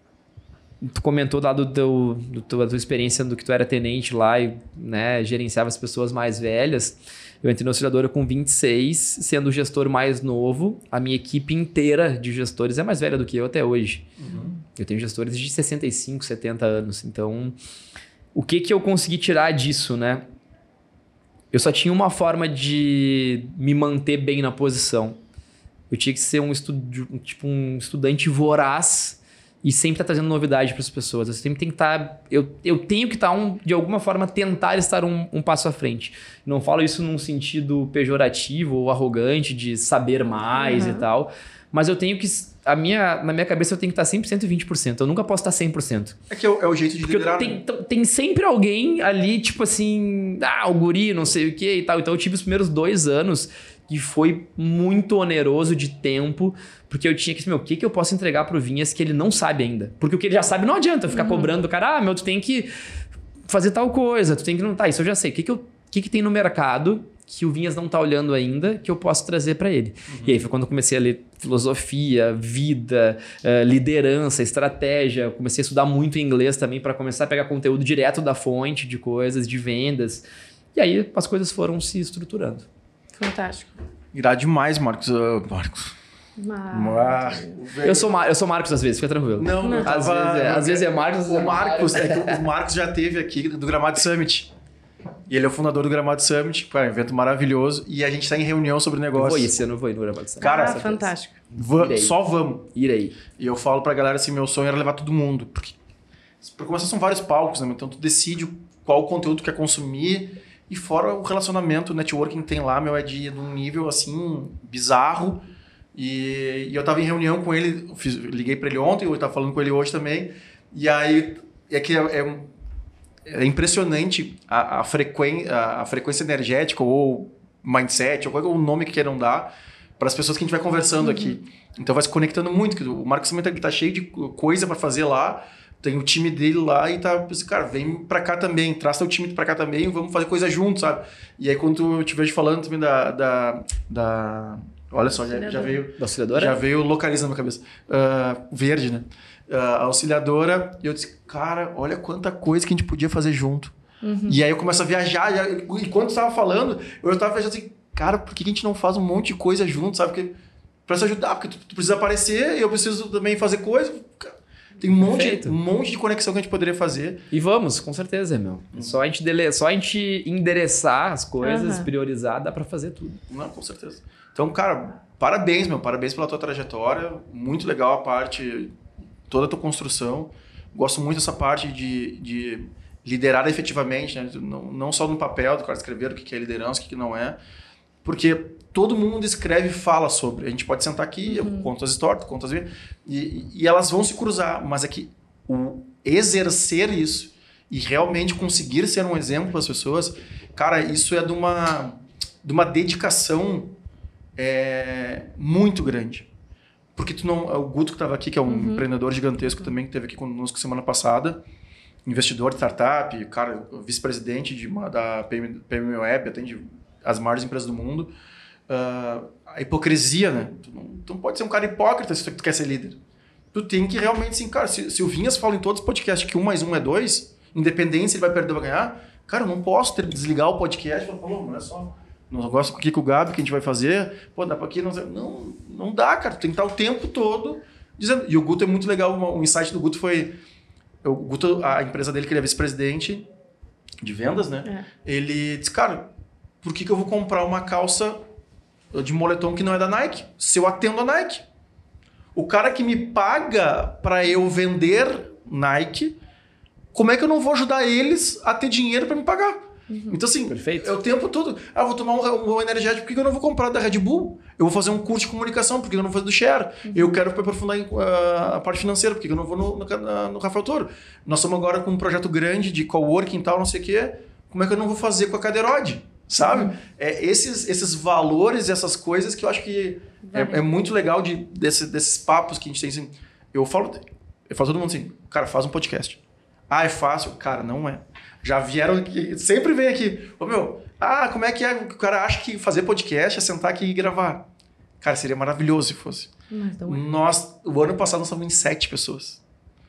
tu comentou lá da tua experiência do que tu era tenente lá e, né, gerenciava as pessoas mais velhas, eu entrei na Auxiliadora com 26, sendo o gestor mais novo. A minha equipe inteira de gestores é mais velha do que eu até hoje. Eu tenho gestores de 65, 70 anos, então... O que eu consegui tirar disso, né? Eu só tinha uma forma de me manter bem na posição. Eu tinha que ser um estudante voraz e sempre estar trazendo novidade para as pessoas. Eu sempre tenho que estar... Eu tenho que estar, de alguma forma, tentar estar um passo à frente. Não falo isso num sentido pejorativo ou arrogante de saber mais e tal. Mas eu tenho que... Na minha cabeça eu tenho que estar sempre 120%. Eu nunca posso estar 100%. É que é o jeito de liderar. Tem sempre alguém ali, tipo assim... o guri, não sei o que e tal. Então eu tive os primeiros 2 anos que foi muito oneroso de tempo. Porque eu tinha que... o que eu posso entregar pro Vinhas que ele não sabe ainda? Porque o que ele já sabe não adianta eu ficar cobrando do cara. Tu tem que fazer tal coisa. Tu tem que... Não, tá, isso eu já sei. O que tem no mercado... que o Vinhas não está olhando ainda, que eu posso trazer para ele. E aí foi quando eu comecei a ler filosofia, vida, liderança, estratégia. Comecei a estudar muito inglês também para começar a pegar conteúdo direto da fonte de coisas, de vendas. E aí as coisas foram se estruturando. Fantástico. Irá demais, Marcos. Eu sou Marcos às vezes, fica tranquilo. Não. Às vezes é Marcos. O Marcos já teve aqui do Gramado Summit. E ele é o fundador do Gramado Summit, um evento maravilhoso. E a gente está em reunião sobre negócio. Esse ano eu vou ir no Gramado Summit. Cara, fantástico. Só vamos. Irei. E eu falo pra galera assim, meu sonho era levar todo mundo. Porque começar são vários palcos, né? Então tu decide qual conteúdo tu quer consumir. E fora o relacionamento, o networking que tem lá, é de um nível assim, bizarro. E eu tava em reunião com ele, liguei pra ele ontem, eu tava falando com ele hoje também. E aí, é impressionante a frequência energética ou mindset, ou qual é o nome que queiram dar, para as pessoas que a gente vai conversando aqui. Então vai se conectando muito. O Marcos também tá cheio de coisa para fazer lá, tem o time dele lá e tá, cara, vem para cá também, traz teu time para cá também, vamos fazer coisa junto, sabe? E aí quando eu te vejo falando também da olha só, já veio... Da Auxiliadora? Já veio localiza na minha cabeça. Verde, né? A Auxiliadora, e eu disse, cara, olha quanta coisa que a gente podia fazer junto. E aí eu começo a viajar, e enquanto tu tava falando, eu tava viajando assim, cara, por que a gente não faz um monte de coisa junto, sabe? Porque, pra se ajudar, porque tu precisa aparecer e eu preciso também fazer coisa. Tem um monte de conexão que a gente poderia fazer. E vamos, com certeza, meu. Só a gente endereçar as coisas, priorizar, dá pra fazer tudo. Não, com certeza. Então, cara, parabéns, meu. Parabéns pela tua trajetória. Muito legal a parte, toda a tua construção. Gosto muito dessa parte de liderar efetivamente, né? Não só no papel do cara escrever o que é liderança, o que não é. Porque todo mundo escreve e fala sobre. A gente pode sentar aqui, eu conto as histórias, tu conta as minhas, e elas vão se cruzar. Mas é que o exercer isso e realmente conseguir ser um exemplo para as pessoas, cara, isso é de uma dedicação muito grande. Porque o Guto que estava aqui, que é um empreendedor gigantesco também, que esteve aqui conosco semana passada, investidor de startup, cara, vice-presidente da PM Web, atende as maiores empresas do mundo. A hipocrisia, né? Tu não pode ser um cara hipócrita se tu quer ser líder. Tu tem que realmente, assim, cara, se o Vinhas fala em todos os podcasts que 1 mais 1 é 2, independente se ele vai perder ou vai ganhar, cara, eu não posso desligar o podcast e falar, pô, não é só um negócio aqui com o Gabi que a gente vai fazer, pô, dá pra aqui, não dá, cara, tu tem que estar o tempo todo dizendo. E o Guto é muito legal, o insight do Guto foi, o Guto, a empresa dele, que ele é vice-presidente de vendas, né? Ele disse, cara, por que eu vou comprar uma calça de moletom que não é da Nike, se eu atendo a Nike? O cara que me paga para eu vender Nike, como é que eu não vou ajudar eles a ter dinheiro para me pagar? Então, assim, perfeito. É o tempo todo. Vou tomar um energético, por que eu não vou comprar da Red Bull? Eu vou fazer um curso de comunicação, por que eu não vou fazer do Share? Eu quero aprofundar a parte financeira, por que eu não vou no Rafael Toro? Nós estamos agora com um projeto grande de coworking e tal, não sei o quê. Como é que eu não vou fazer com a Cadeirode? Sabe? Esses valores e essas coisas que eu acho que é muito legal desses papos que a gente tem. Assim, eu falo todo mundo assim, cara, faz um podcast. É fácil? Cara, não é. Já vieram aqui, sempre vem aqui. Ô meu, como é que é? O cara acha que fazer podcast é sentar aqui e gravar. Cara, seria maravilhoso se fosse. Mas não é. O ano passado nós estamos em 7 pessoas.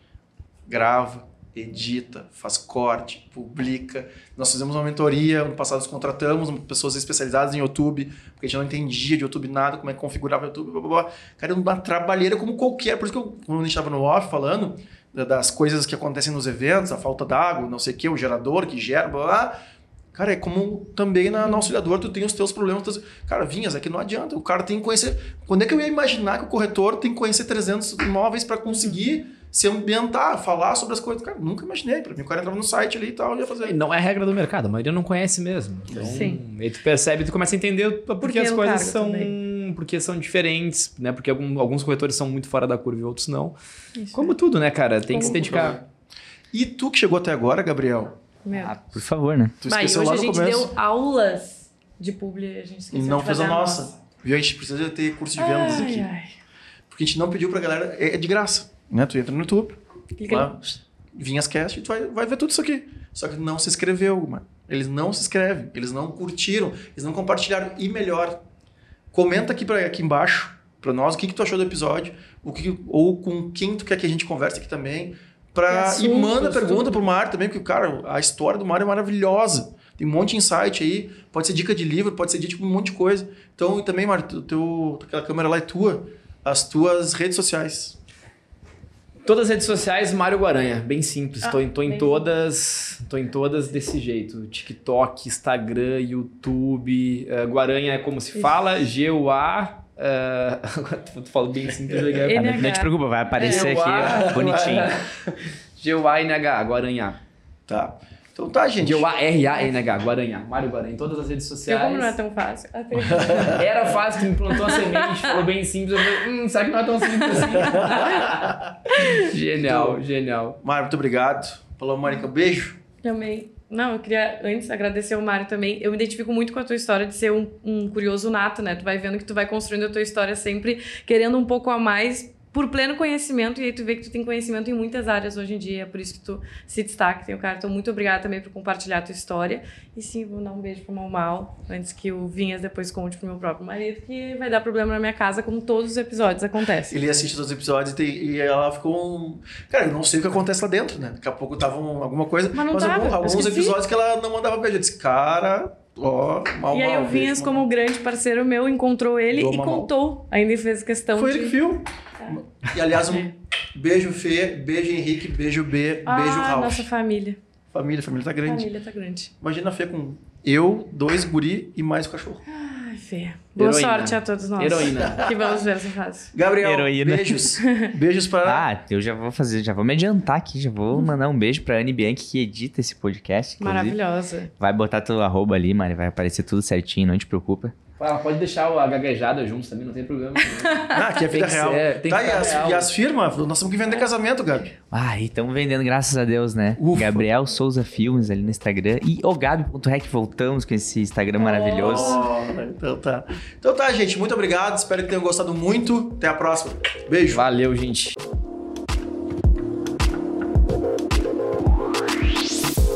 Grava, edita, faz corte, publica. Nós fizemos uma mentoria, ano passado nós contratamos pessoas especializadas em YouTube, porque a gente não entendia de YouTube nada, como é que configurava o YouTube, blá, blá, blá. Cara, é uma trabalheira como qualquer. Por isso que quando a gente estava no off falando das coisas que acontecem nos eventos, a falta d'água, não sei o que, o gerador que gera, blá, blá. Cara, é como também na auxiliadora tu tem os teus problemas. Cara, Vinhas, é que não adianta. O cara tem que conhecer... Quando é que eu ia imaginar que o corretor tem que conhecer 300 imóveis para conseguir se ambientar, falar sobre as coisas? Cara, nunca imaginei. Para mim, o cara entrava no site ali e tal, ia fazer. Não é regra do mercado, a maioria não conhece mesmo. Então, sim. Aí tu percebe, tu começa a entender porque as coisas são... Porque são diferentes, né? Porque alguns corretores são muito fora da curva e outros não. Isso. Como tudo, né, cara? Tem que se dedicar. E tu que chegou até agora, Gabriel? Por favor, né? Tu esqueceu lá no começo. Hoje a gente deu aulas de publi, a gente esqueceu. E não fez a nossa. Viu? A gente precisa ter curso de vendas aqui. Porque a gente não pediu pra galera, é de graça, né? Tu entra no YouTube, lá, Vinhascast, e tu vai ver tudo isso aqui. Só que não se inscreveu, mano. Eles não se inscrevem, eles não curtiram, eles não compartilharam. E melhor, comenta aqui embaixo pra nós o que tu achou do episódio, ou com quem tu quer que a gente converse aqui também. E manda pergunta pro Mário também, porque, cara, a história do Mário é maravilhosa. Tem um monte de insight aí, pode ser dica de livro, pode ser dica de um monte de coisa. Então, e também, Mário, aquela câmera lá é tua, as tuas redes sociais. Todas as redes sociais, Mário Guaranha, bem simples. Tô em todas desse jeito. TikTok, Instagram, YouTube. Guaranha é como se fala, G-U-A. Tu fala bem simples. Não te preocupa, vai aparecer aqui bonitinho. G-U-A-N-H, Guaranha. Tá. Então tá, gente. G-U-A-R-A-N-H, Guaranha. Mário Guaranha, em todas as redes sociais. Como não é tão fácil? Era fácil, tu me plantou a semente, falou bem simples. Eu falei, será que não é tão simples assim? Genial. Mário, muito obrigado. Falou, Mônica, um beijo. Também. Não, eu queria antes agradecer o Mário também. Eu me identifico muito com a tua história de ser um curioso nato, né? Tu vai vendo que tu vai construindo a tua história sempre querendo um pouco a mais por pleno conhecimento, e aí tu vê que tu tem conhecimento em muitas áreas hoje em dia, é por isso que tu se destaca, tem o cara. Então, muito obrigada também por compartilhar a tua história. E sim, vou dar um beijo pro Mal, antes que o Vinhas depois conte pro meu próprio marido, que vai dar problema na minha casa, como todos os episódios acontecem. Ele assiste todos os episódios e ela ficou Cara, eu não sei o que acontece lá dentro, né? Daqui a pouco tava alguma coisa, mas alguns episódios que ela não mandava beijo. Eu disse, cara... E aí o Vinhas, como grande parceiro meu, encontrou ele e contou. Ainda fez questão Foi ele que viu. E aliás, um beijo Fê, beijo Henrique, beijo B, beijo Ralf. Nossa família. Família tá grande. Família tá grande. Imagina a Fê com eu, 2 guri e mais o cachorro. Ai, Fê. Boa sorte a todos nós. Heroína. Que vamos ver essa fase. Gabriel, Heroína. Beijos para... Eu já vou me adiantar aqui, já vou mandar um beijo pra Anne Bianchi, que edita esse podcast. Maravilhosa. Vai botar teu arroba ali, Mari, vai aparecer tudo certinho, não te preocupa. Pode deixar a gaguejada juntos também, não tem problema. Aqui é vida real. E as firmas, nós temos que vender casamento, Gabi. E estamos vendendo, graças a Deus, né? Ufa. Gabriel Souza Filmes ali no Instagram. E o Gabi.rec, voltamos com esse Instagram maravilhoso. Então tá, gente. Muito obrigado. Espero que tenham gostado muito. Até a próxima. Beijo. Valeu, gente.